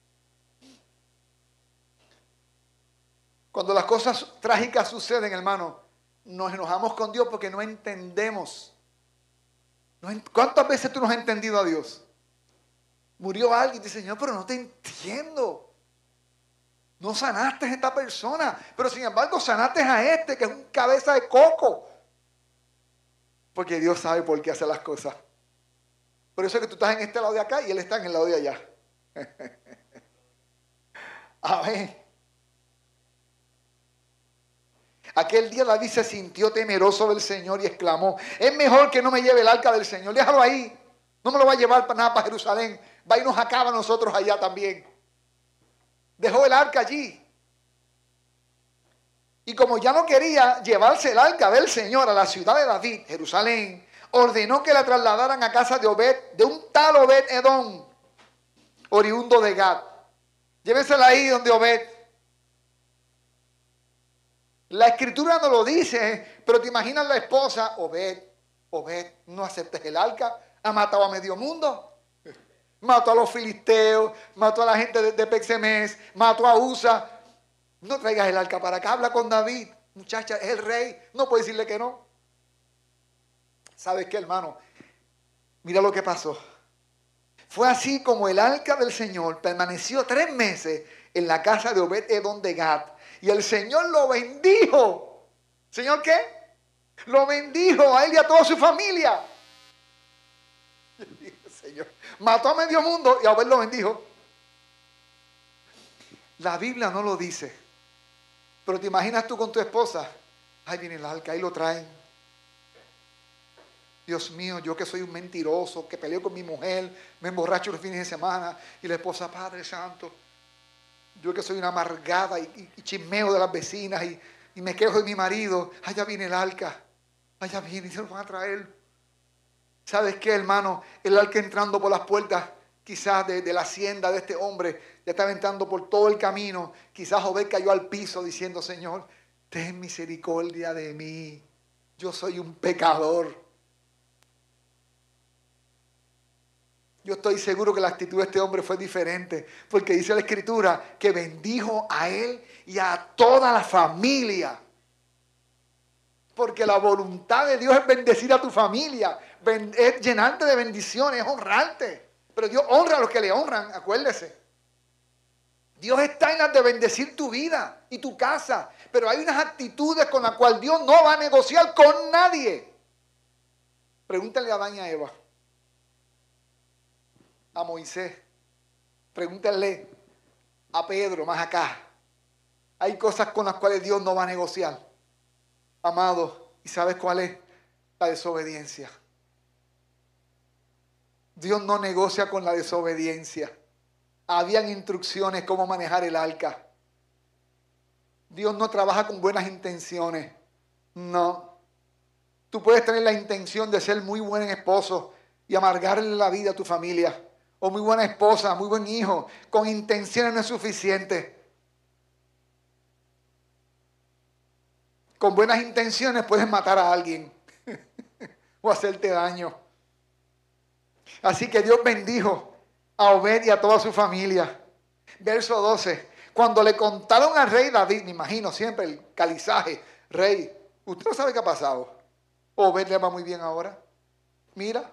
Cuando las cosas trágicas suceden, hermano, nos enojamos con Dios porque no entendemos. ¿Cuántas veces tú no has entendido a Dios? Murió alguien y dice, Señor, pero no te entiendo. No sanaste a esta persona, pero sin embargo sanaste a este que es un cabeza de coco. Porque Dios sabe por qué hace las cosas. Por eso es que tú estás en este lado de acá y Él está en el lado de allá. Amén. Aquel día David se sintió temeroso del Señor y exclamó, es mejor que no me lleve el arca del Señor, déjalo ahí, no me lo va a llevar para nada para Jerusalén, va y nos acaba a nosotros allá también. Dejó el arca allí. Y como ya no quería llevarse el arca del Señor a la ciudad de David, Jerusalén, ordenó que la trasladaran a casa de Obed, de un tal Obed Edom, oriundo de Gad. Llévensela ahí donde Obed. La escritura no lo dice, pero te imaginas la esposa, Obed, Obed, no aceptes el arca, ha matado a medio mundo. Mató a los filisteos, mató a la gente de, de Pexemés, mató a Usa. No traigas el arca para acá, habla con David. Muchacha, es el rey, no puede decirle que no. ¿Sabes qué, hermano? Mira lo que pasó. Fue así como el arca del Señor permaneció tres meses en la casa de Obed Edom de Gad. Y el Señor lo bendijo. ¿Señor qué? Lo bendijo a él y a toda su familia. Señor, mató a medio mundo y a Obed lo bendijo. La Biblia no lo dice. Pero te imaginas tú con tu esposa. Ahí viene el arca, ahí lo traen. Dios mío, yo que soy un mentiroso, que peleo con mi mujer, me emborracho los fines de semana. Y la esposa, Padre Santo, yo que soy una amargada y, y, y chismeo de las vecinas y, y me quejo de mi marido. Allá viene el arca, allá viene y se lo van a traer. ¿Sabes qué, hermano? El arca entrando por las puertas quizás de, de la hacienda de este hombre, ya estaba entrando por todo el camino. Quizás Obed cayó al piso diciendo, Señor, ten misericordia de mí. Yo soy un pecador. Yo estoy seguro que la actitud de este hombre fue diferente, porque dice la Escritura que bendijo a él y a toda la familia. Porque la voluntad de Dios es bendecir a tu familia, es llenarte de bendiciones, es honrarte. Pero Dios honra a los que le honran, acuérdese. Dios está en las de bendecir tu vida y tu casa, pero hay unas actitudes con las cuales Dios no va a negociar con nadie. Pregúntale a Adán y a Eva. A Moisés, pregúntenle a Pedro más acá. Hay cosas con las cuales Dios no va a negociar, amado. ¿Y sabes cuál es? La desobediencia. Dios no negocia con la desobediencia. Habían instrucciones cómo manejar el arca. Dios no trabaja con buenas intenciones. No. Tú puedes tener la intención de ser muy buen esposo y amargarle la vida a tu familia. O muy buena esposa, muy buen hijo. Con intenciones no es suficiente. Con buenas intenciones puedes matar a alguien. O hacerte daño. Así que Dios bendijo a Obed y a toda su familia. Verso doce. Cuando le contaron al rey David, me imagino siempre el calizaje. Rey, usted no sabe qué ha pasado. Obed le va muy bien ahora. Mira.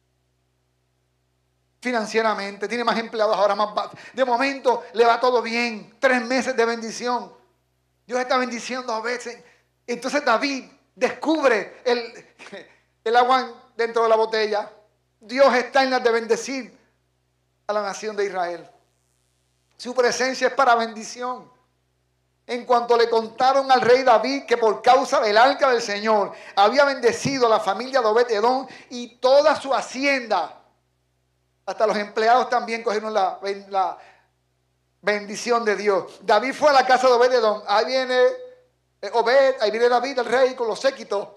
Financieramente, tiene más empleados ahora, más de momento le va todo bien, tres meses de bendición. Dios está bendiciendo a veces. Entonces David descubre el, el agua dentro de la botella. Dios está en las de bendecir a la nación de Israel. Su presencia es para bendición. En cuanto le contaron al rey David que por causa del arca del Señor había bendecido a la familia de Obed Edom y toda su hacienda, hasta los empleados también cogieron la, la bendición de Dios. David fue a la casa de Obed Edom. Ahí viene Obed, ahí viene David, el rey, con los séquitos.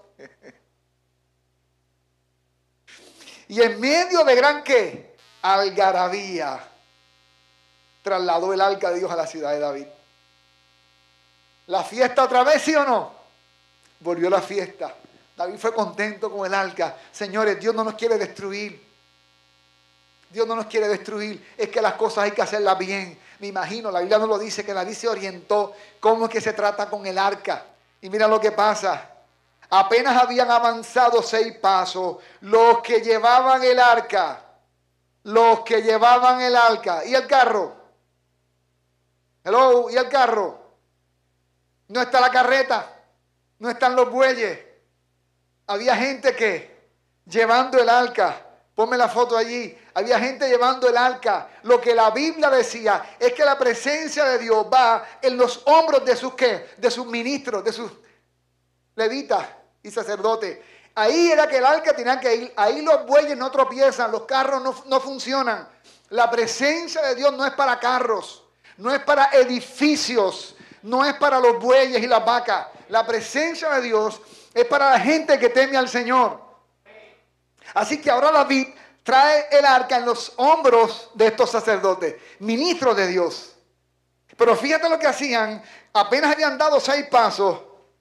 Y en medio de gran ¿qué? Algarabía, trasladó el arca de Dios a la ciudad de David. ¿La fiesta otra vez, sí o no? Volvió la fiesta. David fue contento con el arca. Señores, Dios no nos quiere destruir. Dios no nos quiere destruir, es que las cosas hay que hacerlas bien. Me imagino, la Biblia no lo dice, que David se orientó cómo es que se trata con el arca. Y mira lo que pasa. Apenas habían avanzado seis pasos los que llevaban el arca. Los que llevaban el arca. ¿Y el carro? Hello, ¿y el carro? No está la carreta, no están los bueyes. Había gente que llevando el arca. Ponme la foto allí. Había gente llevando el arca. Lo que la Biblia decía es que la presencia de Dios va en los hombros de sus ¿qué? De sus ministros, de sus levita y sacerdote. Ahí era que el arca tenía que ir. Ahí los bueyes no tropiezan, los carros no, no funcionan. La presencia de Dios no es para carros, no es para edificios, no es para los bueyes y las vacas. La presencia de Dios es para la gente que teme al Señor. Así que ahora David trae el arca en los hombros de estos sacerdotes, ministros de Dios. Pero fíjate lo que hacían. Apenas habían dado seis pasos.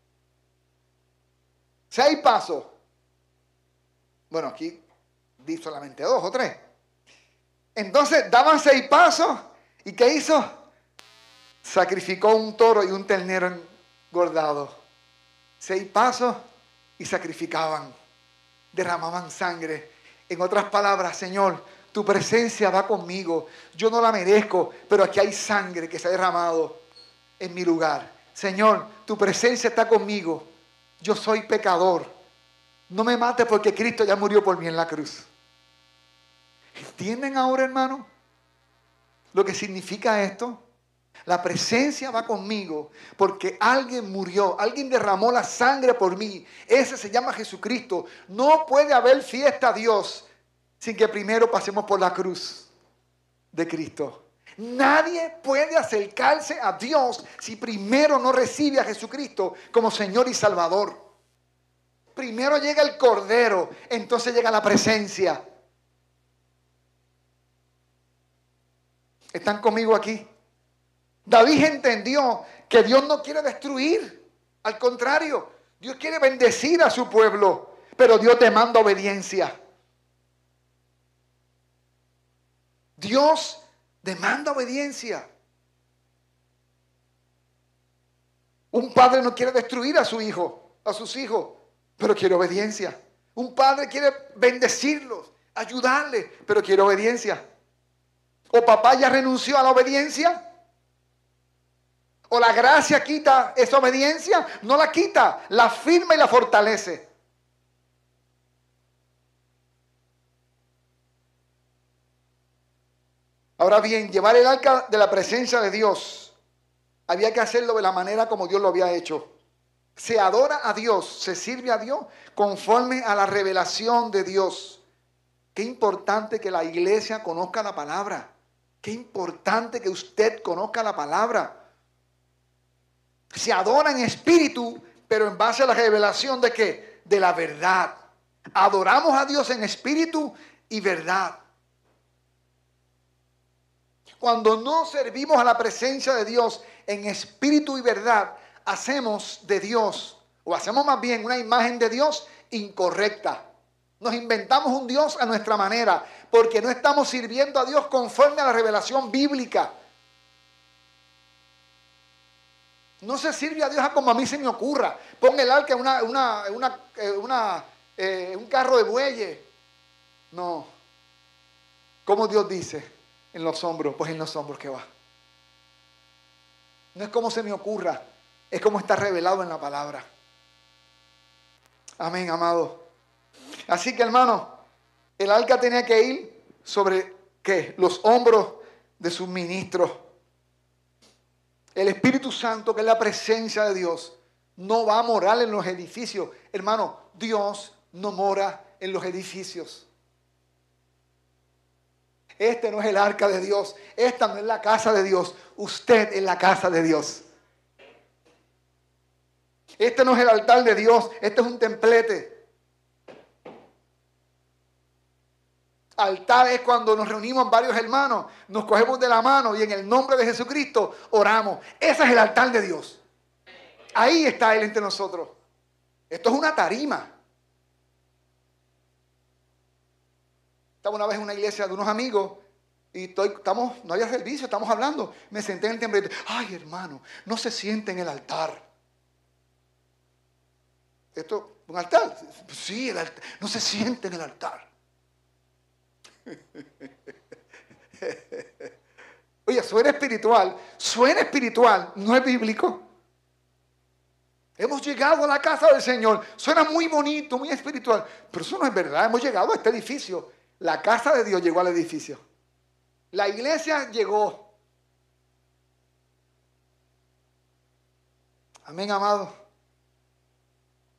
Seis pasos. Bueno, aquí di solamente dos o tres. Entonces daban seis pasos. ¿Y qué hizo? Sacrificó un toro y un ternero engordado. Seis pasos y sacrificaban. Derramaban sangre. En otras palabras, Señor, tu presencia va conmigo. Yo no la merezco, pero aquí hay sangre que se ha derramado en mi lugar. Señor, tu presencia está conmigo. Yo soy pecador. No me mates porque Cristo ya murió por mí en la cruz. ¿Entienden ahora, hermano, lo que significa esto? La presencia va conmigo porque alguien murió, alguien derramó la sangre por mí. Ese se llama Jesucristo. No puede haber fiesta a Dios sin que primero pasemos por la cruz de Cristo. Nadie puede acercarse a Dios si primero no recibe a Jesucristo como Señor y Salvador. Primero llega el Cordero, entonces llega la presencia. ¿Están conmigo aquí? David entendió que Dios no quiere destruir. Al contrario, Dios quiere bendecir a su pueblo, pero Dios demanda obediencia. Dios demanda obediencia. Un padre no quiere destruir a su hijo, a sus hijos, pero quiere obediencia. Un padre quiere bendecirlos, ayudarles, pero quiere obediencia. O papá ya renunció a la obediencia. O la gracia quita esa obediencia. No la quita, la firma y la fortalece. Ahora bien, llevar el arca de la presencia de Dios, había que hacerlo de la manera como Dios lo había hecho. Se adora a Dios, se sirve a Dios conforme a la revelación de Dios. Qué importante que la iglesia conozca la palabra. Qué importante que usted conozca la palabra. Se adora en espíritu, pero en base a la revelación de qué? De la verdad. Adoramos a Dios en espíritu y verdad. Cuando no servimos a la presencia de Dios en espíritu y verdad, hacemos de Dios, o hacemos más bien una imagen de Dios incorrecta. Nos inventamos un Dios a nuestra manera, porque no estamos sirviendo a Dios conforme a la revelación bíblica. No se sirve a Dios como a mí se me ocurra. Pon el arca en una, una, una, una, eh, un carro de bueyes. No. Como Dios dice, en los hombros, pues en los hombros que va. No es como se me ocurra, es como está revelado en la palabra. Amén, amado. Así que, hermano, el arca tenía que ir sobre, ¿qué? Los hombros de sus ministros. El Espíritu Santo, que es la presencia de Dios, no va a morar en los edificios. Hermano, Dios no mora en los edificios. Este no es el arca de Dios. Esta no es la casa de Dios. Usted es la casa de Dios. Este no es el altar de Dios. Este es un templete. Altar es cuando nos reunimos varios hermanos, nos cogemos de la mano y en el nombre de Jesucristo oramos. Ese es el altar de Dios. Ahí está Él entre nosotros. Esto es una tarima. Estaba una vez en una iglesia de unos amigos y estoy, estamos, no había servicio, estamos hablando. Me senté en el temblete. Ay, hermano, no se siente en el altar. ¿Esto un altar? Sí, el altar. No se siente en el altar. Oye, suena espiritual. Suena espiritual, no es bíblico. Hemos llegado a la casa del Señor. Suena muy bonito, muy espiritual. Pero eso no es verdad. Hemos llegado a este edificio. La casa de Dios llegó al edificio. La iglesia llegó. Amén, amado.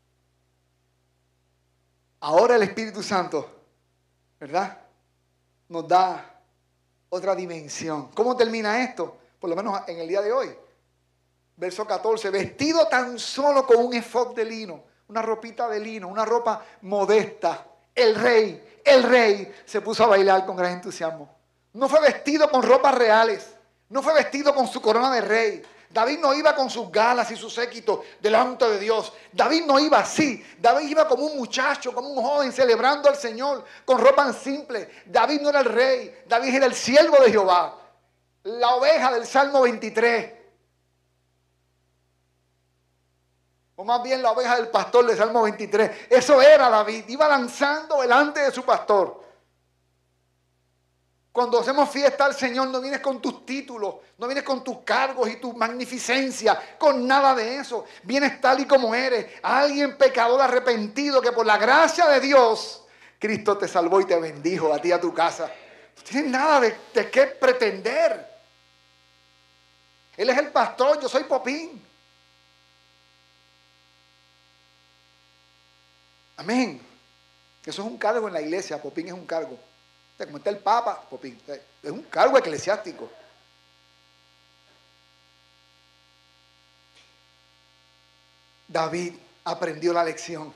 Ahora el Espíritu Santo, ¿verdad?, nos da otra dimensión. ¿Cómo termina esto? Por lo menos en el día de hoy. Verso catorce, vestido tan solo con un efod de lino, una ropita de lino, una ropa modesta. El rey, el rey se puso a bailar con gran entusiasmo. No fue vestido con ropas reales, no fue vestido con su corona de rey. David no iba con sus galas y su séquito delante de Dios. David no iba así. David iba como un muchacho, como un joven celebrando al Señor con ropa simple. David no era el rey, David era el siervo de Jehová, la oveja del Salmo veintitrés. O más bien la oveja del pastor del Salmo veintitrés. Eso era David. Iba lanzando delante de su pastor. Cuando hacemos fiesta al Señor, no vienes con tus títulos, no vienes con tus cargos y tu magnificencia, con nada de eso. Vienes tal y como eres. Alguien pecador arrepentido que por la gracia de Dios, Cristo te salvó y te bendijo a ti y a tu casa. No tienes nada de, de qué pretender. Él es el pastor, yo soy Popín. Amén. Eso es un cargo en la iglesia. Popín es un cargo. O sea, como está el Papa, Popín. O sea, es un cargo eclesiástico. David aprendió la lección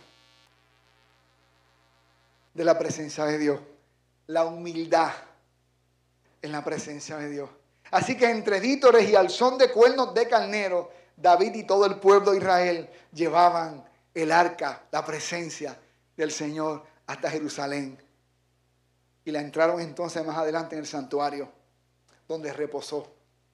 de la presencia de Dios. La humildad en la presencia de Dios. Así que entre vítores y al son de cuernos de carnero, David y todo el pueblo de Israel llevaban el arca, la presencia del Señor hasta Jerusalén. Y la entraron entonces más adelante en el santuario, donde reposó.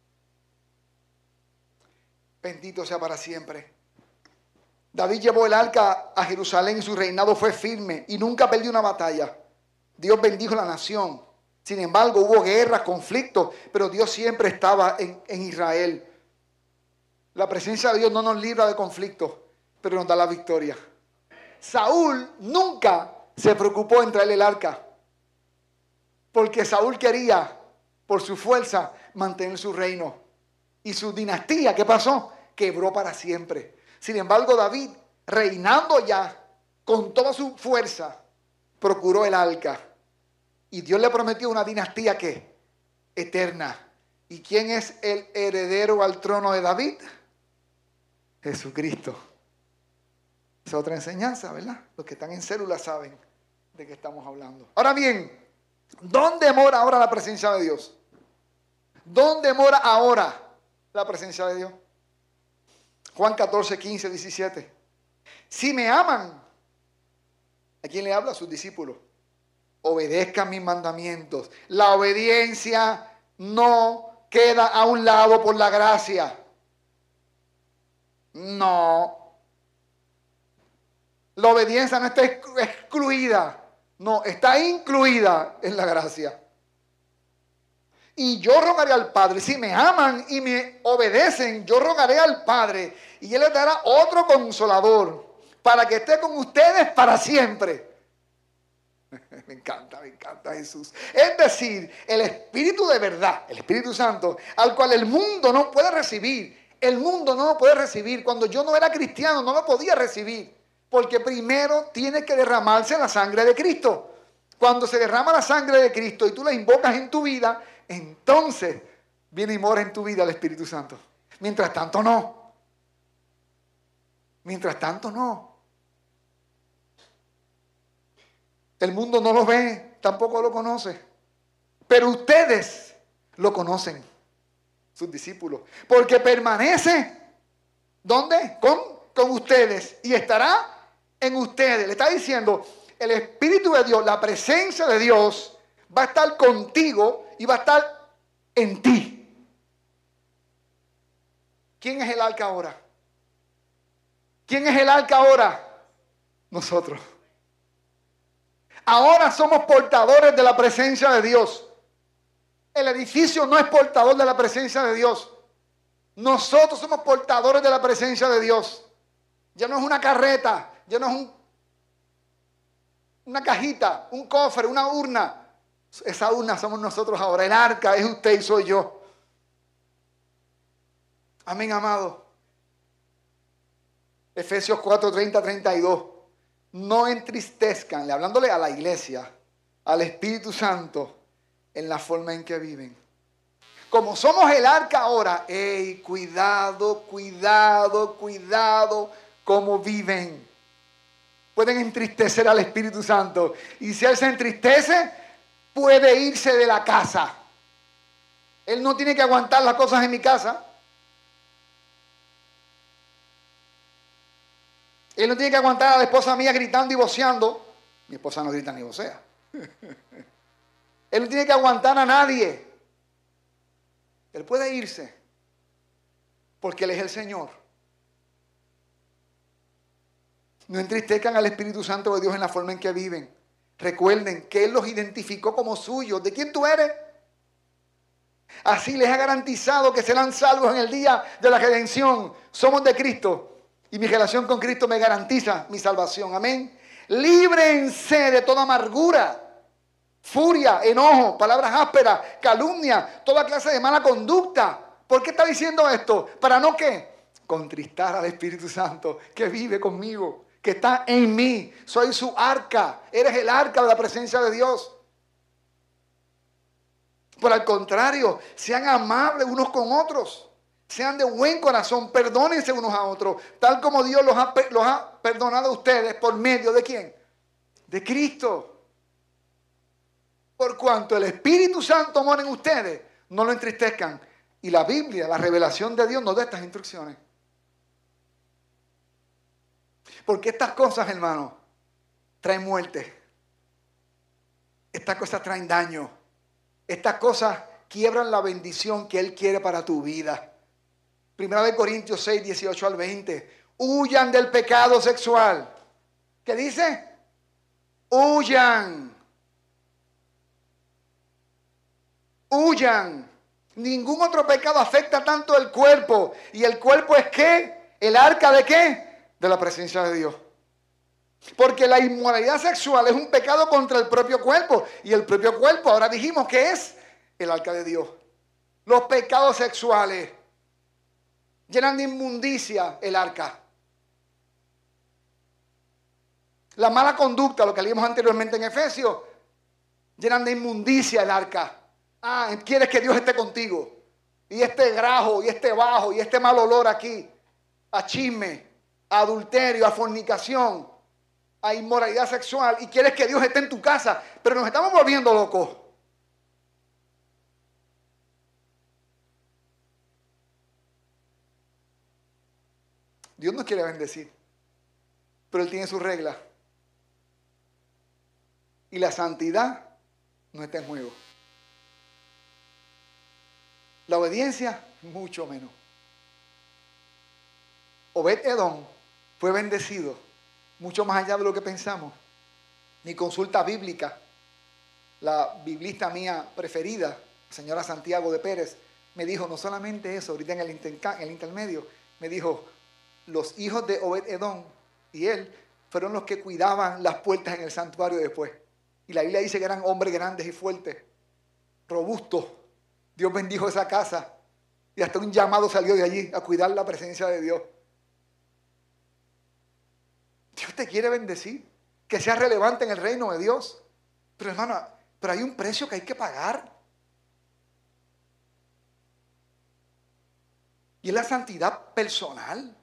Bendito sea para siempre. David llevó el arca a Jerusalén y su reinado fue firme y nunca perdió una batalla. Dios bendijo la nación. Sin embargo, hubo guerras, conflictos, pero Dios siempre estaba en, en Israel. La presencia de Dios no nos libra de conflictos, pero nos da la victoria. Saúl nunca se preocupó en traerle el arca, porque Saúl quería, por su fuerza, mantener su reino. Y su dinastía, ¿qué pasó? Quebró para siempre. Sin embargo, David, reinando ya, con toda su fuerza, procuró el arca. Y Dios le prometió una dinastía que eterna. ¿Y quién es el heredero al trono de David? Jesucristo. Es otra enseñanza, ¿verdad? Los que están en célula saben de qué estamos hablando. Ahora bien, ¿dónde mora ahora la presencia de Dios? ¿Dónde mora ahora la presencia de Dios? Juan catorce, quince, diecisiete. Si me aman, ¿a quién le habla? A sus discípulos. Obedezcan mis mandamientos. La obediencia no queda a un lado por la gracia. No. La obediencia no está excluida. No, está incluida en la gracia. Y yo rogaré al Padre, si me aman y me obedecen, yo rogaré al Padre y Él les dará otro consolador para que esté con ustedes para siempre. Me encanta, me encanta Jesús. Es decir, el Espíritu de verdad, el Espíritu Santo, al cual el mundo no puede recibir. El mundo no lo puede recibir. Cuando yo no era cristiano, no lo podía recibir. Porque primero tiene que derramarse la sangre de Cristo. Cuando se derrama la sangre de Cristo y tú la invocas en tu vida, entonces viene y mora en tu vida el Espíritu Santo. Mientras tanto, no. Mientras tanto, no. El mundo no lo ve, tampoco lo conoce. Pero ustedes lo conocen, sus discípulos. Porque permanece, ¿dónde? Con, con ustedes. Y estará en ustedes. Le está diciendo, el Espíritu de Dios, la presencia de Dios, va a estar contigo y va a estar en ti. ¿Quién es el arca ahora? ¿Quién es el arca ahora? Nosotros. Ahora somos portadores de la presencia de Dios. El edificio no es portador de la presencia de Dios. Nosotros somos portadores de la presencia de Dios. Ya no es una carreta, ya no es un, una cajita, un cofre, una urna. Esa urna somos nosotros ahora. El arca es usted y soy yo. Amén, amado. Efesios cuatro, treinta, treinta y dos. no entristezcan, hablándole a la iglesia, al Espíritu Santo, en la forma en que viven. Como somos el arca ahora, ey, cuidado, cuidado, cuidado, cómo viven. Pueden entristecer al Espíritu Santo. Y si Él se entristece, puede irse de la casa. Él no tiene que aguantar las cosas en mi casa. Él no tiene que aguantar a la esposa mía gritando y voceando. Mi esposa no grita ni vocea. Él no tiene que aguantar a nadie. Él puede irse porque Él es el Señor. No entristezcan al Espíritu Santo de Dios en la forma en que viven. Recuerden que Él los identificó como suyos. ¿De quién tú eres? Así les ha garantizado que serán salvos en el día de la redención. Somos de Cristo y mi relación con Cristo me garantiza mi salvación. Amén. Líbrense de toda amargura, furia, enojo, palabras ásperas, calumnia, toda clase de mala conducta. ¿Por qué está diciendo esto? ¿Para no qué? Contristar al Espíritu Santo que vive conmigo, que está en mí. Soy su arca. Eres el arca de la presencia de Dios. Por el contrario, sean amables unos con otros. Sean de buen corazón. Perdónense unos a otros. Tal como Dios los ha, los ha perdonado a ustedes. ¿Por medio de quién? De Cristo. Por cuanto el Espíritu Santo mora en ustedes, no lo entristezcan. Y la Biblia, la revelación de Dios nos da estas instrucciones. Porque estas cosas, hermano, traen muerte. Estas cosas traen daño. Estas cosas quiebran la bendición que Él quiere para tu vida. Primera de Corintios seis, dieciocho al veinte. Huyan del pecado sexual. ¿Qué dice? Huyan. Huyan. Ningún otro pecado afecta tanto el cuerpo. ¿Y el cuerpo es qué? ¿El arca de qué? De la presencia de Dios. Porque la inmoralidad sexual es un pecado contra el propio cuerpo. Y el propio cuerpo, ahora dijimos que es el arca de Dios. Los pecados sexuales llenan de inmundicia el arca. La mala conducta, lo que leímos anteriormente en Efesios, llenan de inmundicia el arca. Ah, quieres que Dios esté contigo. Y este grajo, y este bajo, y este mal olor aquí, a chisme, a adulterio, a fornicación, a inmoralidad sexual, y quieres que Dios esté en tu casa, pero nos estamos volviendo locos. Dios nos quiere bendecir, pero Él tiene sus reglas. Y la santidad no está en juego. La obediencia, mucho menos. Obed-Edom fue bendecido mucho más allá de lo que pensamos. Mi consulta bíblica, la biblista mía preferida, señora Santiago de Pérez, me dijo no solamente eso, ahorita en el, inter- en el intermedio, me dijo, los hijos de Obed-Edom y él fueron los que cuidaban las puertas en el santuario después. Y la Biblia dice que eran hombres grandes y fuertes, robustos. Dios bendijo esa casa y hasta un llamado salió de allí a cuidar la presencia de Dios. Dios te quiere bendecir, que seas relevante en el reino de Dios. Pero hermano, pero hay un precio que hay que pagar. Y es la santidad personal.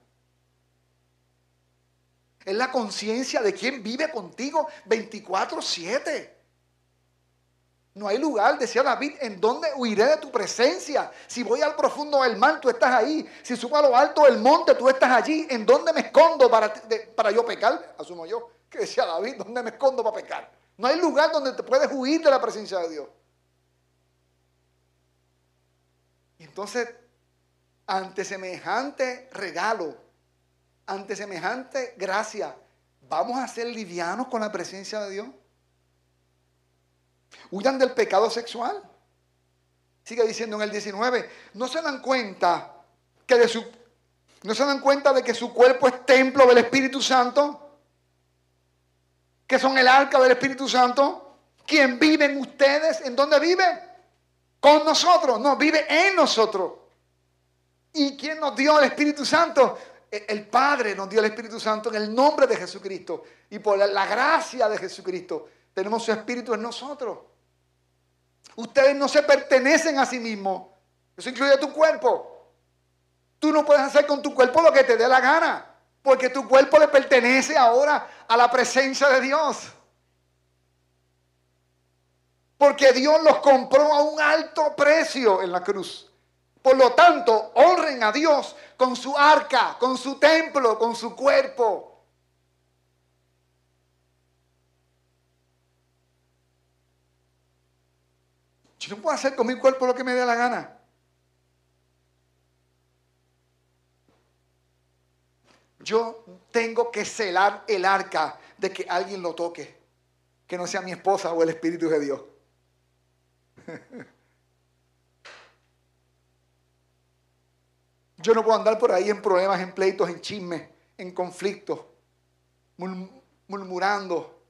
Es la conciencia de quien vive contigo veinticuatro siete. No hay lugar, decía David, en donde huiré de tu presencia. Si voy al profundo del mar, tú estás ahí. Si subo a lo alto del monte, tú estás allí. ¿En dónde me escondo para, de, para yo pecar? Asumo yo, que decía David, ¿dónde me escondo para pecar? No hay lugar donde te puedes huir de la presencia de Dios. Y entonces, ante semejante regalo, ante semejante gracia, ¿vamos a ser livianos con la presencia de Dios? Huyan del pecado sexual. Sigue diciendo en el diecinueve, ¿no se dan cuenta que de su, no se dan cuenta de que su cuerpo es templo del Espíritu Santo? Que son el arca del Espíritu Santo. ¿Quién vive en ustedes? ¿En dónde vive? Con nosotros. No, vive en nosotros. ¿Y quién nos dio el Espíritu Santo? el Padre nos dio el Espíritu Santo en el nombre de Jesucristo. Y por la gracia de Jesucristo tenemos su Espíritu en nosotros. Ustedes no se pertenecen a sí mismos. Eso incluye tu cuerpo. Tú no puedes hacer con tu cuerpo lo que te dé la gana. Porque tu cuerpo le pertenece ahora a la presencia de Dios. Porque Dios los compró a un alto precio en la cruz. Por lo tanto, honren a Dios con su arca, con su templo, con su cuerpo. Yo no puedo hacer con mi cuerpo lo que me dé la gana. Yo tengo que celar el arca de que alguien lo toque, que no sea mi esposa o el Espíritu de Dios. Yo no puedo andar por ahí en problemas, en pleitos, en chismes, en conflictos, murmurando.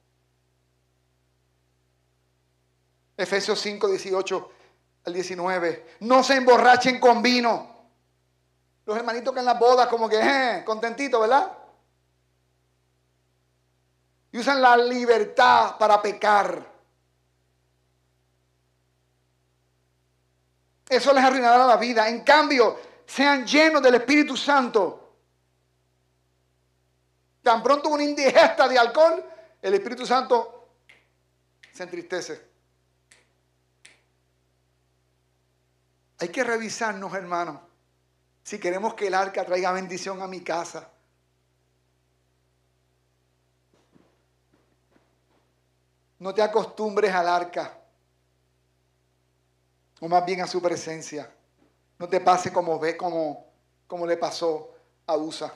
Efesios cinco, dieciocho al diecinueve. No se emborrachen con vino. Los hermanitos que en las bodas como que, eh, contentitos, ¿verdad? Y usan la libertad para pecar. Eso les arruinará la vida. En cambio, sean llenos del Espíritu Santo. Tan pronto una indigesta de alcohol, el Espíritu Santo se entristece. Hay que revisarnos, hermanos, si queremos que el arca traiga bendición a mi casa. No te acostumbres al arca, o más bien a su presencia. No te pase como ve, como, como le pasó a Usa.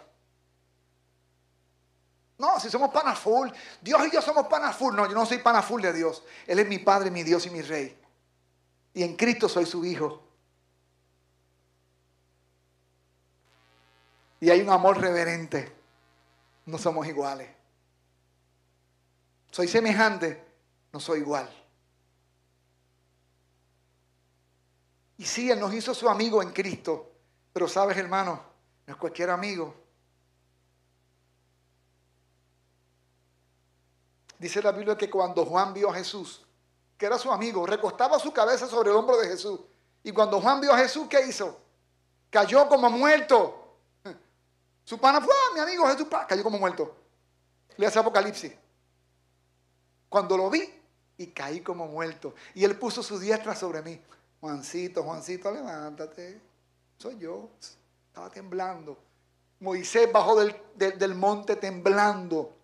No, si somos pana full, Dios y yo somos pana full. No, yo no soy pana full de Dios. Él es mi Padre, mi Dios y mi Rey. Y en Cristo soy su hijo. Y hay un amor reverente. No somos iguales. Soy semejante, no soy igual. Y sí, Él nos hizo su amigo en Cristo. Pero sabes, hermano, no es cualquier amigo. Dice la Biblia que cuando Juan vio a Jesús, que era su amigo, recostaba su cabeza sobre el hombro de Jesús. Y cuando Juan vio a Jesús, ¿qué hizo? Cayó como muerto. Su pana fue, ah, mi amigo Jesús, pa, cayó como muerto. Le hace Apocalipsis. Cuando lo vi, y caí como muerto. Y Él puso su diestra sobre mí. Juancito, Juancito, levántate. Soy yo. Estaba temblando. Moisés bajó del, del, del monte temblando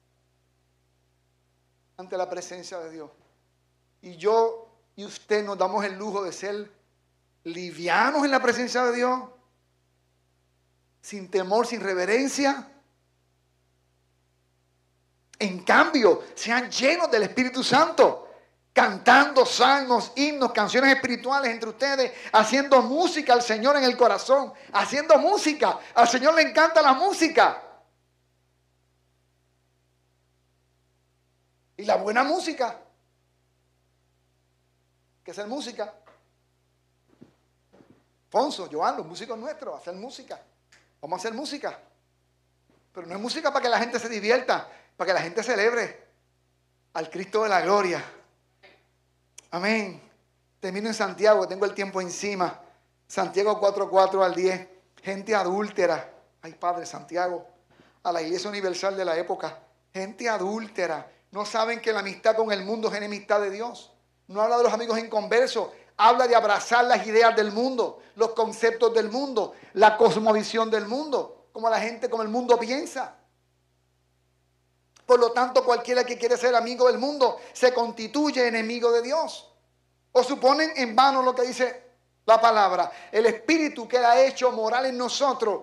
ante la presencia de Dios. Y yo y usted nos damos el lujo de ser livianos en la presencia de Dios, sin temor, sin reverencia. En cambio, sean llenos del Espíritu Santo, cantando salmos, himnos, canciones espirituales entre ustedes, haciendo música al Señor en el corazón, haciendo música. Al Señor le encanta la música. Y la buena música. ¿Qué es hacer música? Fonso, Joan, los músicos nuestros, hacer música. Vamos a hacer música. Pero no es música para que la gente se divierta, para que la gente celebre al Cristo de la gloria. Amén. Termino en Santiago, tengo el tiempo encima. Santiago cuatro, cuatro al diez. Gente adúltera. Ay, Padre, Santiago. A la iglesia universal de la época. Gente adúltera. No saben que la amistad con el mundo es enemistad de Dios. No habla de los amigos inconversos. Habla de abrazar las ideas del mundo, los conceptos del mundo, la cosmovisión del mundo, como la gente, como el mundo piensa. Por lo tanto, cualquiera que quiere ser amigo del mundo se constituye enemigo de Dios. O suponen en vano lo que dice la palabra. El Espíritu que ha hecho moral en nosotros.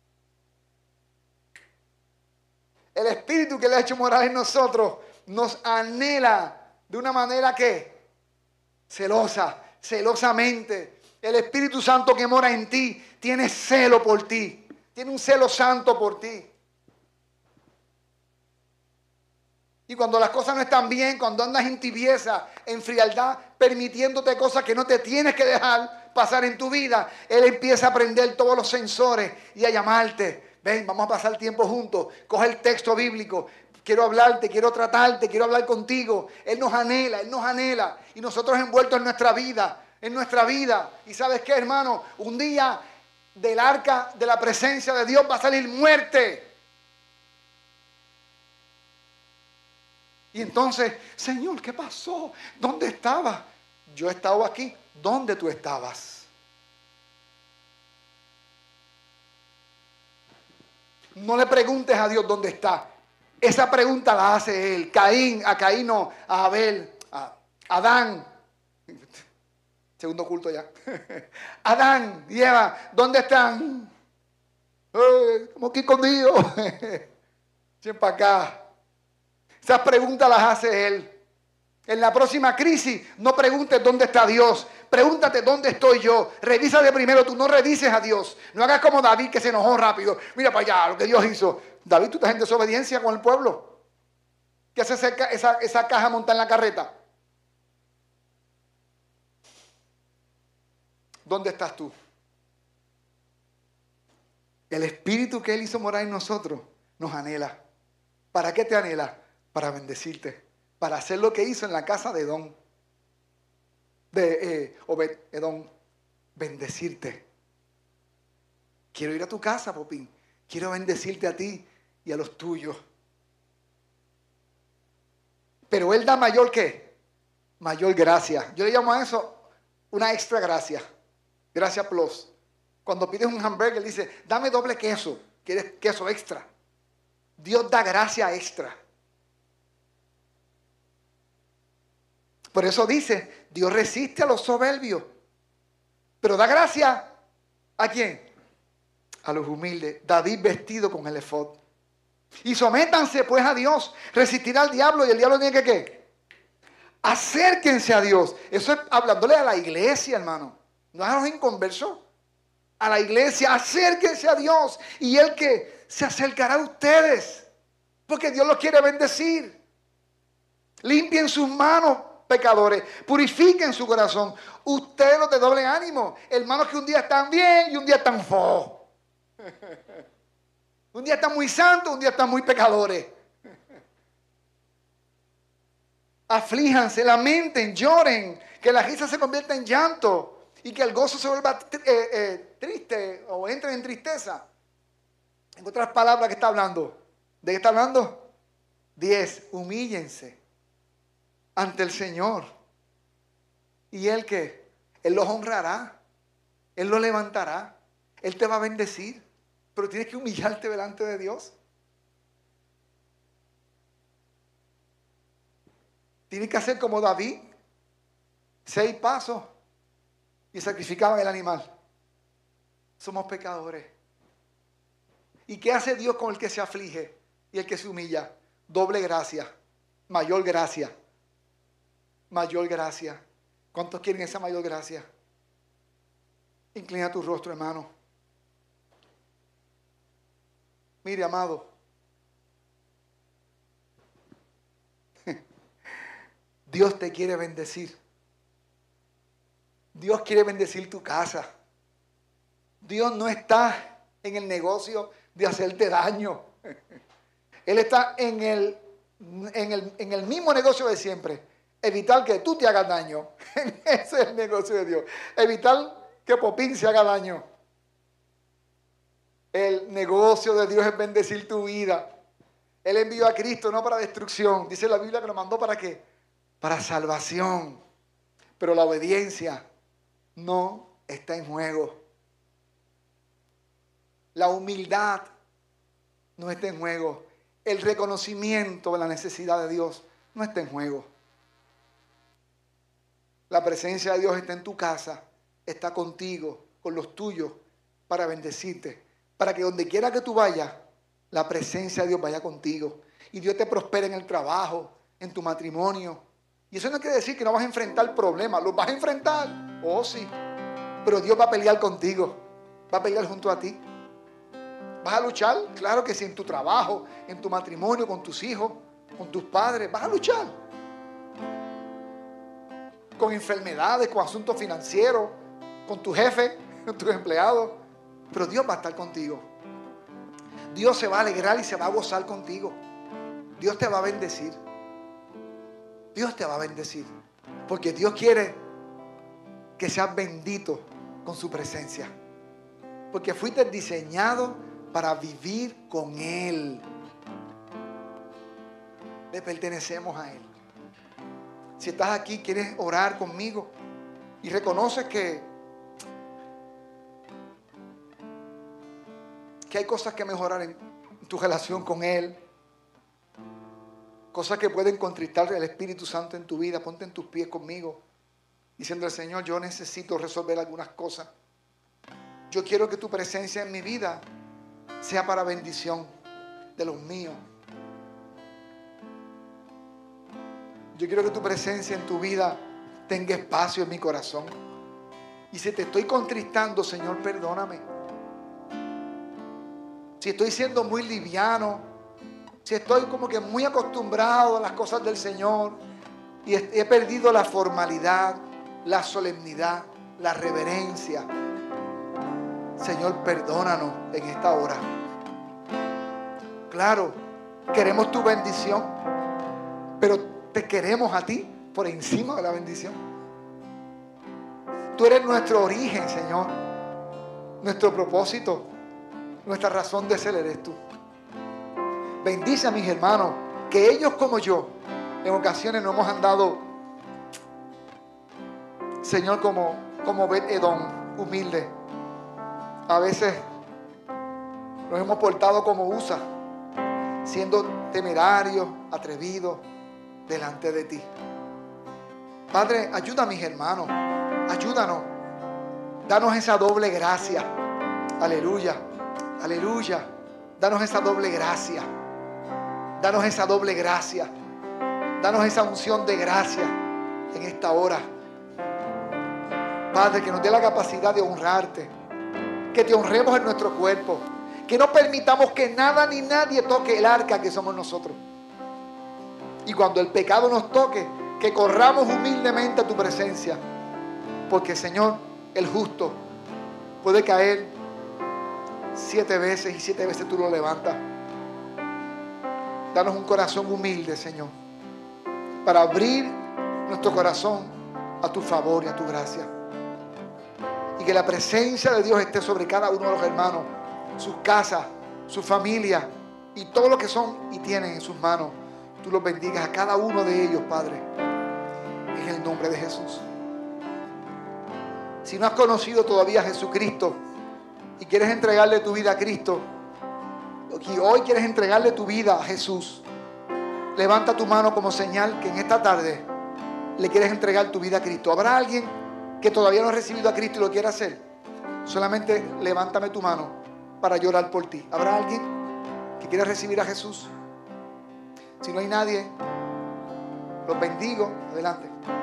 El Espíritu que le ha hecho moral en nosotros nos anhela de una manera que celosa, celosamente. El Espíritu Santo que mora en ti tiene celo por ti. Tiene un celo santo por ti. Y cuando las cosas no están bien, cuando andas en tibieza, en frialdad, permitiéndote cosas que no te tienes que dejar pasar en tu vida, Él empieza a prender todos los sensores y a llamarte. ven, vamos a pasar tiempo juntos. Coge el texto bíblico. Quiero hablarte, quiero tratarte, quiero hablar contigo. Él nos anhela, Él nos anhela. Y nosotros envueltos en nuestra vida, en nuestra vida. Y ¿sabes qué, hermano? Un día del arca de la presencia de Dios va a salir muerte. Y entonces, Señor, ¿qué pasó? ¿Dónde estaba? Yo he estado aquí. ¿Dónde tú estabas? No le preguntes a Dios dónde está. Esa pregunta la hace Él. Caín, a Caín no, a Abel, a Adán. Segundo culto ya. Adán y Eva, ¿dónde están? Eh, Estamos aquí escondidos. Siempre para acá. Esas preguntas las hace Él. En la próxima crisis, no preguntes dónde está Dios. Pregúntate dónde estoy yo. Revísate primero, tú no revises a Dios. No hagas como David, que se enojó rápido. Mira para allá lo que Dios hizo. David, tú estás en desobediencia con el pueblo. ¿Qué hace esa, esa, esa caja montada en la carreta? ¿Dónde estás tú? El espíritu que Él hizo morar en nosotros nos anhela. ¿Para qué te anhela? Para bendecirte. Para hacer lo que hizo en la casa de Edom. De eh, Obed Edom. Bendecirte. Quiero ir a tu casa, Popín. Quiero bendecirte a ti y a los tuyos. Pero Él da mayor ¿qué? Mayor gracia. Yo le llamo a eso una extra gracia. Gracia plus. Cuando pides un hamburger, dice, dame doble queso. ¿Quieres queso extra? Dios da gracia extra. Por eso dice, Dios resiste a los soberbios. Pero da gracia. ¿A quién? A los humildes. David vestido con el efod. Y sométanse pues a Dios. Resistir al diablo. Y el diablo tiene que ¿qué? Acérquense a Dios. Eso es hablándole a la iglesia, hermano. No es a los inconversos. A la iglesia. Acérquense a Dios. Y Él que se acercará a ustedes. Porque Dios los quiere bendecir. Limpien sus manos, pecadores. Purifiquen su corazón. Ustedes los de doble ánimo. Hermanos que un día están bien y un día están fo. Un día están muy santos, un día están muy pecadores. Aflíjanse, lamenten, lloren. Que la risa se convierta en llanto. Y que el gozo se vuelva eh, eh, triste o entre en tristeza. En otras palabras, ¿qué está hablando? ¿De qué está hablando? Diez, humíllense ante el Señor. ¿Y Él qué? Él los honrará. Él los levantará. Él te va a bendecir. Pero tienes que humillarte delante de Dios. Tienes que hacer como David. Seis pasos. Y sacrificaban el animal. Somos pecadores. ¿Y qué hace Dios con el que se aflige y el que se humilla? Doble gracia. Mayor gracia. Mayor gracia. ¿Cuántos quieren esa mayor gracia? Inclina tu rostro, hermano. Mire, amado. Dios te quiere bendecir. Dios quiere bendecir tu casa. Dios no está en el negocio de hacerte daño. Él está en el, en el, en el mismo negocio de siempre. Evitar que tú te hagas daño. Ese es el negocio de Dios. Evitar que Popín se haga daño. El negocio de Dios es bendecir tu vida. Él envió a Cristo no para destrucción. Dice la Biblia que lo mandó para qué? Para salvación. Pero la obediencia no está en juego. La humildad no está en juego. El reconocimiento de la necesidad de Dios no está en juego. La presencia de Dios está en tu casa, está contigo, con los tuyos, para bendecirte. Para que donde quiera que tú vayas, la presencia de Dios vaya contigo. Y Dios te prospere en el trabajo, en tu matrimonio. Y eso no quiere decir que no vas a enfrentar problemas. Los vas a enfrentar. Oh, sí. Pero Dios va a pelear contigo. Va a pelear junto a ti. ¿Vas a luchar? Claro que sí, en tu trabajo, en tu matrimonio, con tus hijos, con tus padres. Vas a luchar. Con enfermedades, con asuntos financieros, con tu jefe, con tus empleados. Pero Dios va a estar contigo. Dios se va a alegrar y se va a gozar contigo. Dios te va a bendecir. Dios te va a bendecir. Porque Dios quiere que seas bendito con su presencia. Porque fuiste diseñado para vivir con Él. Le pertenecemos a Él. Si estás aquí, quieres orar conmigo y reconoces que, que hay cosas que mejorar en tu relación con Él, cosas que pueden contristar el Espíritu Santo en tu vida, ponte en tus pies conmigo, diciendo al Señor, yo necesito resolver algunas cosas. Yo quiero que tu presencia en mi vida sea para bendición de los míos. Yo quiero que tu presencia en tu vida tenga espacio en mi corazón. Y si te estoy contristando, Señor, perdóname. Si estoy siendo muy liviano, si estoy como que muy acostumbrado a las cosas del Señor y he perdido la formalidad, la solemnidad, la reverencia, Señor, perdónanos en esta hora. Claro, queremos tu bendición, pero te queremos a ti por encima de la bendición. Tú eres nuestro origen, Señor. Nuestro propósito, nuestra razón de ser eres tú. Bendice a mis hermanos, que ellos como yo, en ocasiones nos hemos andado, Señor, como, como Obed-Edom, humilde. A veces nos hemos portado como Usa, siendo temerarios, atrevidos, delante de ti. Padre, ayuda a mis hermanos, ayúdanos, danos esa doble gracia, aleluya, aleluya, danos esa doble gracia, danos esa doble gracia, danos esa unción de gracia en esta hora. Padre, que nos dé la capacidad de honrarte, que te honremos en nuestro cuerpo, que no permitamos que nada ni nadie toque el arca que somos nosotros. Y cuando el pecado nos toque, que corramos humildemente a tu presencia. Porque, Señor, el justo puede caer siete veces y siete veces tú lo levantas. Danos un corazón humilde, Señor, para abrir nuestro corazón a tu favor y a tu gracia. Y que la presencia de Dios esté sobre cada uno de los hermanos, sus casas, su familia y todo lo que son y tienen en sus manos. Tú los bendigas a cada uno de ellos, Padre, en el nombre de Jesús. Si no has conocido todavía a Jesucristo y quieres entregarle tu vida a Cristo, y hoy quieres entregarle tu vida a Jesús, levanta tu mano como señal que en esta tarde le quieres entregar tu vida a Cristo. ¿Habrá alguien que todavía no ha recibido a Cristo y lo quiera hacer? Solamente levántame tu mano para llorar por ti. ¿Habrá alguien que quiera recibir a Jesús? Si no hay nadie, los bendigo. Adelante.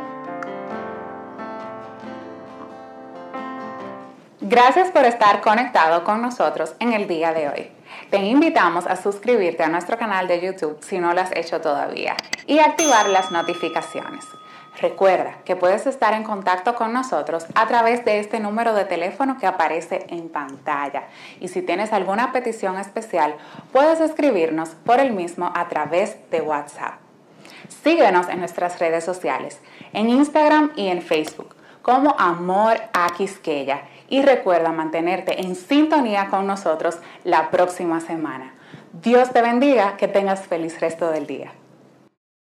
Gracias por estar conectado con nosotros en el día de hoy. Te invitamos a suscribirte a nuestro canal de YouTube si no lo has hecho todavía y activar las notificaciones. Recuerda que puedes estar en contacto con nosotros a través de este número de teléfono que aparece en pantalla. Y si tienes alguna petición especial, puedes escribirnos por el mismo a través de WhatsApp. Síguenos en nuestras redes sociales, en Instagram y en Facebook, como Amor a Quisqueya. Y recuerda mantenerte en sintonía con nosotros la próxima semana. Dios te bendiga, que tengas feliz resto del día.